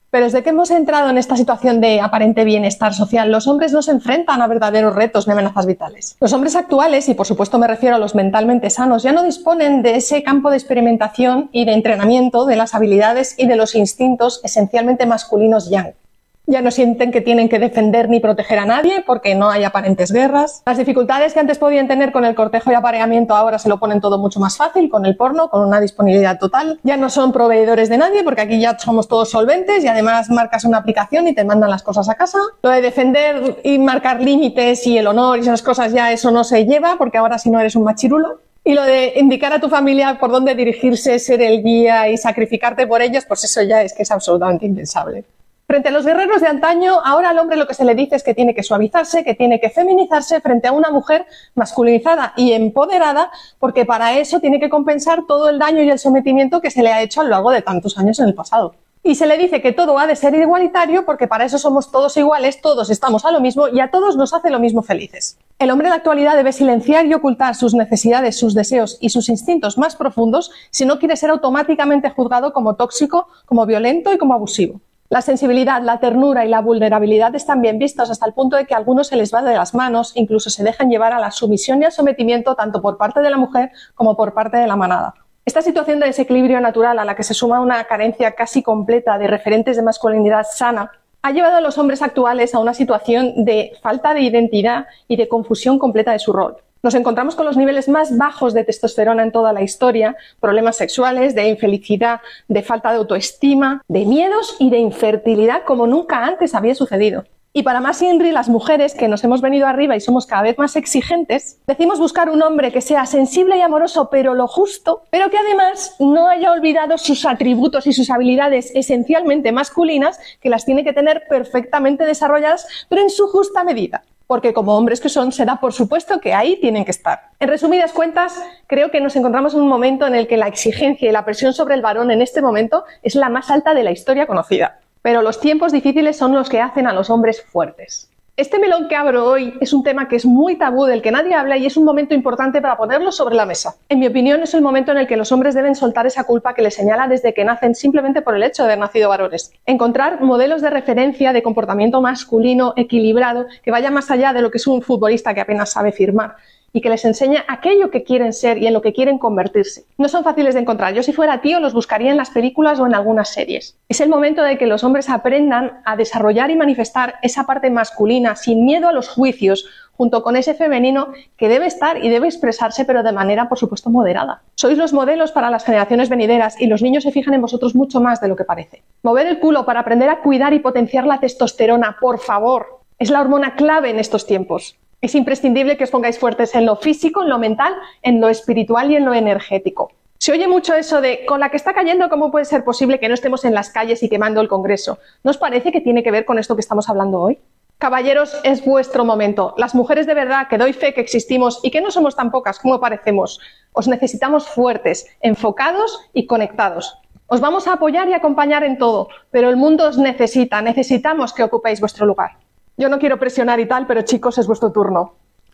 Pero desde que hemos entrado en esta situación de aparente bienestar social, los hombres no se enfrentan a verdaderos retos ni amenazas vitales. Los hombres actuales, y por supuesto me refiero a los mentalmente sanos, ya no disponen de ese campo de experimentación y de entrenamiento de las habilidades y de los instintos esencialmente masculinos yang. Ya no sienten que tienen que defender ni proteger a nadie porque no hay aparentes guerras. Las dificultades que antes podían tener con el cortejo y apareamiento ahora se lo ponen todo mucho más fácil con el porno, con una disponibilidad total. Ya no son proveedores de nadie porque aquí ya somos todos solventes y además marcas una aplicación y te mandan las cosas a casa. Lo de defender y marcar límites y el honor y esas cosas ya eso no se lleva porque ahora si no eres un machirulo. Y lo de indicar a tu familia por dónde dirigirse, ser el guía y sacrificarte por ellos, pues eso ya es que es absolutamente impensable. Frente a los guerreros de antaño, ahora al hombre lo que se le dice es que tiene que suavizarse, que tiene que feminizarse frente a una mujer masculinizada y empoderada, porque para eso tiene que compensar todo el daño y el sometimiento que se le ha hecho a lo largo de tantos años en el pasado. Y se le dice que todo ha de ser igualitario porque para eso somos todos iguales, todos estamos a lo mismo y a todos nos hace lo mismo felices. El hombre en la actualidad debe silenciar y ocultar sus necesidades, sus deseos y sus instintos más profundos si no quiere ser automáticamente juzgado como tóxico, como violento y como abusivo. La sensibilidad, la ternura y la vulnerabilidad están bien vistos hasta el punto de que a algunos se les va de las manos, incluso se dejan llevar a la sumisión y al sometimiento tanto por parte de la mujer como por parte de la manada. Esta situación de desequilibrio natural a la que se suma una carencia casi completa de referentes de masculinidad sana ha llevado a los hombres actuales a una situación de falta de identidad y de confusión completa de su rol. Nos encontramos con los niveles más bajos de testosterona en toda la historia, problemas sexuales, de infelicidad, de falta de autoestima, de miedos y de infertilidad como nunca antes había sucedido. Y para más inri, las mujeres que nos hemos venido arriba y somos cada vez más exigentes, decimos buscar un hombre que sea sensible y amoroso, pero lo justo, pero que además no haya olvidado sus atributos y sus habilidades esencialmente masculinas, que las tiene que tener perfectamente desarrolladas, pero en su justa medida. Porque como hombres que son, se da por supuesto que ahí tienen que estar. En resumidas cuentas, creo que nos encontramos en un momento en el que la exigencia y la presión sobre el varón en este momento es la más alta de la historia conocida. Pero los tiempos difíciles son los que hacen a los hombres fuertes. Este melón que abro hoy es un tema que es muy tabú, del que nadie habla y es un momento importante para ponerlo sobre la mesa. En mi opinión es el momento en el que los hombres deben soltar esa culpa que les señala desde que nacen simplemente por el hecho de haber nacido varones. Encontrar modelos de referencia de comportamiento masculino equilibrado que vaya más allá de lo que es un futbolista que apenas sabe firmar y que les enseña aquello que quieren ser y en lo que quieren convertirse. No son fáciles de encontrar. Yo si fuera tío los buscaría en las películas o en algunas series. Es el momento de que los hombres aprendan a desarrollar y manifestar esa parte masculina sin miedo a los juicios, junto con ese femenino que debe estar y debe expresarse, pero de manera, por supuesto, moderada. Sois los modelos para las generaciones venideras y los niños se fijan en vosotros mucho más de lo que parece. Mover el culo para aprender a cuidar y potenciar la testosterona, por favor, es la hormona clave en estos tiempos. Es imprescindible que os pongáis fuertes en lo físico, en lo mental, en lo espiritual y en lo energético. Se oye mucho eso de, con la que está cayendo, ¿cómo puede ser posible que no estemos en las calles y quemando el Congreso? ¿No os parece que tiene que ver con esto que estamos hablando hoy? Caballeros, es vuestro momento. Las mujeres de verdad, que doy fe que existimos y que no somos tan pocas como parecemos, os necesitamos fuertes, enfocados y conectados. Os vamos a apoyar y acompañar en todo, pero el mundo os necesita, necesitamos que ocupéis vuestro lugar. Yo no quiero presionar y tal, pero chicos, es vuestro turno.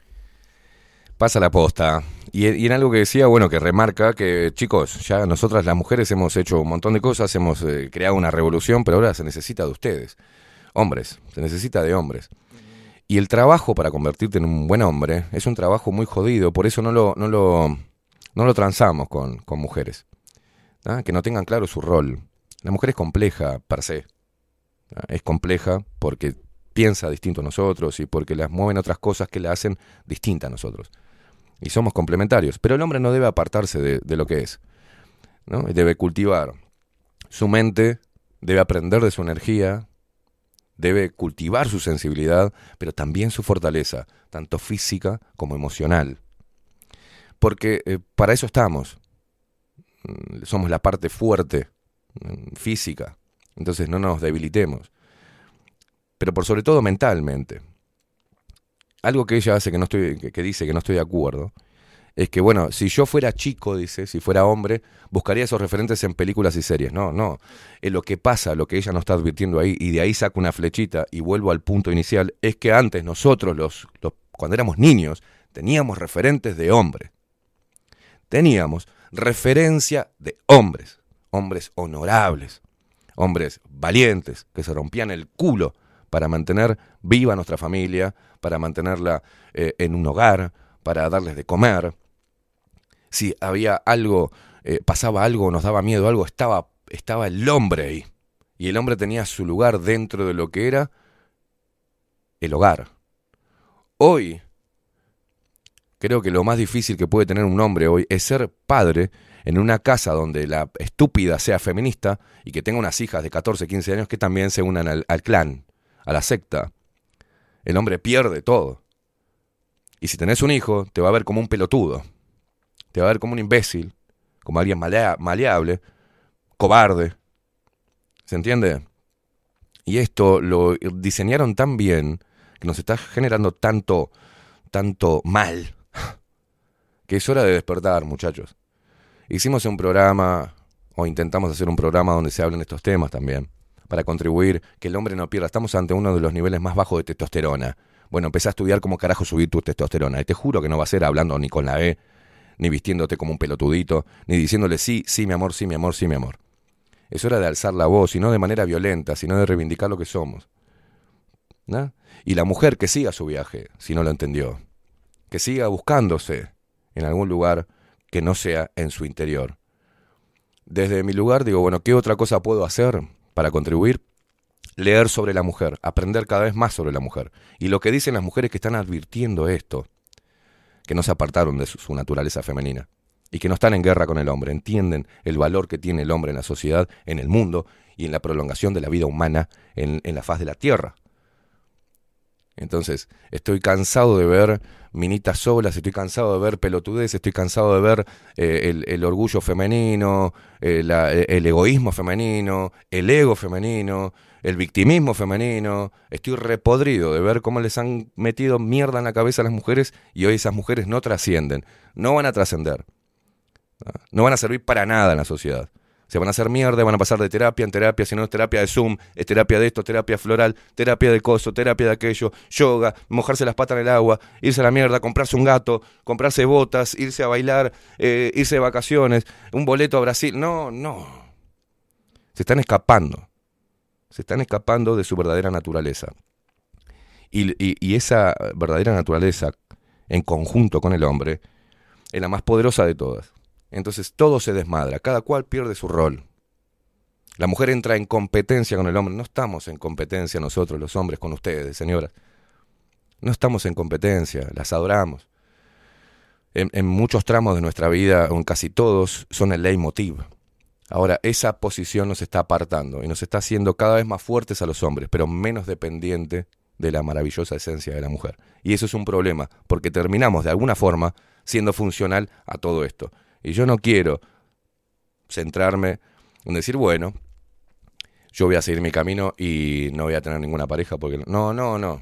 Pasa la posta. Y, y en algo que decía, bueno, que remarca que, chicos, ya nosotras las mujeres hemos hecho un montón de cosas, hemos eh, creado una revolución, pero ahora se necesita de ustedes. Hombres, se necesita de hombres. Y el trabajo para convertirte en un buen hombre es un trabajo muy jodido, por eso no lo, no lo, no lo transamos con, con mujeres. ¿Ah? Que no tengan claro su rol. La mujer es compleja, per se. ¿Ah? Es compleja porque piensa distinto a nosotros y porque las mueven otras cosas que la hacen distinta a nosotros. Y somos complementarios. Pero el hombre no debe apartarse de, de lo que es, ¿no? Debe cultivar su mente, debe aprender de su energía, debe cultivar su sensibilidad, pero también su fortaleza, tanto física como emocional. Porque eh, para eso estamos. Somos la parte fuerte, física. Entonces no nos debilitemos. Pero por sobre todo mentalmente. Algo que ella hace que no estoy, que, que dice que no estoy de acuerdo, es que, bueno, si yo fuera chico, dice, si fuera hombre, buscaría esos referentes en películas y series. No, no. Es lo que pasa, lo que ella nos está advirtiendo ahí, y de ahí saco una flechita y vuelvo al punto inicial, es que antes nosotros, los, los cuando éramos niños, teníamos referentes de hombres. Teníamos referencia de hombres, hombres honorables, hombres valientes que se rompían el culo para mantener viva nuestra familia, para mantenerla eh, en un hogar, para darles de comer. Si había algo, eh, pasaba algo, nos daba miedo algo, estaba, estaba el hombre ahí. Y el hombre tenía su lugar dentro de lo que era el hogar. Hoy, creo que lo más difícil que puede tener un hombre hoy es ser padre en una casa donde la estúpida sea feminista y que tenga unas hijas de catorce, quince años que también se unan al, al clan, a la secta. El hombre pierde todo. Y si tenés un hijo, te va a ver como un pelotudo. Te va a ver como un imbécil, como alguien malea, maleable, cobarde. ¿Se entiende? Y esto lo diseñaron tan bien que nos está generando tanto, tanto mal, que es hora de despertar, muchachos. Hicimos un programa, o intentamos hacer un programa donde se hablen estos temas también, para contribuir que el hombre no pierda. Estamos ante uno de los niveles más bajos de testosterona. Bueno, empecé a estudiar cómo carajo subir tu testosterona. Y te juro que no va a ser hablando ni con la E, ni vistiéndote como un pelotudito, ni diciéndole sí, sí, mi amor, sí, mi amor, sí, mi amor. Es hora de alzar la voz, y no de manera violenta, sino de reivindicar lo que somos. ¿No? Y la mujer que siga su viaje, si no lo entendió. Que siga buscándose en algún lugar que no sea en su interior. Desde mi lugar digo, bueno, ¿qué otra cosa puedo hacer para contribuir? Leer sobre la mujer, aprender cada vez más sobre la mujer. Y lo que dicen las mujeres que están advirtiendo esto, que no se apartaron de su, su naturaleza femenina y que no están en guerra con el hombre, entienden el valor que tiene el hombre en la sociedad, en el mundo y en la prolongación de la vida humana en, en la faz de la tierra. Entonces, estoy cansado de ver minitas solas, estoy cansado de ver pelotudez, estoy cansado de ver eh, el, el orgullo femenino, eh, la, el egoísmo femenino, el ego femenino, el victimismo femenino. Estoy repodrido de ver cómo les han metido mierda en la cabeza a las mujeres y hoy esas mujeres no trascienden, no van a trascender, no van a servir para nada en la sociedad. Se van a hacer mierda, van a pasar de terapia en terapia, si no es terapia de Zoom, es terapia de esto, terapia floral, terapia de coso, terapia de aquello, yoga, mojarse las patas en el agua, irse a la mierda, comprarse un gato, comprarse botas, irse a bailar, eh, irse de vacaciones, un boleto a Brasil. No, no. Se están escapando. Se están escapando de su verdadera naturaleza. Y, y, y esa verdadera naturaleza, en conjunto con el hombre, es la más poderosa de todas. Entonces todo se desmadra, cada cual pierde su rol. La mujer entra en competencia con el hombre. No estamos en competencia nosotros, los hombres, con ustedes, señoras. No estamos en competencia, las adoramos. En, en muchos tramos de nuestra vida, en casi todos, son el leitmotiv. Ahora, esa posición nos está apartando y nos está haciendo cada vez más fuertes a los hombres, pero menos dependiente de la maravillosa esencia de la mujer. Y eso es un problema, porque terminamos de alguna forma siendo funcional a todo esto. Y yo no quiero centrarme en decir, bueno, yo voy a seguir mi camino y no voy a tener ninguna pareja porque... No, no, no.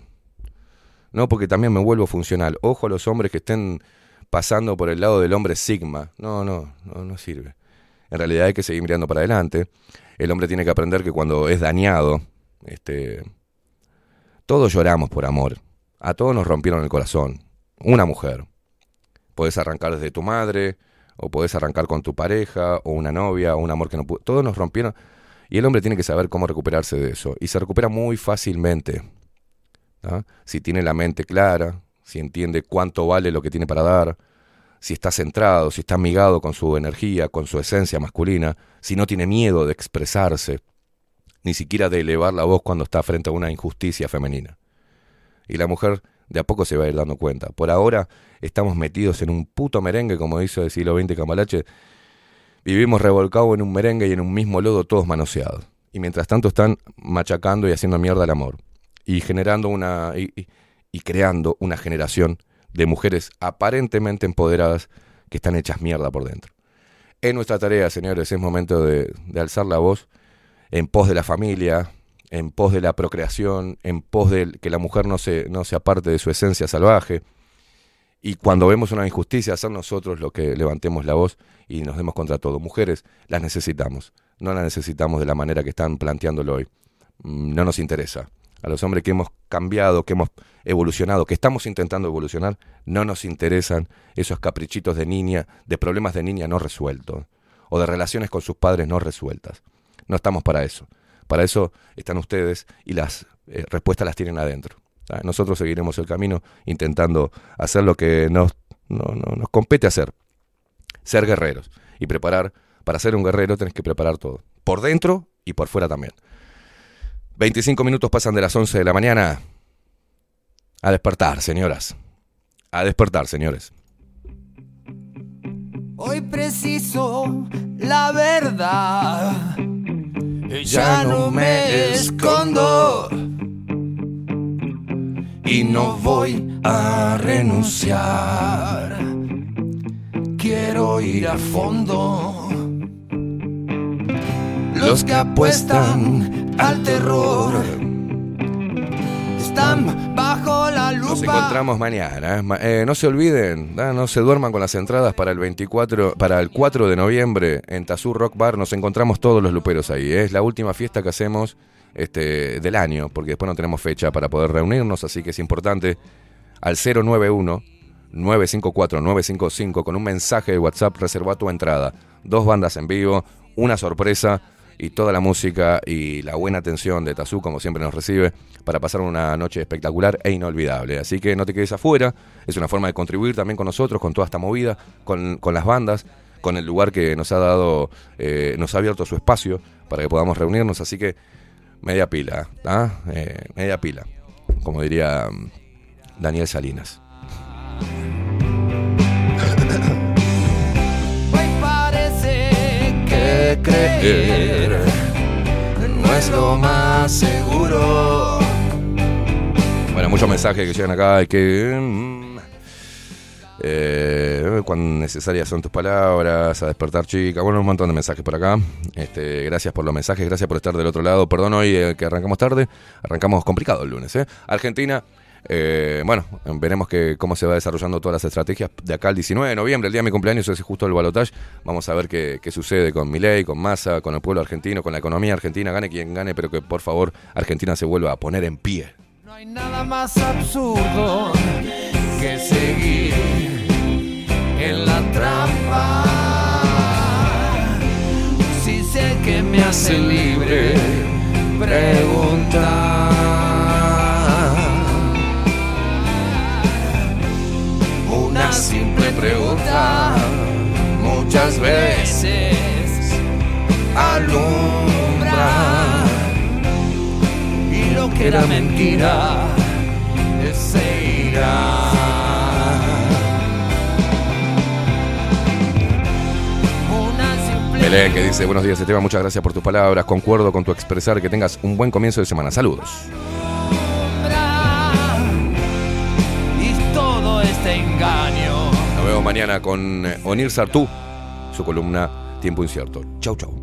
No, porque también me vuelvo funcional. Ojo a los hombres que estén pasando por el lado del hombre sigma. No, no, no, no sirve. En realidad hay que seguir mirando para adelante. El hombre tiene que aprender que cuando es dañado, este, todos lloramos por amor. A todos nos rompieron el corazón. Una mujer. Podés arrancar desde tu madre... o podés arrancar con tu pareja, o una novia, o un amor que no pudo. Todos nos rompieron. Y el hombre tiene que saber cómo recuperarse de eso. Y se recupera muy fácilmente. ¿Ah? Si tiene la mente clara, si entiende cuánto vale lo que tiene para dar, si está centrado, si está amigado con su energía, con su esencia masculina, si no tiene miedo de expresarse, ni siquiera de elevar la voz cuando está frente a una injusticia femenina. Y la mujer de a poco se va a ir dando cuenta. Por ahora estamos metidos en un puto merengue, como dice el siglo veinte Cambalache. Vivimos revolcados en un merengue y en un mismo lodo, todos manoseados. Y mientras tanto están machacando y haciendo mierda al amor. Y generando una y, y, y creando una generación de mujeres aparentemente empoderadas que están hechas mierda por dentro. Es nuestra tarea, señores, es momento de, de alzar la voz en pos de la familia, en pos de la procreación, en pos de que la mujer no se, no se aparte de su esencia salvaje. Y cuando vemos una injusticia, hacer nosotros lo que levantemos la voz y nos demos contra todo. Mujeres, las necesitamos. No las necesitamos de la manera que están planteándolo hoy. No nos interesa. A los hombres que hemos cambiado, que hemos evolucionado, que estamos intentando evolucionar, no nos interesan esos caprichitos de niña, de problemas de niña no resueltos, o de relaciones con sus padres no resueltas. No estamos para eso. Para eso están ustedes y las eh, respuestas las tienen adentro. ¿Tá? Nosotros seguiremos el camino intentando hacer lo que nos, no, no, nos compete hacer. Ser guerreros. Y preparar, para ser un guerrero tenés que preparar todo. Por dentro y por fuera también. veinticinco minutos pasan de las once de la mañana. A despertar, señoras. A despertar, señores. Hoy preciso la verdad. Ya no me escondo. Y no voy a renunciar. Quiero ir a fondo. Los que apuestan al terror están bajo la lupa. Nos encontramos mañana. ¿eh? Eh, no se olviden, ¿eh? no se duerman con las entradas para el veinticuatro, para el cuatro de noviembre en Tazú Rock Bar. Nos encontramos todos los luperos ahí. ¿eh? Es la última fiesta que hacemos este, del año, porque después no tenemos fecha para poder reunirnos, así que es importante al cero nueve uno, nueve cinco cuatro, nueve cinco cinco con un mensaje de WhatsApp, reserva tu entrada. Dos bandas en vivo, una sorpresa y toda la música y la buena atención de Tazú, como siempre nos recibe, para pasar una noche espectacular e inolvidable. Así que no te quedes afuera, es una forma de contribuir también con nosotros, con toda esta movida, con, con las bandas, con el lugar que nos ha dado, eh, nos ha abierto su espacio para que podamos reunirnos, así que media pila, ¿ah? eh, media pila, como diría Daniel Salinas. Creer no es lo más seguro. Bueno, muchos mensajes que llegan acá. Hay que mm, eh, cuán necesarias son tus palabras. A despertar, chica. Bueno, un montón de mensajes por acá. Este, gracias por los mensajes, gracias por estar del otro lado. Perdón hoy eh, que arrancamos tarde. Arrancamos complicado el lunes, ¿eh? Argentina. Eh, bueno, veremos que cómo se va desarrollando todas las estrategias de acá al diecinueve de noviembre, el día de mi cumpleaños, es justo el balotaje. Vamos a ver qué, qué sucede con Milei, con Massa, con el pueblo argentino, con la economía argentina, gane quien gane, pero que por favor Argentina se vuelva a poner en pie. No hay nada más absurdo que seguir en la trampa. Si sé que me hace libre preguntar. Una simple pregunta muchas veces alumbra, y lo que era mentira se irá. Belén, que dice: buenos días, Esteban, muchas gracias por tus palabras, concuerdo con tu expresar, que tengas un buen comienzo de semana, saludos. Este engaño. Nos vemos mañana con Onir Sartú, su columna Tiempo Incierto. Chau, chau.